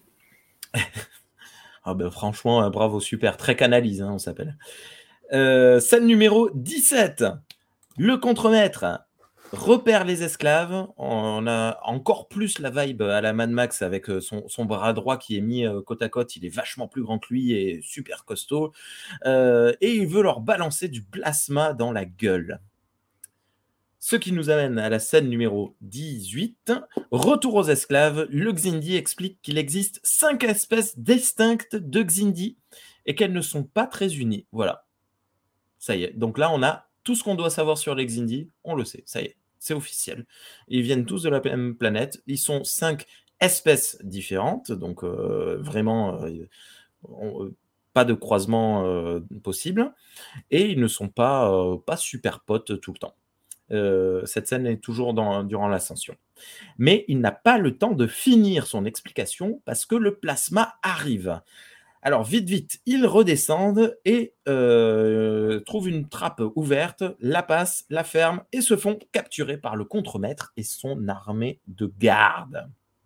Ah ben, franchement, euh, bravo, super. Trek Analyse, hein, on s'appelle. Euh, scène numéro dix-sept. Le contremaître repère les esclaves. On a encore plus la vibe à la Mad Max avec son, son bras droit qui est mis côte à côte. Il est vachement plus grand que lui et super costaud. Euh, et il veut leur balancer du plasma dans la gueule. Ce qui nous amène à la scène numéro dix-huit. Retour aux esclaves. Le Xindi explique qu'il existe cinq espèces distinctes de Xindi et qu'elles ne sont pas très unies. Voilà. Ça y est. Donc là, on a tout ce qu'on doit savoir sur les Xindi. On le sait. Ça y est. C'est officiel. Ils viennent tous de la même planète. Ils sont cinq espèces différentes. Donc euh, vraiment, euh, on, pas de croisement euh, possible. Et ils ne sont pas, euh, pas super potes tout le temps. Euh, cette scène est toujours dans, durant l'ascension. Mais il n'a pas le temps de finir son explication parce que le plasma arrive. Alors, vite, vite, ils redescendent et euh, trouvent une trappe ouverte, la passent, la ferment et se font capturer par le contremaître et son armée de garde.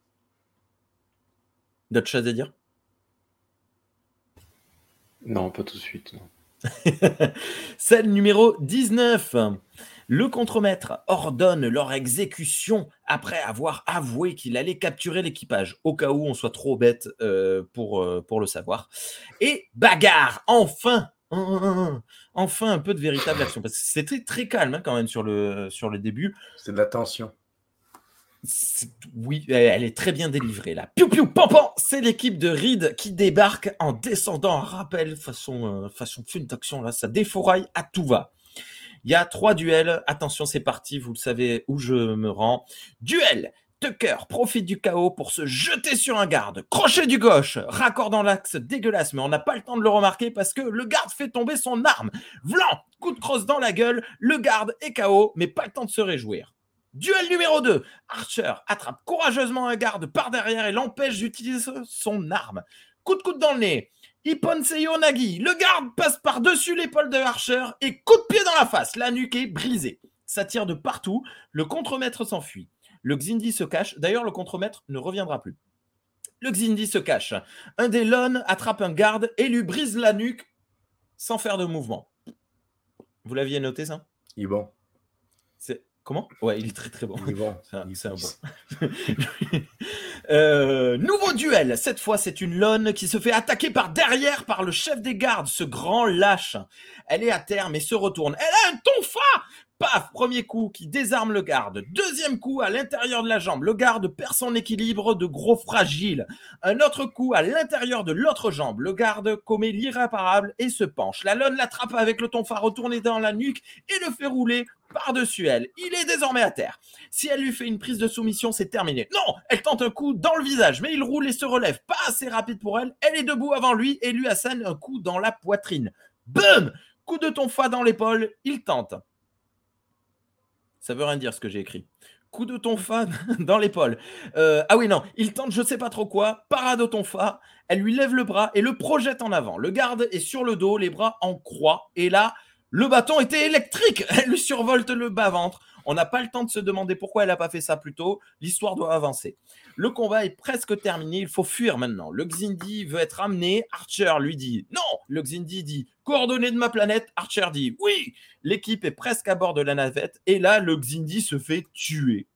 D'autres choses à dire ? Non, pas tout de suite. Non. Scène numéro dix-neuf. Le contremaître ordonne leur exécution après avoir avoué qu'il allait capturer l'équipage, au cas où on soit trop bête euh, pour, euh, pour le savoir. Et bagarre, enfin Enfin un peu de véritable action, parce que c'était très calme hein, quand même sur le, sur le début. C'est de la tension. C'est... Oui, elle est très bien délivrée là. Piou piou pam, c'est l'équipe de Reed qui débarque en descendant en rappel façon, euh, façon film d'action là, ça défouraille à tout va. Il y a trois duels. Attention, c'est parti. Vous le savez où je me rends. Duel. Tucker profite du chaos pour se jeter sur un garde. Crochet du gauche. Raccord dans l'axe dégueulasse, mais on n'a pas le temps de le remarquer parce que le garde fait tomber son arme. Vlan. Coup de crosse dans la gueule. Le garde est K O, mais pas le temps de se réjouir. Duel numéro deux. Archer attrape courageusement un garde par derrière et l'empêche d'utiliser son arme. Coup de coude dans le nez. Ippon Seiyo Nagi, le garde passe par-dessus l'épaule de Archer et coup de pied dans la face, la nuque est brisée. Ça tire de partout, le contremaître s'enfuit. Le Xindi se cache, d'ailleurs le contremaître ne reviendra plus. Le Xindi se cache. Un des Lon attrape un garde et lui brise la nuque sans faire de mouvement. Vous l'aviez noté ça ? Il est bon. C'est... Comment ? Ouais, il est très très bon. Il est bon. C'est un, c'est un bon. euh, nouveau duel. Cette fois, c'est une Lon qui se fait attaquer par derrière par le chef des gardes, ce grand lâche. Elle est à terre mais se retourne. Elle a un tonfa. Paf, premier coup qui désarme le garde. Deuxième coup à l'intérieur de la jambe. Le garde perd son équilibre de gros fragile. Un autre coup à l'intérieur de l'autre jambe. Le garde commet l'irréparable et se penche. La Lon l'attrape avec le tonfa retourné dans la nuque et le fait rouler par-dessus elle. Il est désormais à terre. Si elle lui fait une prise de soumission, c'est terminé. Non, elle tente un coup dans le visage, mais il roule et se relève. Pas assez rapide pour elle. Elle est debout avant lui et lui assène un coup dans la poitrine. Boum! Coup de tonfa dans l'épaule. Il tente. Ça veut rien dire ce que j'ai écrit. Coup de tonfa dans l'épaule. Euh, ah oui, non, il tente je sais pas trop quoi. Parade au tonfa. Elle lui lève le bras et le projette en avant. Le garde est sur le dos, les bras en croix. Et là, le bâton était électrique. Elle lui survolte le bas-ventre. On n'a pas le temps de se demander pourquoi elle n'a pas fait ça plus tôt. L'histoire doit avancer. Le combat est presque terminé. Il faut fuir maintenant. Le Xindi veut être amené. Archer lui dit non. Le Xindi dit coordonnées de ma planète. Archer dit oui. L'équipe est presque à bord de la navette. Et là, le Xindi se fait tuer.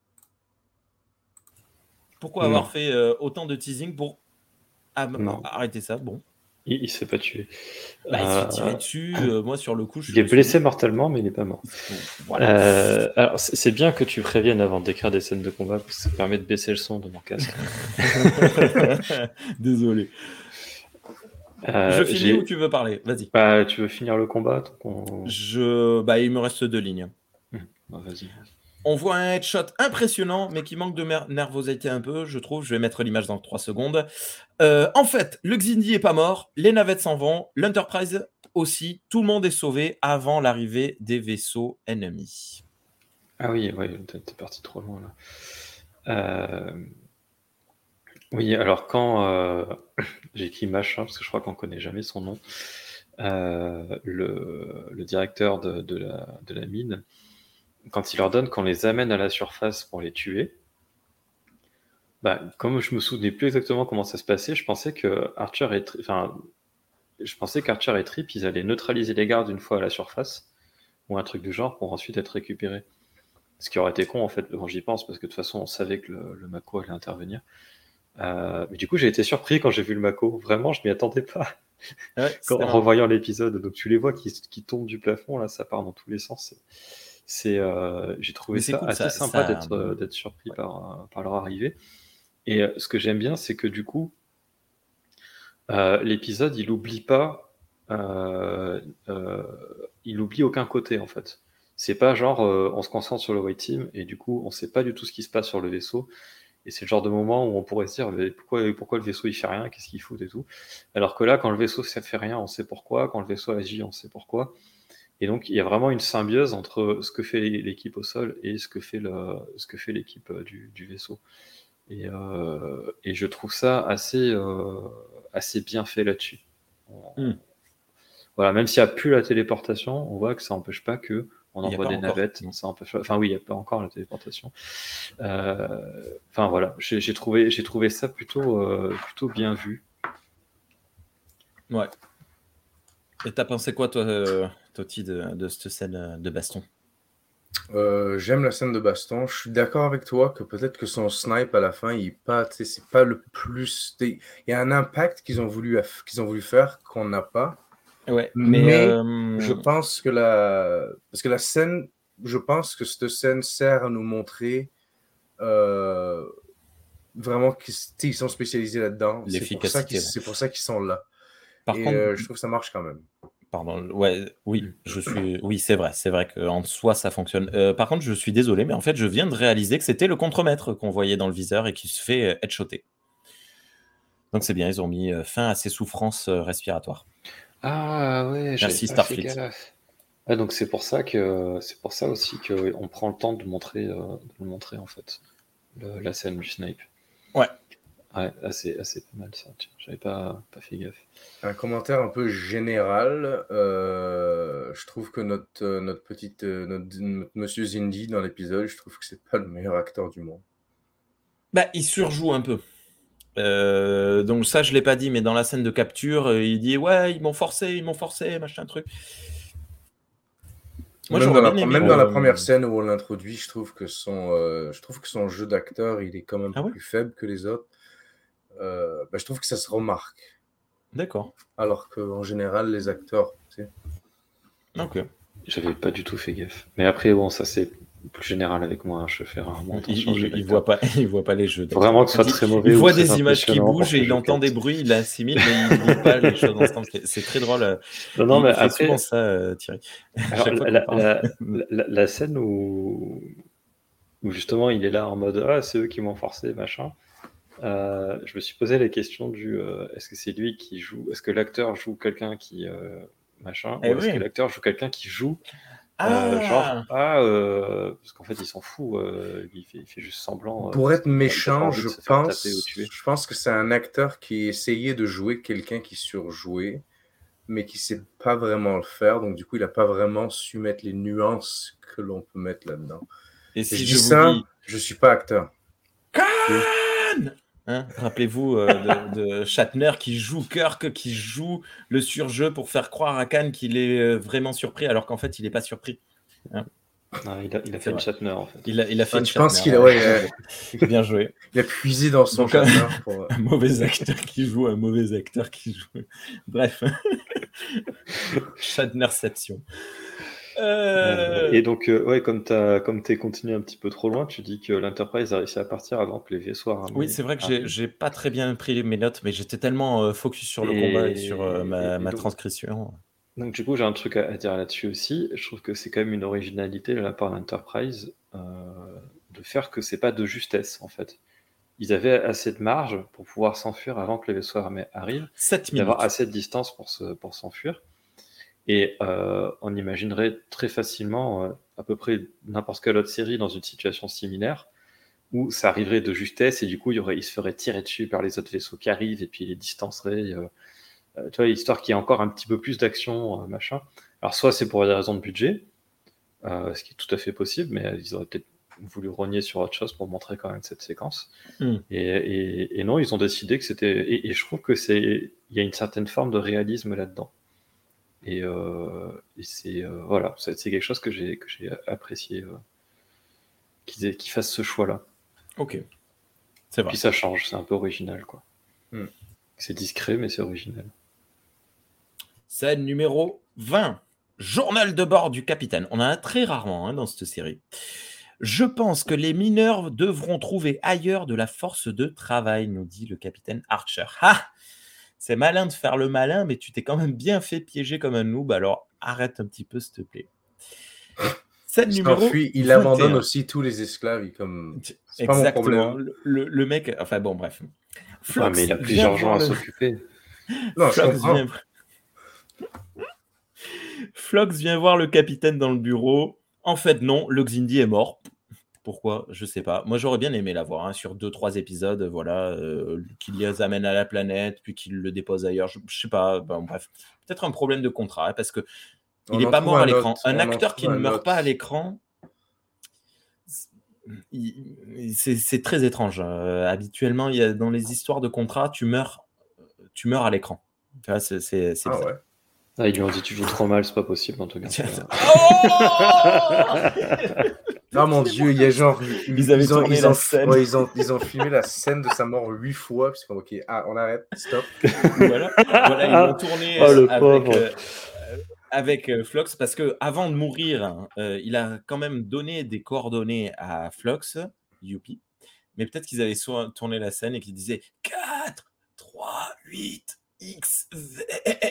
Pourquoi Non. avoir fait euh, autant de teasing pour ah, Non. arrêter ça? Bon. Il, il se fait pas tuer. Bah, il se fait Euh, tirer dessus. Euh, moi, sur le coup, je Il est me suis blessé dit, mortellement, mais il n'est pas mort. bon, voilà. Euh, alors, c'est c'est bien que tu préviennes avant d'écrire des scènes de combat, parce que ça permet de baisser le son de mon casque. Désolé. Euh, je finis j'ai- ou tu veux parler? Vas-y. Bah, tu veux finir le combat donc on... Je... Bah, il me reste deux lignes. Bah, vas-y. On voit un headshot impressionnant, mais qui manque de mer- nervosité un peu, je trouve. Je vais mettre l'image dans trois secondes. Euh, en fait, le Xindi est pas mort, les navettes s'en vont, l'Enterprise aussi. Tout le monde est sauvé avant l'arrivée des vaisseaux ennemis. Ah oui, ouais, t'es t'es parti trop loin là. Euh, Oui, alors quand euh, j'ai écrit machin, parce que je crois qu'on connaît jamais son nom, euh, le, le directeur de, de la, de la mine, quand il leur donne qu'on les amène à la surface pour les tuer, bah, comme je me souvenais plus exactement comment ça se passait, je pensais que Archer et Tri- enfin, je pensais qu'Archer et Trip, ils allaient neutraliser les gardes une fois à la surface, ou un truc du genre, pour ensuite être récupérés. Ce qui aurait été con en fait quand j'y pense, parce que de toute façon on savait que le, le Mako allait intervenir. Euh, mais du coup j'ai été surpris quand j'ai vu le Mako, vraiment je m'y attendais pas. Ouais, Quand, c'était en marrant. revoyant l'épisode, donc tu les vois qui, qui tombent du plafond, là ça part dans tous les sens, c'est, C'est, euh, j'ai trouvé Mais c'est ça cool, assez ça, sympa ça... d'être, euh, d'être surpris Ouais. par, euh, par leur arrivée. Et euh, ce que j'aime bien, c'est que du coup, euh, l'épisode, il oublie pas, euh, euh, il oublie aucun côté en fait. C'est pas genre, euh, on se concentre sur le White Team et du coup, on sait pas du tout ce qui se passe sur le vaisseau. Et c'est le genre de moment où on pourrait se dire, mais pourquoi, pourquoi le vaisseau il fait rien, qu'est-ce qu'il fout et tout. Alors que là, quand le vaisseau ça fait rien, on sait pourquoi. Quand le vaisseau agit, on sait pourquoi. Et donc, il y a vraiment une symbiose entre ce que fait l'équipe au sol et ce que fait, le, ce que fait l'équipe euh, du, du vaisseau. Et, euh, et je trouve ça assez, euh, assez bien fait là-dessus. On- Hmm. Voilà, même s'il n'y a plus la téléportation, on voit que ça n'empêche pas que on Il y a envoie pas des encore. navettes. Hmm. Ça empêche pas- Enfin oui, il n'y a pas encore la téléportation. Euh, Enfin voilà, j'ai j'ai trouvé, j'ai trouvé ça plutôt, euh, plutôt bien vu. Ouais. Et t'as pensé quoi, toi, euh, Toti, de, de cette scène euh, de baston? Euh, j'aime la scène de baston. Je suis d'accord avec toi que peut-être que son snipe à la fin, il est pas, tu sais, c'est pas le plus. t'sais, Il y a un impact qu'ils ont voulu, aff- qu'ils ont voulu faire qu'on n'a pas. Ouais, mais... Mais euh, je pense que la, parce que la scène, je pense que cette scène sert à nous montrer euh, vraiment qu'ils t'sais, ils sont spécialisés là-dedans. C'est pour ça qu'ils, L'efficacité, ouais. c'est pour ça qu'ils sont là. Par Et contre, euh, je trouve que ça marche quand même. pardon, ouais, oui, Mm. je suis, oui, c'est vrai, c'est vrai qu'en soi ça fonctionne. Euh, par contre, je suis désolé, mais en fait, je viens de réaliser que c'était le contremaître qu'on voyait dans le viseur et qui se fait euh, headshotter. Donc c'est bien, ils ont mis euh, fin à ses souffrances euh, respiratoires. Ah ouais, j'avais Merci pas fait Starfleet. gaffe. Ah, donc c'est pour ça que c'est pour ça aussi que on prend le temps de montrer, euh, de le montrer en fait, le- la scène du snipe. Ouais. Ouais, assez, assez pas mal ça. Tiens, j'avais pas, pas fait gaffe. Un commentaire un peu général. euh, je trouve que notre, euh, notre petite, euh, notre, notre Monsieur Zindi dans l'épisode, je trouve que c'est pas le meilleur acteur du monde. Bah, il surjoue un peu. Euh, donc ça, je l'ai pas dit, mais dans la scène de capture, euh, il dit ouais, ils m'ont forcé, ils m'ont forcé, machin truc. Moi, Même j'aurais dans, bien la, aimé même le. dans la première scène où on l'introduit, je trouve que son, euh, je trouve que son jeu d'acteur, il est quand même Ah ouais, plus faible que les autres. Euh, bah, je trouve que ça se remarque. d'accord. Alors qu'en général, les acteurs, tu sais, Ok. J'avais pas du tout fait gaffe. Mais après, bon, ça c'est plus général avec moi. Je fais rarement Il, attention au il, jeu il d'acteur. voit pas, il voit pas les jeux. Faut vraiment que ce soit Il, très il mauvais ou voit très des images qui impressionnant pour bougent et que il je entend des capte. bruits, il l'assimile, mais il lit pas les choses ensemble. C'est, c'est très drôle. euh, Non, non, Il, mais il fait après, souvent ça, euh, Thierry. À alors chaque fois qu'on la, parle. la, la, la scène où, où justement il est là en mode ah c'est eux qui m'ont forcé machin. Euh, je me suis posé la question du euh, est-ce que c'est lui qui joue, est-ce que l'acteur joue quelqu'un qui euh, machin, Eh ou est-ce que oui. l'acteur joue quelqu'un qui joue euh, genre Ah, ah euh, parce qu'en fait il s'en fout, euh, il, fait, il fait juste semblant euh, pour parce être qu'il a, il a pas méchant, envie je de se faire taper ou pense, tuer. je pense que c'est un acteur qui essayait de jouer quelqu'un qui surjouait, mais qui sait pas vraiment le faire. Donc du coup, il a pas vraiment su mettre les nuances que l'on peut mettre là-dedans. et Et si je je dis vous ça, dis je suis pas acteur. Khan, hein, rappelez-vous euh, de, de Shatner qui joue Kirk, qui joue le surjeu pour faire croire à Khan qu'il est euh, vraiment surpris, alors qu'en fait, il n'est pas surpris. Hein, Ah, il a, il a c'est fait une vrai. Shatner en fait. Il a, il a fait Ah, une tu penses Shatner. qu'il a, Ouais, ouais, bien euh, joué. Bien joué. il a puisé dans son Donc, un, Shatner pour. un mauvais acteur qui joue, un mauvais acteur qui joue. Bref. Shatnerception. Euh, Euh... et donc, euh, ouais, comme tu comme t'es continué un petit peu trop loin, tu dis que l'Enterprise a réussi à partir avant que les vaisseaux Oui, armés c'est vrai que j'ai, arrivent. j'ai pas très bien pris mes notes, mais j'étais tellement euh, focus sur le combat et sur euh, Et, ma, et- et ma donc, transcription. donc, du coup, j'ai un truc à, à dire là-dessus aussi. Je trouve que c'est quand même une originalité de la part d'Enterprise euh, de faire que c'est pas de justesse, en fait. Ils avaient assez de marge pour pouvoir s'enfuir avant que les vaisseaux armés arrivent, sept d'avoir minutes. assez de distance pour, se, pour s'enfuir. Et euh, on imaginerait très facilement euh, à peu près n'importe quelle autre série dans une situation similaire où ça arriverait de justesse et du coup il, y aurait, il se ferait tirer dessus par les autres vaisseaux qui arrivent et puis il les distancerait. Euh, euh, tu vois, histoire qu'il y ait encore un petit peu plus d'action, euh, machin. Alors soit c'est pour des raisons de budget, euh, ce qui est tout à fait possible, mais ils auraient peut-être voulu rogner sur autre chose pour montrer quand même cette séquence. Mm. Et, et, et non, ils ont décidé que c'était... Et, et je trouve que c'est... Il y a une certaine forme de réalisme là-dedans. Et, euh, et c'est euh, voilà, c'est, c'est quelque chose que j'ai que j'ai apprécié euh, qu'ils, aient, qu'ils fassent ce choix-là. Ok, c'est vrai. Puis ça change, c'est un peu original, quoi. Hmm. C'est discret, mais c'est original. Scène numéro vingt. Journal de bord du capitaine. On en a très rarement hein, dans cette série. Je pense que les mineurs devront trouver ailleurs de la force de travail, nous dit le capitaine Archer. Ah, c'est malin de faire le malin, mais tu t'es quand même bien fait piéger comme un noob, alors arrête un petit peu, s'il te plaît. Scène Il numéro s'enfuit, il vingt et un. abandonne aussi tous les esclaves. Il comme... C'est pas mon Exactement. problème. Le, le- le mec, enfin bon, bref. Flox Ouais, mais il a vient plusieurs gens voir à le- s'occuper. Non, je Flox comprends. vient... Flox vient voir le capitaine dans le bureau. En fait, non, le Xindi est mort. Pourquoi? Je sais pas. Moi, j'aurais bien aimé la voir hein, sur deux, trois épisodes, voilà, euh, qu'il les amène à la planète, puis qu'il le dépose ailleurs. Je, je sais pas. Bon, bref, peut-être un problème de contrat, hein, parce que On il n'est en pas trouve mort à un l'écran. autre, Un on en acteur qui trouve ne un meurt autre. pas à l'écran, il- il- c'est c'est très étrange. Euh, habituellement, il y a, dans les histoires de contrat, tu meurs, tu meurs à l'écran. Tu vois, c'est c'est- c'est Ah bizarre. ouais. Ah, ils lui ont dit tu joues trop mal, c'est pas possible en tout cas. Tiens, c'est- Oh Ah mon dieu, il y a genre. Ils avaient ont, tourné ils la ont, scène. ouais, ils, ont, ils ont filmé la scène de sa mort huit fois. Puis c'est comme, ok, ah, on arrête, stop. Voilà, voilà, ils l'ont tourné Oh, euh, le avec, pauvre. euh, euh, avec euh, Flox parce que avant de mourir, hein, euh, il a quand même donné des coordonnées à Flox, youpi. Mais peut-être qu'ils avaient so- tourné la scène et qu'ils disaient quatre, trois, huit, X, V.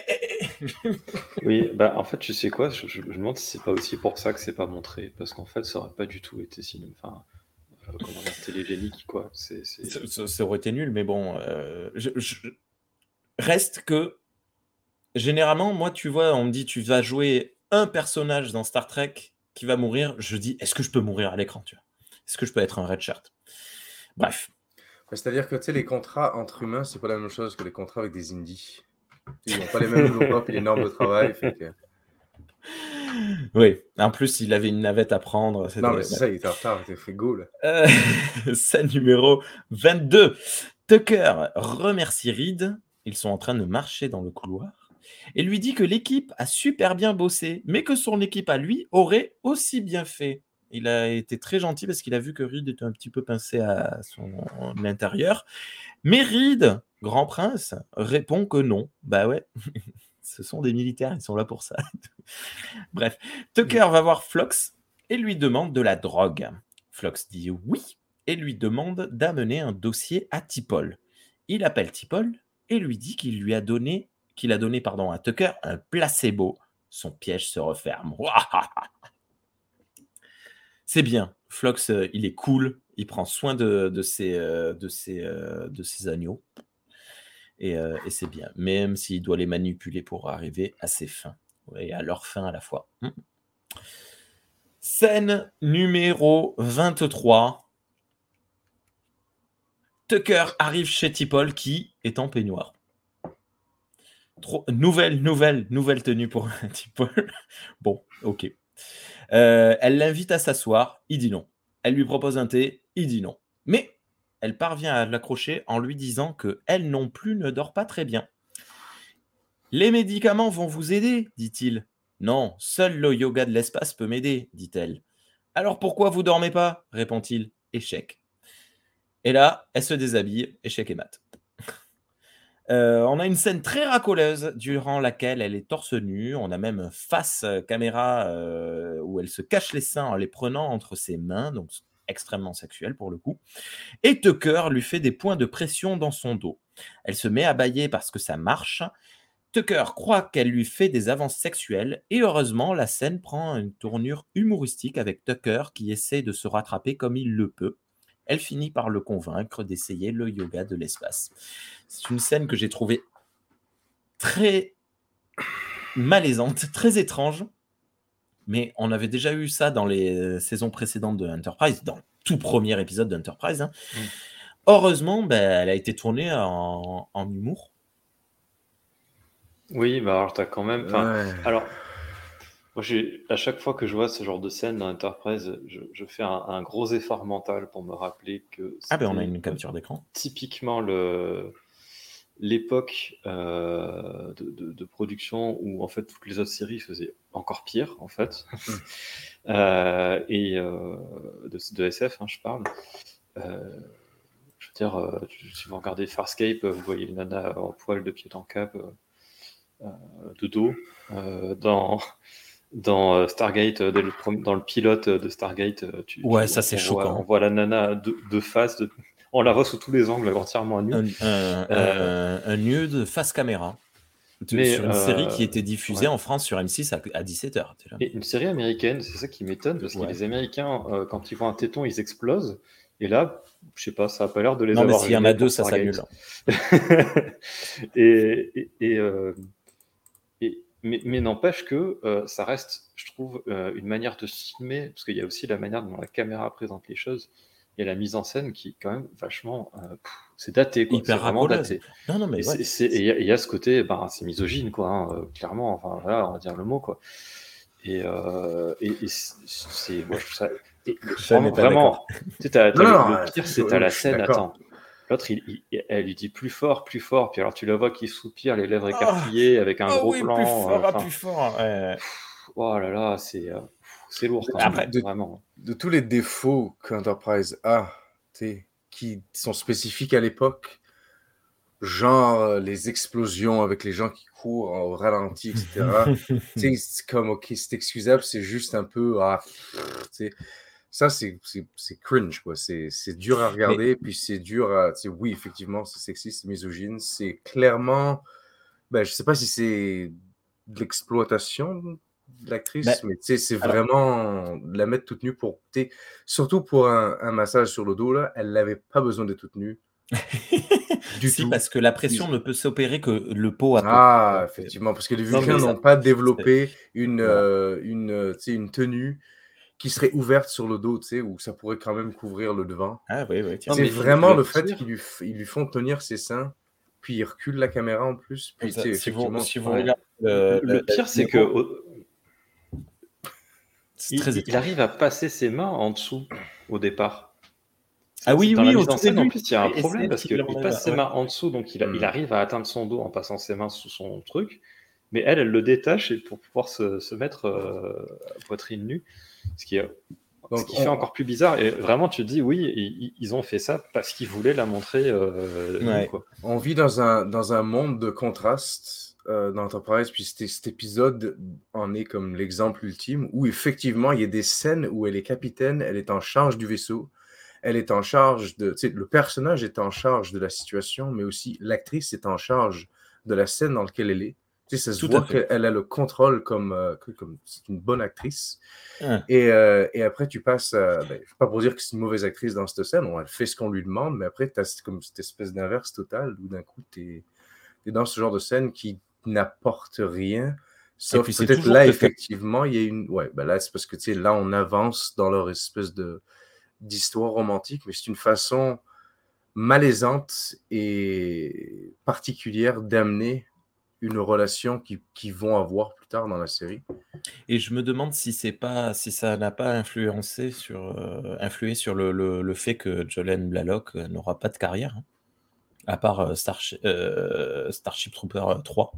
Oui, bah en fait, tu sais quoi, je, je- je me demande si c'est pas aussi pour ça que c'est pas montré, parce qu'en fait, ça aurait pas du tout été cinéma, enfin, euh, comment dire, télégénique, quoi. C'est, c'est... Ça, ça- ça aurait été nul, mais bon, euh, je- je- reste que généralement, moi, tu vois, on me dit tu vas jouer un personnage dans Star Trek qui va mourir. Je dis est-ce que je peux mourir à l'écran, tu vois? Est-ce que je peux être un red shirt? Bref. Mais C'est-à-dire que tu sais, les contrats entre humains, c'est pas la même chose que les contrats avec des indies. Ils n'ont pas les mêmes logos et les normes de travail. Fait que... Oui. En plus, il avait une navette à prendre. c'était- Non, mais c'est ouais. ça, il était en retard, il était fait go, là. Euh, scène numéro vingt-deux. Tucker remercie Reed. Ils sont en train de marcher dans le couloir et lui dit que l'équipe a super bien bossé, mais que son équipe à lui aurait aussi bien fait. Il a été très gentil parce qu'il a vu que Reed était un petit peu pincé à son intérieur. Mais Reed, grand prince, répond que non. Bah ouais, ce sont des militaires, ils sont là pour ça. Bref, Tucker va voir Flox et lui demande de la drogue. Flox dit oui et lui demande d'amener un dossier à T'Pol. Il appelle T'Pol et lui dit qu'il lui a donné, qu'il a donné pardon, à Tucker un placebo. Son piège se referme. C'est bien. Flox, euh, il est cool. Il prend soin de, de, ses, euh, de, ses, euh, de ses agneaux. Et, euh, et c'est bien. Même s'il doit les manipuler pour arriver à ses fins. Et à leur fin à la fois. Hmm. Scène numéro vingt-trois. Tucker arrive chez T'Pol qui est en peignoir. Trop... Nouvelle, nouvelle, nouvelle tenue pour T'Pol. Bon, ok. Euh, elle l'invite à s'asseoir, il dit non. Elle lui propose un thé, il dit non. Mais elle parvient à l'accrocher en lui disant que elle non plus ne dort pas très bien. Les médicaments vont vous aider, dit-il. Non, seul le yoga de l'espace peut m'aider, dit-elle. Alors pourquoi vous dormez pas, répond-il. Échec. Et là, elle se déshabille, échec et mat. Euh, on a une scène très racoleuse durant laquelle elle est torse nu. On a même face caméra euh, où elle se cache les seins en les prenant entre ses mains, donc extrêmement sexuel pour le coup. Et Tucker lui fait des points de pression dans son dos. Elle se met à bâiller parce que ça marche. Tucker croit qu'elle lui fait des avances sexuelles et heureusement, la scène prend une tournure humoristique avec Tucker qui essaie de se rattraper comme il le peut. Elle finit par le convaincre d'essayer le yoga de l'espace. C'est une scène que j'ai trouvée très malaisante, très étrange, mais on avait déjà eu ça dans les saisons précédentes de Enterprise, dans le tout premier épisode d'Enterprise. Hein. Mmh. Heureusement, ben, elle a été tournée en, en humour. Oui, bah alors t'as quand même... Ouais. Alors, moi, j'ai... à chaque fois que je vois ce genre de scène dans Enterprise, je, je fais un, un gros effort mental pour me rappeler que... Ah ben on a une capture d'écran. Typiquement le... l'époque euh, de, de, de production où en fait toutes les autres séries faisaient encore pire en fait. euh, et euh, de, de S F, hein, je parle. Euh, je veux dire, euh, si vous regardez Farscape, vous voyez une nana en poil de pied en cap, euh, de dos. Euh, dans dans euh, Stargate, euh, dès le prom- dans le pilote euh, de Stargate, euh, tu, Ouais, tu- ça on, c'est on voit, choquant. on voit la nana de, de face, de- on la voit sous tous les angles, entièrement nue. Un, un, Euh, un, un lieu de face caméra de- mais sur une série qui euh, était diffusée ouais. en France sur M six à, à dix-sept heures. T'es là. Et une série américaine, c'est ça qui m'étonne, parce que Ouais. les Américains, euh, quand ils voient un téton, ils explosent. Et là, je sais pas, ça a pas l'air de les Non, mais avoir s'il y en gênés a deux, pour ça Stargate. s'annule. et, et, et, euh, et- mais mais n'empêche que euh, ça reste, je trouve, euh, une manière de se filmer, parce qu'il y a aussi la manière dont la caméra présente les choses. Il y a la mise en scène qui est quand même vachement, euh, pff, c'est daté quoi, c'est Hyper vraiment racoleuse. daté. Non, non, mais Et ouais. c'est- c'est- et il y, a- et il y a ce côté, ben, c'est misogyne quoi, hein, euh, clairement. Enfin voilà, on va dire le mot quoi. Et, euh, et, et c'est, c'est- moi je trouve ça. Et le- Sean vraiment, n'est pas d'accord. vraiment, tu sais, t'as- Non, t'as le, non, le euh, pire, je, c'est t'as la je suis scène. d'accord. Attends, l'autre, il, il- elle lui dit plus fort, plus fort. Puis alors tu la vois qui soupire, les lèvres Ah, écarquillées, avec un ah gros oui, plus plan. fort, ah, Enfin, plus fort. Ouais. oh là là, c'est euh, c'est lourd De, quand tous- même, Après, hein, de- vraiment. de tous les défauts qu'Enterprise a, tu sais, qui sont spécifiques à l'époque, genre euh, les explosions avec les gens qui courent au ralenti, et cetera. Tu sais, c'est comme, ok, c'est excusable, c'est juste un peu, ah, pff, tu sais. Ça, c'est c'est- c'est cringe, quoi. C'est c'est dur à mais regarder, puis c'est dur à, tu sais, oui, effectivement, c'est sexiste, c'est misogyne, c'est clairement, ben, je sais pas si c'est de l'exploitation de l'actrice, ben, mais tu sais, c'est alors, vraiment de la mettre toute nue pour, tu sais, surtout pour un, un massage sur le dos, là, elle n'avait pas besoin d'être toute nue du si, tout. parce que la pression Ils- ne peut s'opérer que le pot à pot. Ah, Donc, euh, effectivement, parce que les Non c'est Vulcains mais n'ont ça. pas C'est- développé une, Voilà. euh, une, euh, tu sais, une tenue qui serait ouverte sur le dos, tu sais, où ça pourrait quand même couvrir le devant. Ah oui, oui, tiens. non C'est mais le, vraiment le le fait pire, qu'ils lui, f- ils lui font tenir ses seins, puis ils reculent la caméra en plus, Comme puis tu ça, sais, si vous, effectivement, si tu vous prends... regardez le, le, la, le la pire, c'est que vidéo, au- c'est il, très il- il étrange. arrive à passer ses mains en dessous au départ. Ah C'est- c'est- oui, Dans la oui, au mise en tout scène, en début. plus, il y a un Et, et c'est problème elle parce qui qu'il l'enlève. passe ses Ouais. mains en dessous, donc il, a- il Hmm. arrive à atteindre son dos en passant ses mains sous son truc, mais elle, elle le détache et pour pouvoir se, se mettre euh, poitrine nue, ce qui, est- ce Donc, qui fait on, encore plus bizarre. Et vraiment, tu te dis, oui, ils, ils ont fait ça parce qu'ils voulaient la montrer euh, nue, Ouais. quoi. on vit dans un, dans un monde de contrastes euh, dans Enterprise, puis cet, cet épisode en est comme l'exemple ultime, où effectivement, il y a des scènes où elle est capitaine, elle est en charge du vaisseau, elle est en charge de... Tu sais, le personnage est en charge de la situation, mais aussi l'actrice est en charge de la scène dans laquelle elle est. Tu sais, ça se Tout à voit fait. qu'elle a le contrôle comme, euh, que- comme c'est une bonne actrice. Hein. Et, euh, et après, tu passes à... Ben, pas pour dire que c'est une mauvaise actrice dans cette scène, on, elle fait ce qu'on lui demande, mais après, tu as comme cette espèce d'inverse totale où d'un coup, tu es, dans ce genre de scène qui n'apporte rien. Et Sauf puis c'est peut-être toujours là, te faire. effectivement, il y a une... Ouais, ben là, c'est parce que, tu sais, là, on avance dans leur espèce de d'histoire romantique, mais c'est une façon malaisante et particulière d'amener une relation qui, qui vont avoir plus tard dans la série. Et je me demande si c'est pas, si ça n'a pas influencé sur, euh, influé sur le, le, le fait que Jolene Blalock euh, n'aura pas de carrière, hein, à part euh, Starship, euh, Starship Trooper trois.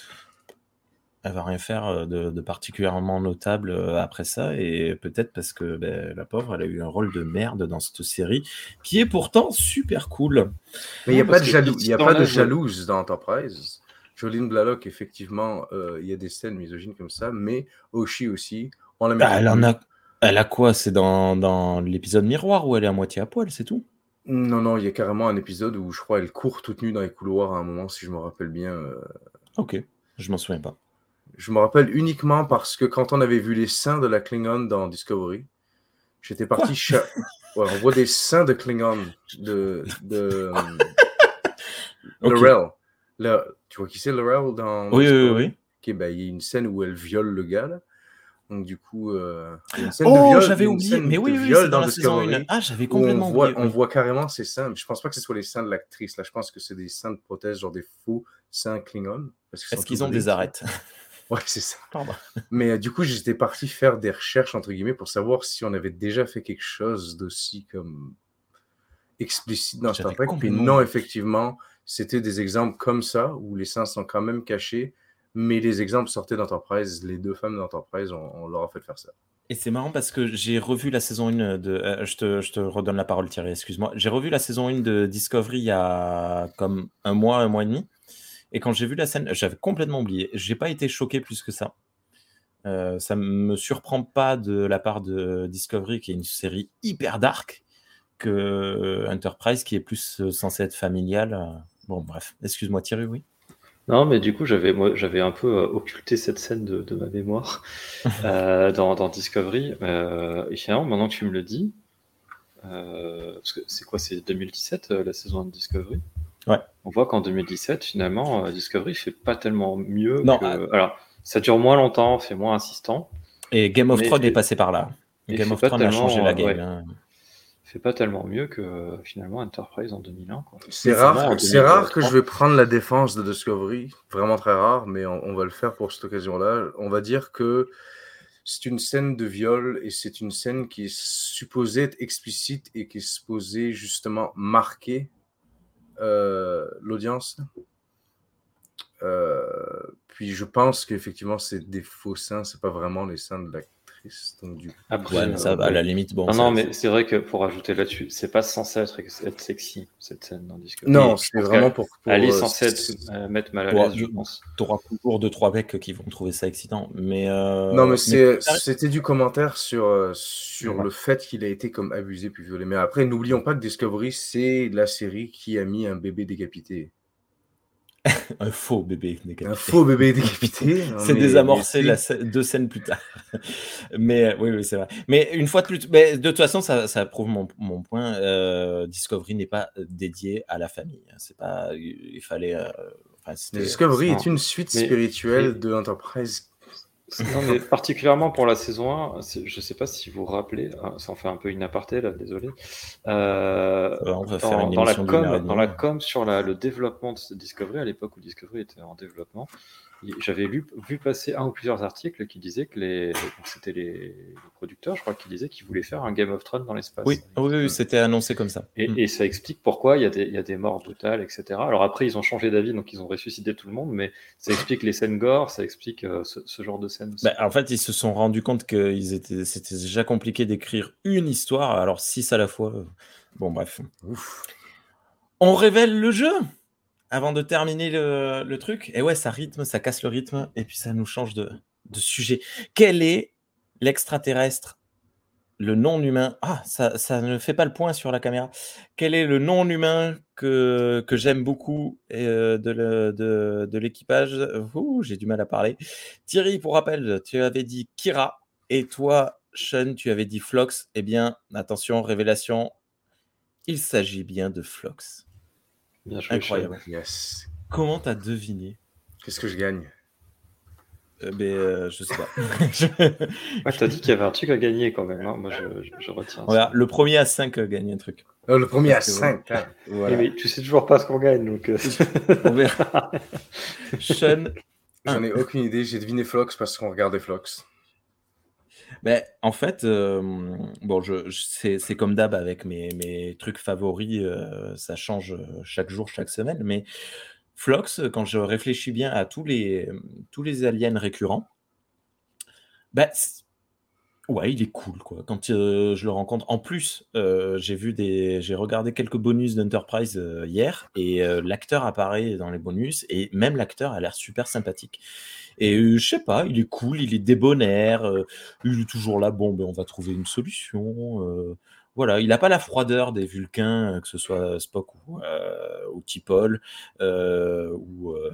Elle va rien faire euh, de, de particulièrement notable euh, après ça, et peut-être parce que ben, la pauvre, elle a eu un rôle de merde dans cette série, qui est pourtant super cool. Mais il n'y a Non, pas parce de que jaloux, si il y a pas de t'enlèves- jalouse dans Enterprise. Jolene Blalock, effectivement, euh, il y a des scènes misogynes comme ça, mais Oshi aussi, on la met Ah, elle toute en nue. a, elle a quoi? C'est dans, dans l'épisode miroir où elle est à moitié à poil, c'est tout? Non, non, il y a carrément un épisode où je crois elle court toute nue dans les couloirs à un moment, si je me rappelle bien. euh, Ok, je m'en souviens pas. Je me rappelle uniquement parce que quand on avait vu les seins de la Klingon dans Discovery, j'étais Quoi? parti... Cha... Ouais, on voit des seins de Klingon, de... de... Ok. Laurel. Le... Tu vois qui c'est, Laurel, dans Oui, oui, Discovery? oui, oui. Ok, ben, il y a une scène où elle viole le gars, là. Donc, du coup, euh, il y a une scène de Oh, viol, il y j'avais a une oublié. scène Mais de oui, oui, viol c'est dans dans la saison Discovery un. Ah, j'avais où on complètement voit, oublié. on Oui. voit carrément ses seins. Je pense pas que ce soit les seins de l'actrice, là. Je pense que c'est des seins de prothèse, genre des faux seins Klingon. Parce qu'ils sont Est-ce qu'ils tout ont des gris, arêtes? Ouais, c'est ça. Pardon. Mais euh, du coup, j'étais parti faire des recherches, entre guillemets, pour savoir si on avait déjà fait quelque chose d'aussi comme explicite dans Star J'avais Trek. Puis complètement non, oublié. effectivement, c'était des exemples comme ça, où les seins sont quand même cachés, mais les exemples sortaient d'Enterprise. Les deux femmes d'Enterprise, on, on leur a fait faire ça. Et c'est marrant parce que j'ai revu la saison un de... euh, je, te, je te redonne la parole, Thierry, excuse-moi. J'ai revu la saison un de Discovery il y a comme un mois, un mois et demi. Et quand j'ai vu la scène, j'avais complètement oublié. J'ai pas été choqué plus que ça. Euh, ça me surprend pas de la part de Discovery, qui est une série hyper dark, que Enterprise, qui est plus euh, censé être familiale. Bon, bref, excuse-moi Thierry, oui. Non, mais du coup, j'avais moi, j'avais un peu euh, occulté cette scène de, de ma mémoire euh, dans, dans Discovery. Euh, et finalement, maintenant que tu me le dis, euh, parce que c'est quoi, c'est deux mille dix-sept euh, la saison un de Discovery. Ouais. On voit qu'en deux mille dix-sept, finalement, euh, Discovery fait pas tellement mieux Non, que. ah, Alors, ça dure moins longtemps, fait moins insistant. Et Game of Mais Thrones fait- est passé par là. et Game fait of pas Thrones a changé la tellement, game. ouais. hein. Fait pas tellement mieux que euh, finalement Enterprise en deux mille un, quoi. C'est Mais seulement en rare, c'est rare que deux mille trois. je vais prendre la défense de Discovery, vraiment très rare, mais on, on va le faire pour cette occasion-là. On va dire que c'est une scène de viol et c'est une scène qui est supposée être explicite et qui est supposée justement marquer euh, l'audience. Euh, puis je pense qu'effectivement c'est des faux seins, c'est pas vraiment les seins de l'actrice. Donc du coup, Après, Ouais, mais ça, euh, à oui. la limite, bon. Non, ça- non, mais c'est vrai que pour ajouter là-dessus, c'est pas censé être, être sexy, cette scène dans Discovery. non, Et je c'est pense vraiment qu'elle- pour, pour Elle est euh, censée c'est- être, euh, mettre mal à T'auras l'aise, je pense. t'auras toujours deux, trois mecs qui vont trouver ça excitant. Mais, euh, Non, mais mais- c'est, c'était du commentaire sur, euh, sur Ouais. le fait qu'il a été comme abusé puis violé. Mais après, n'oublions pas que Discovery, c'est la série qui a mis un bébé décapité. un faux bébé décapité. Un faux bébé décapité. on C'est est- désamorcé mais la si. scè- deux scènes plus tard. mais euh, oui, oui, c'est vrai. Mais une fois de plus, mais de toute façon, ça, ça prouve mon, mon point. euh, Discovery n'est pas dédié à la famille. C'est pas, il fallait. euh, enfin, c'était- Discovery Non. est une suite Mais- spirituelle mais- de Enterprise. Non, mais particulièrement pour la saison un, c'est- je sais pas si vous vous rappelez, hein, ça en fait un peu une aparté là, désolé. Euh, Ouais, on va dans, faire une dans la émission d'une heure et com, demie. dans la com sur la- le développement de Discovery, à l'époque où Discovery était en développement, il- j'avais lu, vu passer un ou plusieurs articles qui disaient que les, donc c'était les, les producteurs, je crois, qui disaient qu'ils voulaient faire un Game of Thrones dans l'espace. Oui, oui, oui, c'était annoncé comme ça. Et, Mm. et ça explique pourquoi il y, a des, il y a des morts brutales, et cetera. Alors après, ils ont changé d'avis, donc ils ont ressuscité tout le monde, mais ça explique les scènes gore, ça explique euh, ce, ce genre de scènes aussi. Bah, en fait, ils se sont rendus compte que ils étaient, c'était déjà compliqué d'écrire une histoire, alors six à la fois. euh, Bon, bref. Ouf. On révèle le jeu avant de terminer le, le truc. Et ouais, ça rythme, ça casse le rythme, et puis ça nous change de, de sujet. Quel est l'extraterrestre, le non-humain? Ah, ça, ça ne fait pas le point sur la caméra. Quel est le non-humain que, que j'aime beaucoup euh, de, le- de, de l'équipage? Ouh, j'ai du mal à parler. Thierry, pour rappel, tu avais dit Kira, et toi, Sean, tu avais dit Phlox. Eh bien, attention, révélation, il s'agit bien de Phlox. Bien joué, Incroyable. Yes. Comment t'as deviné? Qu'est-ce que je gagne? Euh, ben, euh, je sais pas. Ouais, t'as dit qu'il y avait un truc à gagner quand même, hein. Moi je, je, je retiens Voilà, ça. le premier à cinq euh, gagne un truc. Euh, le premier à Parce que cinq. hein. Voilà. Oui, mais tu sais toujours pas ce qu'on gagne, donc. euh, On verra. Sean, J'en ai aucune idée. J'ai deviné Flox parce qu'on regardait Flox. ben, en fait, euh, bon, je, je- c'est, c'est comme d'hab avec mes, mes trucs favoris, euh, ça change euh, chaque jour, chaque semaine, mais Phlox, quand je réfléchis bien à tous les, tous les aliens récurrents, ben, c'est- ouais, il est cool, quoi. Quand euh, je le rencontre, en plus, euh, j'ai vu des, j'ai regardé quelques bonus d'Enterprise euh, hier, et euh, l'acteur apparaît dans les bonus, et même l'acteur a l'air super sympathique. Et euh, je sais pas, il est cool, il est débonnaire, euh, il est toujours là. Bon, ben on va trouver une solution. euh, voilà, il n'a pas la froideur des Vulcains, euh, que ce soit Spock ou, euh, ou T'Pol, euh, ou euh,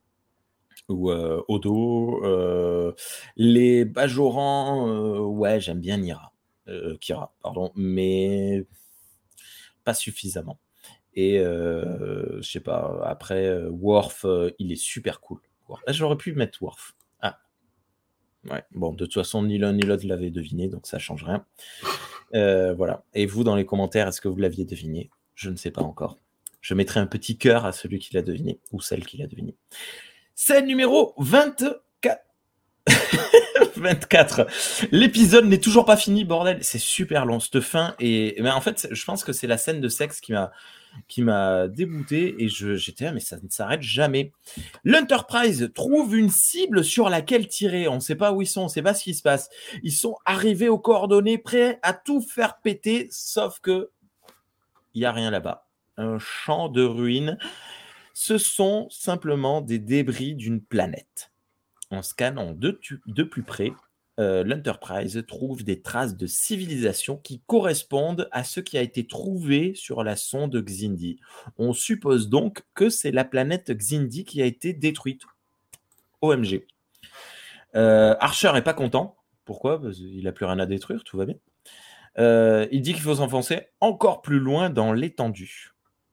ou euh, Odo. euh, les Bajorans, euh, ouais, j'aime bien Nira, euh, Kira, pardon, mais pas suffisamment. Et euh, je sais pas, après, euh, Worf, euh, il est super cool. Worf. Ah, j'aurais pu mettre Worf. Ah, ouais, bon, de toute façon, ni l'un ni l'autre l'avait deviné, donc ça change rien. Euh, voilà. Et vous, dans les commentaires, est-ce que vous l'aviez deviné? Je ne sais pas encore. Je mettrai un petit cœur à celui qui l'a deviné, ou celle qui l'a deviné. Scène numéro vingt-quatre. vingt-quatre. L'épisode n'est toujours pas fini, bordel. C'est super long, cette fin. Et mais en fait, je pense que c'est la scène de sexe qui m'a qui m'a dégoûté. Et je, j'étais là, mais ça ne s'arrête jamais. L'Enterprise trouve une cible sur laquelle tirer. On ne sait pas où ils sont, on ne sait pas ce qui se passe. Ils sont arrivés aux coordonnées, prêts à tout faire péter, sauf que il n'y a rien là-bas. Un champ de ruines. Ce sont simplement des débris d'une planète. En scannant de, tu- de plus près, euh, l'Enterprise trouve des traces de civilisation qui correspondent à ce qui a été trouvé sur la sonde Xindi. On suppose donc que c'est la planète Xindi qui a été détruite. O M G. Euh, Archer est pas content. Pourquoi? Parce qu'il n'a plus rien à détruire, tout va bien. Euh, il dit qu'il faut s'enfoncer encore plus loin dans l'étendue.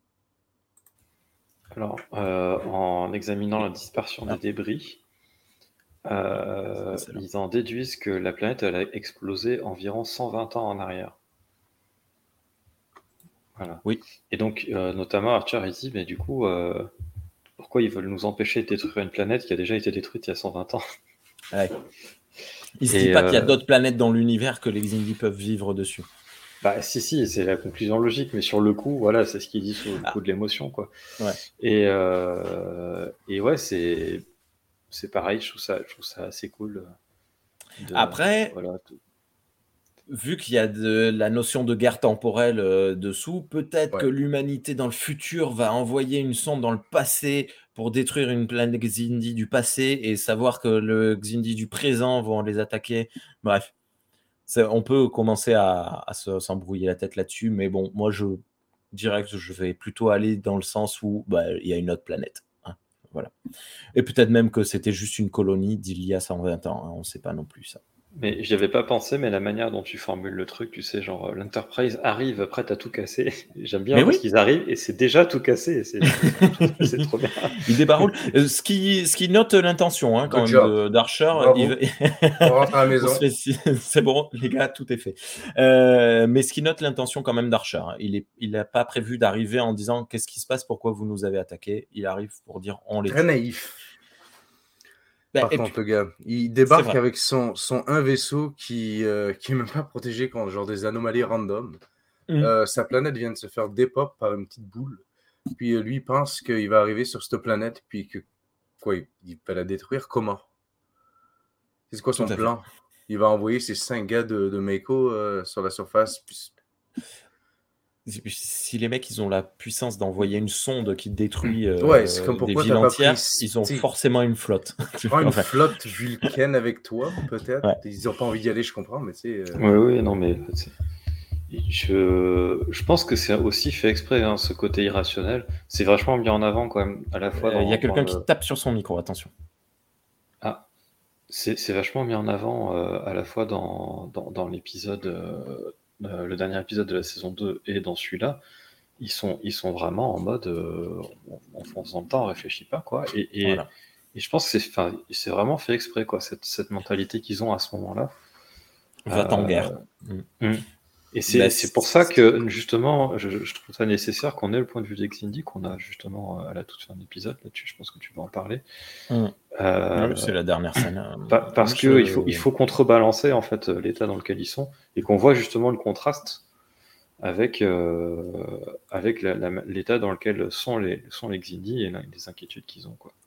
Alors, euh, en examinant la dispersion Ah. des débris, euh, C'est celle-là. ils en déduisent que la planète elle a explosé environ cent vingt ans en arrière. Voilà. Oui. Et donc, euh, notamment, Archer, il dit, mais du coup, euh, pourquoi ils veulent nous empêcher de détruire une planète qui a déjà été détruite il y a cent vingt ans? Ouais. Il se Et, dit pas qu'il y a euh, d'autres planètes dans l'univers que les Xindi peuvent vivre dessus. Bah, si, si, c'est la conclusion logique, mais sur le coup, voilà, c'est ce qu'il dit sous le Ah. coup de l'émotion, quoi. Ouais. Et, euh, et ouais, c'est, c'est pareil, je trouve ça, je trouve ça assez cool. de- Après, voilà, de- vu qu'il y a de la notion de guerre temporelle euh, dessous, peut-être Ouais. que l'humanité dans le futur va envoyer une sonde dans le passé pour détruire une planète Xindi du passé et savoir que le Xindi du présent vont les attaquer. Bref, c'est- on peut commencer à, à se- s'embrouiller la tête là-dessus, mais bon, moi je dirais que je vais plutôt aller dans le sens où bah, il y a une autre planète. hein, voilà. Et peut-être même que c'était juste une colonie d'il y a cent vingt ans, hein, on ne sait pas non plus ça. Mais j'y avais pas pensé, mais la manière dont tu formules le truc, tu sais, genre euh, l'Enterprise arrive prête à tout casser. J'aime bien Mais parce oui. qu'ils arrivent et c'est déjà tout cassé. et C'est, c'est trop bien. Il débarroule. Euh, Ce qui, ce qui note l'intention hein, quand Good même job. de- d'Archer. Bravo. il veut- On rentre à la On maison. se fait si- C'est bon, les gars, tout est fait. Euh, mais ce qui note l'intention quand même d'Archer. hein. Il est, il n'a pas prévu d'arriver en disant qu'est-ce qui se passe, pourquoi vous nous avez attaqué. Il arrive pour dire on les Très tue. naïf. Ben, Par et contre, puis- le gars, il débarque vrai. avec son, son un vaisseau qui, euh, qui est même pas protégé contre genre des anomalies random. Mm. Euh, sa planète vient de se faire dépop par une petite boule. Puis euh, lui pense qu'il va arriver sur cette planète, puis que quoi, il, il va la détruire. Comment? C'est quoi son Tout à fait. plan? Il va envoyer ses cinq gars de, de Mako euh, sur la surface. Puis... Si les mecs ils ont la puissance d'envoyer une sonde qui détruit euh, Ouais, c'est comme des pourquoi villes t'as pas entières, pris- ils ont t'sais, forcément une flotte. Tu prends une Enfin, flotte vulcaine avec toi, peut-être. Ouais. Ils n'ont pas envie d'y aller, je comprends, mais tu sais. euh, Oui, oui, non, mais c'est- je, je pense que c'est aussi fait exprès, hein, ce côté irrationnel. C'est vachement mis en avant quand même, à la fois euh, dans. Il y a dans quelqu'un le- qui tape sur son micro, attention. Ah, c'est c'est vachement mis en avant euh, à la fois dans, dans, dans l'épisode, euh, euh, le dernier épisode de la saison deux et dans celui-là. Ils sont, ils sont vraiment en mode euh, on, on fonce dans le temps, on réfléchit pas, quoi. Et, et, Voilà. et je pense que c'est, enfin, c'est vraiment fait exprès, quoi, cette, cette mentalité qu'ils ont à ce moment-là. Va-t'en Euh, guerre. Mm. Et c'est Bah, c'est pour ça que, justement, je, je trouve ça nécessaire qu'on ait le point de vue d'Exindi, qu'on a justement à la toute fin de l'épisode là-dessus. Je pense que tu vas en parler. Mm. Euh, Oui, c'est la dernière scène. hein. pa- parce Moi, que je- il faut, il faut contrebalancer en fait l'état dans lequel ils sont et qu'on voit justement le contraste avec, euh, avec la- la- l'état dans lequel sont les, sont les Xindi et la- les inquiétudes qu'ils ont, quoi.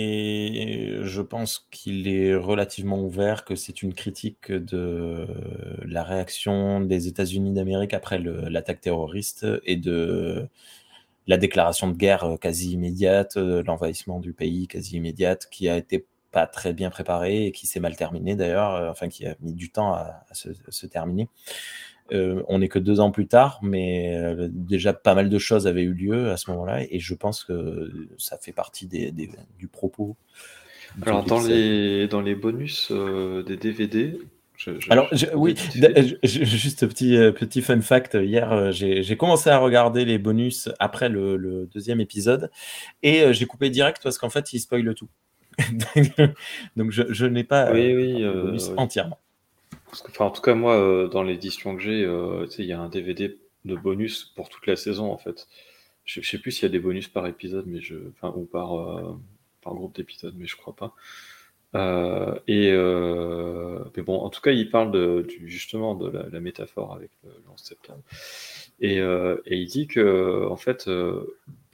Et je pense qu'il est relativement ouvert, que c'est une critique de la réaction des États-Unis d'Amérique après le- l'attaque terroriste et de la déclaration de guerre quasi immédiate, euh, l'envahissement du pays quasi immédiate, qui a été pas très bien préparé et qui s'est mal terminé d'ailleurs, euh, enfin qui a mis du temps à, à se, se terminer. Euh, on n'est que deux ans plus tard, mais euh, déjà pas mal de choses avaient eu lieu à ce moment-là, et je pense que ça fait partie des, des- du propos. de Alors, dans l'épisode. les, dans les bonus euh, des D V D, je, je- Alors, je- je- oui, vite d- fait. je- je- juste petit, euh, petit fun fact. Hier, euh, j'ai j'ai commencé à regarder les bonus après le, le deuxième épisode et euh, j'ai coupé direct parce qu'en fait, ils spoilent tout. Donc, je, je n'ai pas Oui, euh, oui, les euh, bonus oui. entièrement. Parce que, enfin, en tout cas, moi, euh, dans l'édition que j'ai, euh, tu sais, il y a un D V D de bonus pour toute la saison, en fait. Je, je sais plus s'il y a des bonus par épisode, mais je, enfin, ou par, euh, par groupe d'épisodes, mais je crois pas. Euh, et euh, mais bon, en tout cas, il parle de, du, justement de la, la métaphore avec le, le onze septembre. Et, euh, et il dit que, en fait, euh,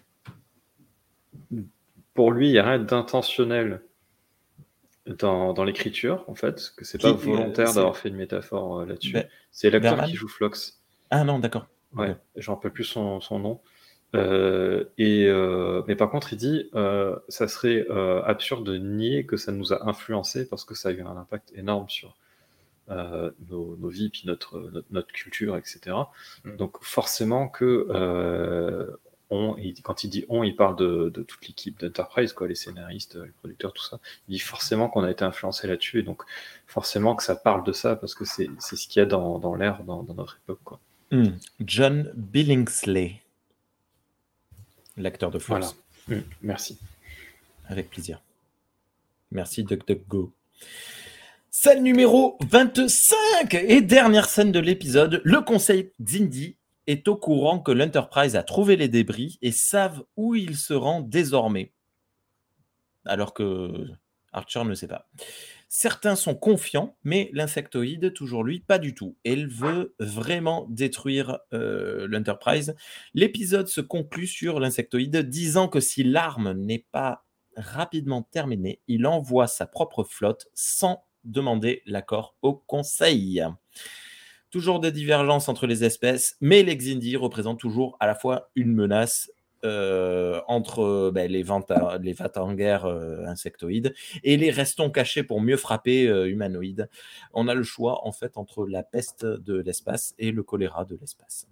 pour lui, il n'y a rien d'intentionnel dans, dans l'écriture, en fait, que c'est pas Qui- volontaire c'est- d'avoir fait une métaphore euh, là-dessus. Ben, C'est l'acteur Berman qui joue Phlox. Ah non, d'accord. Ouais, Ok. j'en rappelle plus son, son nom. Euh, et, euh, mais par contre, il dit euh, ça serait euh, absurde de nier que ça nous a influencé parce que ça a eu un impact énorme sur euh, nos, nos vies, puis notre, notre, notre culture, et cetera. Mm. Donc forcément que euh, on, il, quand il dit on, il parle de, de toute l'équipe d'Enterprise, quoi, les scénaristes, les producteurs, tout ça. Il dit forcément qu'on a été influencé là-dessus, et donc forcément que ça parle de ça parce que c'est, c'est ce qu'il y a dans, dans l'air dans, dans notre époque, quoi. Mm. John Billingsley, l'acteur de Flux. Voilà. Mm, merci. Avec plaisir. Merci DuckDuckGo. Scène numéro vingt-cinq et dernière scène de l'épisode. Le conseil Xindi est au courant que l'Enterprise a trouvé les débris et savent où il se rend désormais. Alors que Archer ne sait pas. Certains sont confiants, mais l'insectoïde, toujours lui, pas du tout. Elle veut vraiment détruire euh, l'Enterprise. L'épisode se conclut sur l'insectoïde, disant que si l'arme n'est pas rapidement terminée, il envoie sa propre flotte sans demander l'accord au Conseil. Toujours des divergences entre les espèces, mais les Xindi représentent toujours à la fois une menace euh, entre ben, les, vanta- les Vatangers euh, insectoïdes et les restons cachés pour mieux frapper euh, humanoïdes. On a le choix en fait entre la peste de l'espace et le choléra de l'espace.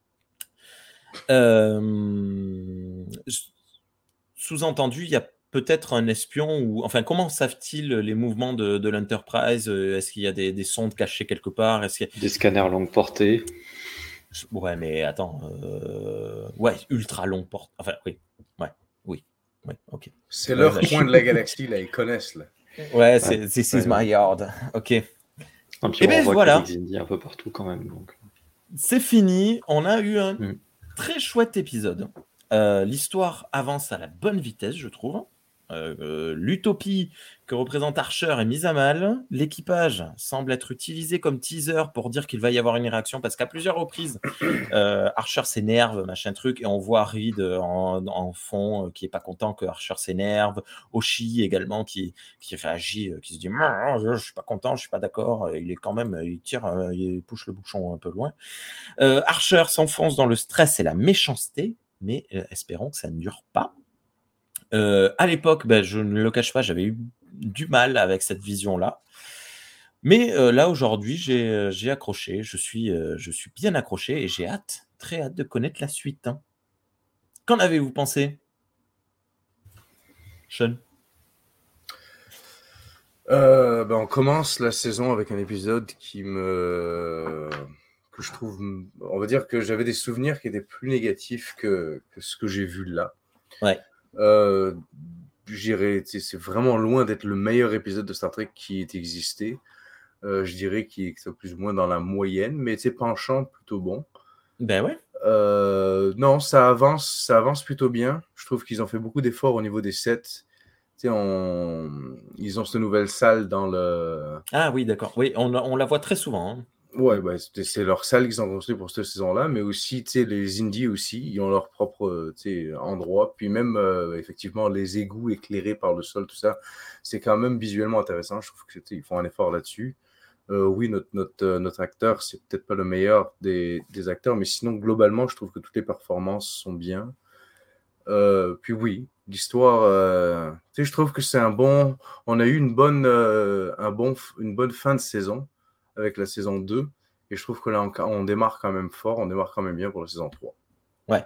Euh, sous-entendu, il y a peut-être un espion ou enfin comment savent-ils les mouvements de, de l'Enterprise? Est-ce qu'il y a des, des sondes cachées quelque part? Est-ce qu'il y a... Des scanners longue portée. Ouais, mais attends, euh... ouais, ultra longue porte. Enfin, oui, ouais, oui, ouais, ok. C'est Ouais, leur là, coin je... de la galaxie, là, ils connaissent, là. Ouais, c'est This ouais, is ouais. my yard. Ok. Et puis ben on voilà. voit qu'il y a des Xindi un peu partout quand même. Donc. C'est fini. On a eu un mm. très chouette épisode. Euh, l'histoire avance à la bonne vitesse, je trouve. Euh, euh, l'utopie que représente Archer est mise à mal. L'équipage semble être utilisé comme teaser pour dire qu'il va y avoir une réaction parce qu'à plusieurs reprises, euh, Archer s'énerve, machin truc, et on voit Reed en, en fond euh, qui est pas content que Archer s'énerve. Oshi également qui, qui réagit, euh, qui se dit je suis pas content, je suis pas d'accord. Il est quand même, il tire, euh, il pousse le bouchon un peu loin. Euh, Archer s'enfonce dans le stress et la méchanceté, mais euh, espérons que ça ne dure pas. Euh, à l'époque, ben, je ne le cache pas, j'avais eu du mal avec cette vision-là. Mais euh, là, aujourd'hui, j'ai, euh, j'ai accroché. Je suis, euh, je suis bien accroché et j'ai hâte, très hâte de connaître la suite. Hein. Qu'en avez-vous pensé, Sean? euh, ben, On commence la saison avec un épisode qui me... que je trouve... On va dire que j'avais des souvenirs qui étaient plus négatifs que, que ce que j'ai vu là. Ouais. Euh, j'irais, c'est vraiment loin d'être le meilleur épisode de Star Trek qui ait existé. Euh, je dirais qu'il est plus ou moins dans la moyenne, mais c'est penchant plutôt bon. Ben ouais. Euh, non, ça avance, ça avance plutôt bien. Je trouve qu'ils ont fait beaucoup d'efforts au niveau des sets. On... Ils ont cette nouvelle salle dans le... Ah oui, d'accord. Oui, on, on la voit très souvent. Hein. Ouais, bah, c'est leur salle qu'ils ont construit pour cette saison-là, mais aussi, tu sais, les indies aussi, ils ont leur propre, tu sais, endroit, puis même, euh, effectivement, les égouts éclairés par le sol, tout ça, c'est quand même visuellement intéressant. Je trouve que, tu sais, ils font un effort là-dessus. Euh, oui, notre, notre, euh, notre acteur, c'est peut-être pas le meilleur des, des acteurs, mais sinon, globalement, je trouve que toutes les performances sont bien. Euh, puis oui, l'histoire, euh, tu sais, je trouve que c'est un bon... On a eu une bonne, euh, un bon, une bonne fin de saison avec la saison deux. Et je trouve que là, on, on démarre quand même fort, on démarre quand même bien pour la saison trois. Ouais.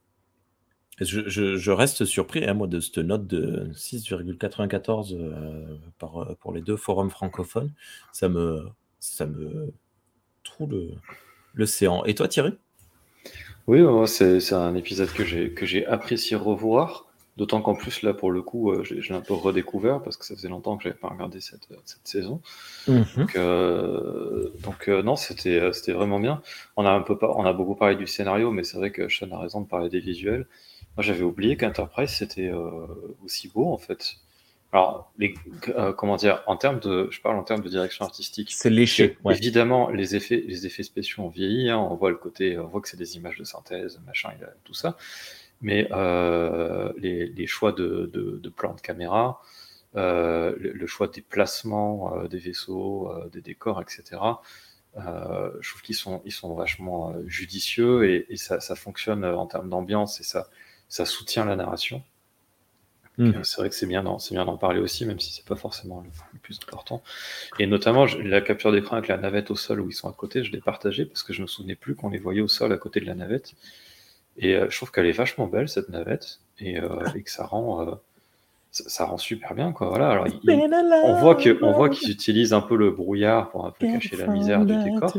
Je, je, je reste surpris, hein, moi, de cette note de six virgule quatre-vingt-quatorze euh, par, pour les deux forums francophones. Ça me, ça me trouve le, l'océan. Et toi, Thierry? Oui, moi, c'est, c'est un épisode que j'ai, que j'ai apprécié revoir. D'autant qu'en plus, là, pour le coup, euh, j'ai, j'ai un peu redécouvert parce que ça faisait longtemps que je n'avais pas regardé cette, cette saison. Mm-hmm. Donc, euh, donc euh, non, c'était, c'était vraiment bien. On a, un peu par... on a beaucoup parlé du scénario, mais c'est vrai que Sean a raison de parler des visuels. Moi, j'avais oublié qu'Enterprise, c'était euh, aussi beau, en fait. Alors, les, euh, comment dire, en termes de, je parle en termes de direction artistique. C'est léché. Ouais. Évidemment, les effets, les effets spéciaux ont vieilli. Hein, on voit le côté, on voit que c'est des images de synthèse, machin, il a tout ça. Mais euh, les, les choix de, de, de plans de caméra, euh, le, le choix des placements euh, des vaisseaux, euh, des décors, et cetera. Euh, je trouve qu'ils sont, ils sont vachement euh, judicieux et, et ça, ça fonctionne euh, en termes d'ambiance et ça, ça soutient la narration. Mm. Euh, C'est vrai que c'est bien, d'en, c'est bien d'en parler aussi, même si c'est pas forcément le, le plus important. Et notamment, je- la capture d'écran avec la navette au sol où ils sont à côté, je l'ai partagée parce que je me souvenais plus qu'on les voyait au sol à côté de la navette. Et euh, je trouve qu'elle est vachement belle cette navette et, euh, et que ça rend, euh, ça, ça rend super bien quoi. Voilà. Alors, il- il- on voit que, on voit qu'ils utilisent un peu le brouillard pour un peu cacher la misère du décor,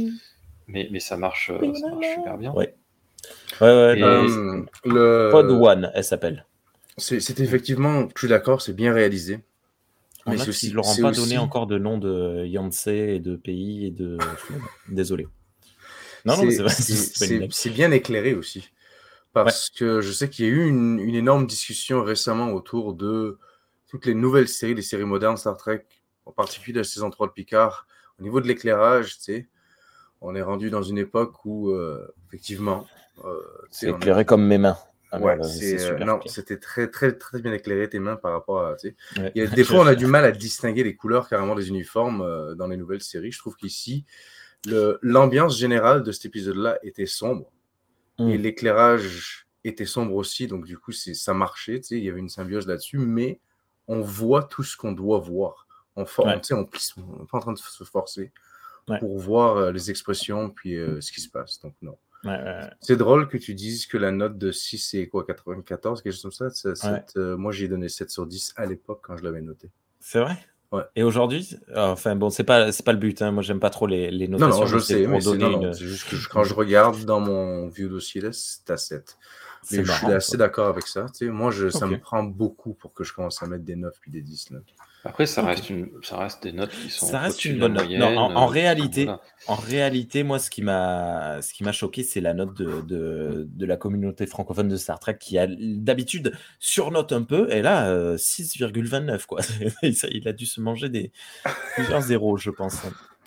mais, mais ça marche, euh, ça marche super bien. Ouais. Ouais, ouais, Et- non, Euh, c'est- le... Pod One, elle s'appelle. c'est, c'est effectivement, je suis d'accord, c'est bien réalisé. On Mais note c'est qu'ils aussi, leur ont c'est pas aussi, donné encore de nom de Yancey et de pays et de film. Désolé. Non, non, mais c'est c'est, vrai, c'est, c'est pas une c'est, blague. c'est bien éclairé aussi. Parce que je sais qu'il y a eu une, une énorme discussion récemment autour de toutes les nouvelles séries, les séries modernes Star Trek, en particulier la saison trois de Picard. Au niveau de l'éclairage, tu sais, on est rendu dans une époque où, euh, effectivement, euh, tu sais, C'est on a éclairé vu- comme mes mains. Ah Ouais, merde, c'est, c'est euh, super non, clair. c'était très, très, très bien éclairé tes mains par rapport à, tu sais. Ouais. Il y a, des fois, on a du mal à distinguer les couleurs carrément des uniformes euh, dans les nouvelles séries. Je trouve qu'ici, le, l'ambiance générale de cet épisode-là était sombre. Et Mm. l'éclairage était sombre aussi, donc du coup, c'est, ça marchait, tu sais, il y avait une symbiose là-dessus, mais on voit tout ce qu'on doit voir. On, for- Ouais. on, tu sais, on plisse- on n'est pas en train de se forcer Ouais. pour voir euh, les expressions puis euh, ce qui se passe. Donc, non. Ouais, ouais, C'est drôle que tu dises que la note de six, c'est quoi, quatre-vingt-quatorze, quelque chose comme ça? Ça- ça ouais. te- euh, moi, j'ai donné sept sur dix à l'époque quand je l'avais noté. C'est vrai? Ouais. Et aujourd'hui, enfin bon, c'est pas, c'est pas le but. Hein. Moi, j'aime pas trop les, les Non, notations. non, je mais le c'est sais, pour mais c'est, donner non, non, une. c'est juste que je- quand je regarde dans mon vieux dossier là, c'est à sept. C'est Mais je suis marrant. assez ça. d'accord avec ça. Tu sais, moi, je, ça Ok. me prend beaucoup pour que je commence à mettre des neuf puis des dix. Là. Après, ça Ok. reste une, ça reste des notes qui sont Ça reste au-dessus une de la bonne note. Non, moyenne. en, en euh, réalité, voilà. en réalité, moi, ce qui m'a, ce qui m'a choqué, c'est la note de, de, de la communauté francophone de Star Trek qui a d'habitude surnote un peu, et là, euh, six virgule vingt-neuf quoi. Il a dû se manger des plusieurs zéros, je pense.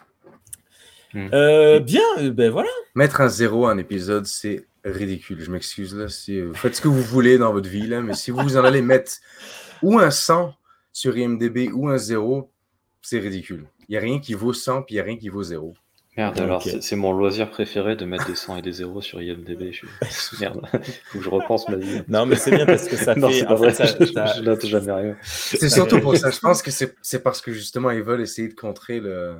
Mm. Euh, bien, euh, ben voilà. Mettre un zéro à un épisode, c'est ridicule. Je m'excuse là. Si, euh, faites ce que vous voulez dans votre vie là, mais si vous en allez mettre ou un cent sur I M D B ou un zéro, c'est ridicule. Il n'y a rien qui vaut cent puis il n'y a rien qui vaut zéro. Merde, alors Ok. c'est, c'est mon loisir préféré de mettre des cent et des zéros sur I M D B. Je suis... Merde, faut que je repense ma vie. Non, mais c'est bien parce que ça non, fait. c'est En pas vrai, fait, ça, je, ça- je note jamais rien. C'est surtout pour ça. Je pense que c'est, c'est parce que justement, ils veulent essayer de contrer le,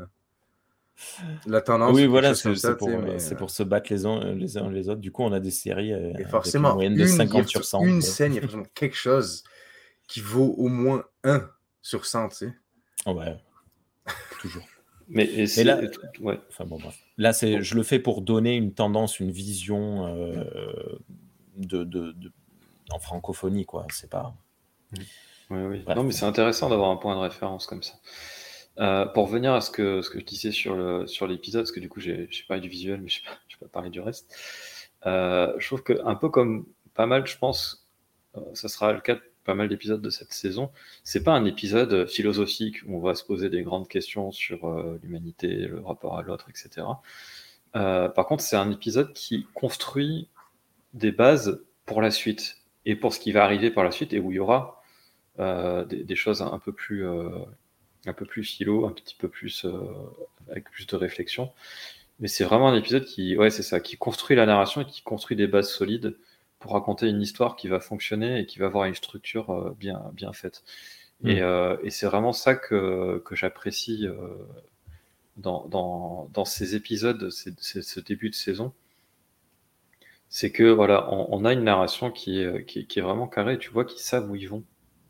la tendance Oui, ou quelque voilà, chose c'est comme c'est ça. tu pour, sais, euh, mais, c'est euh, pour se battre les uns les uns les autres. Du coup, on a des séries euh, Et avec une forcément, moyenne une, de il y a cinquante sur cent. une Ouais. scène, il y a forcément quelque chose qui vaut au moins un sur cent, tu sais. Oh, ouais, toujours. Mais, et c'est... là- ouais. Enfin bon, bref. Là, c'est, je le fais pour donner une tendance, une vision euh, de, de, de- en francophonie, quoi. C'est pas. Oui, oui. Bref. Non, mais c'est intéressant d'avoir un point de référence comme ça. Euh, pour revenir à ce que, ce que je disais sur, le, sur l'épisode, parce que du coup, j'ai, j'ai parlé du visuel, mais je n'ai pas, j'ai pas parlé du reste. Euh, je trouve que, un peu comme pas mal, je pense, euh, ça sera le cas de pas mal d'épisodes de cette saison, c'est pas un épisode philosophique où on va se poser des grandes questions sur euh, l'humanité, le rapport à l'autre, et cetera. Euh, par contre, c'est un épisode qui construit des bases pour la suite et pour ce qui va arriver par la suite et où il y aura euh, des, des choses un peu plus euh, un peu plus philo, un petit peu plus euh, avec plus de réflexion. Mais c'est vraiment un épisode qui, ouais, c'est ça, qui construit la narration et qui construit des bases solides pour raconter une histoire qui va fonctionner et qui va avoir une structure euh, bien bien faite. Mm. Et, euh, et c'est vraiment ça que que j'apprécie euh, dans, dans dans ces épisodes, ces, ces, ce début de saison. C'est que voilà, on, on a une narration qui est, qui, est- qui est vraiment carrée, tu vois, qui savent où ils vont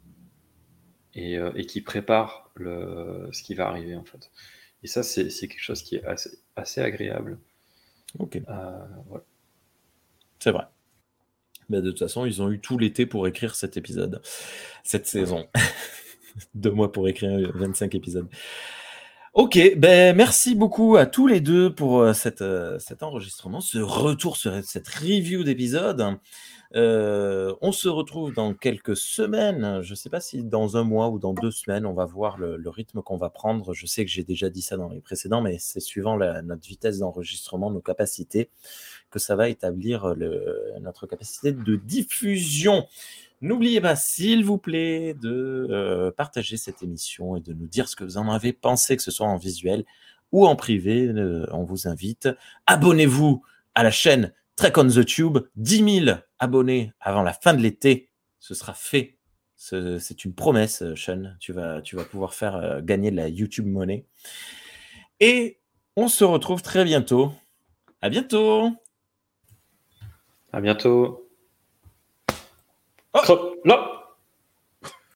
et, euh, et qui prépare le, ce qui va arriver en fait. Et ça, c'est c'est quelque chose qui est assez, assez agréable. Ok, Euh, voilà. c'est vrai. Mais de toute façon, ils ont eu tout l'été pour écrire cet épisode, cette saison. Deux mois pour écrire vingt-cinq épisodes. Ok, ben merci beaucoup à tous les deux pour euh, cette, euh, cet enregistrement, ce retour sur cette review d'épisode. Euh, on se retrouve dans quelques semaines. Je ne sais pas si dans un mois ou dans deux semaines, on va voir le, le rythme qu'on va prendre. Je sais que j'ai déjà dit ça dans les précédents, mais c'est suivant la, notre vitesse d'enregistrement, nos capacités, que ça va établir le, notre capacité de diffusion. N'oubliez pas, s'il vous plaît, de euh, partager cette émission et de nous dire ce que vous en avez pensé, que ce soit en visuel ou en privé, euh, on vous invite. Abonnez-vous à la chaîne Trek on the Tube. dix mille abonnés avant la fin de l'été. Ce sera fait. C'est, c'est une promesse, Sean. Tu vas, tu vas pouvoir faire euh, gagner de la YouTube money. Et on se retrouve très bientôt. À bientôt. À bientôt. Oh Crop, là.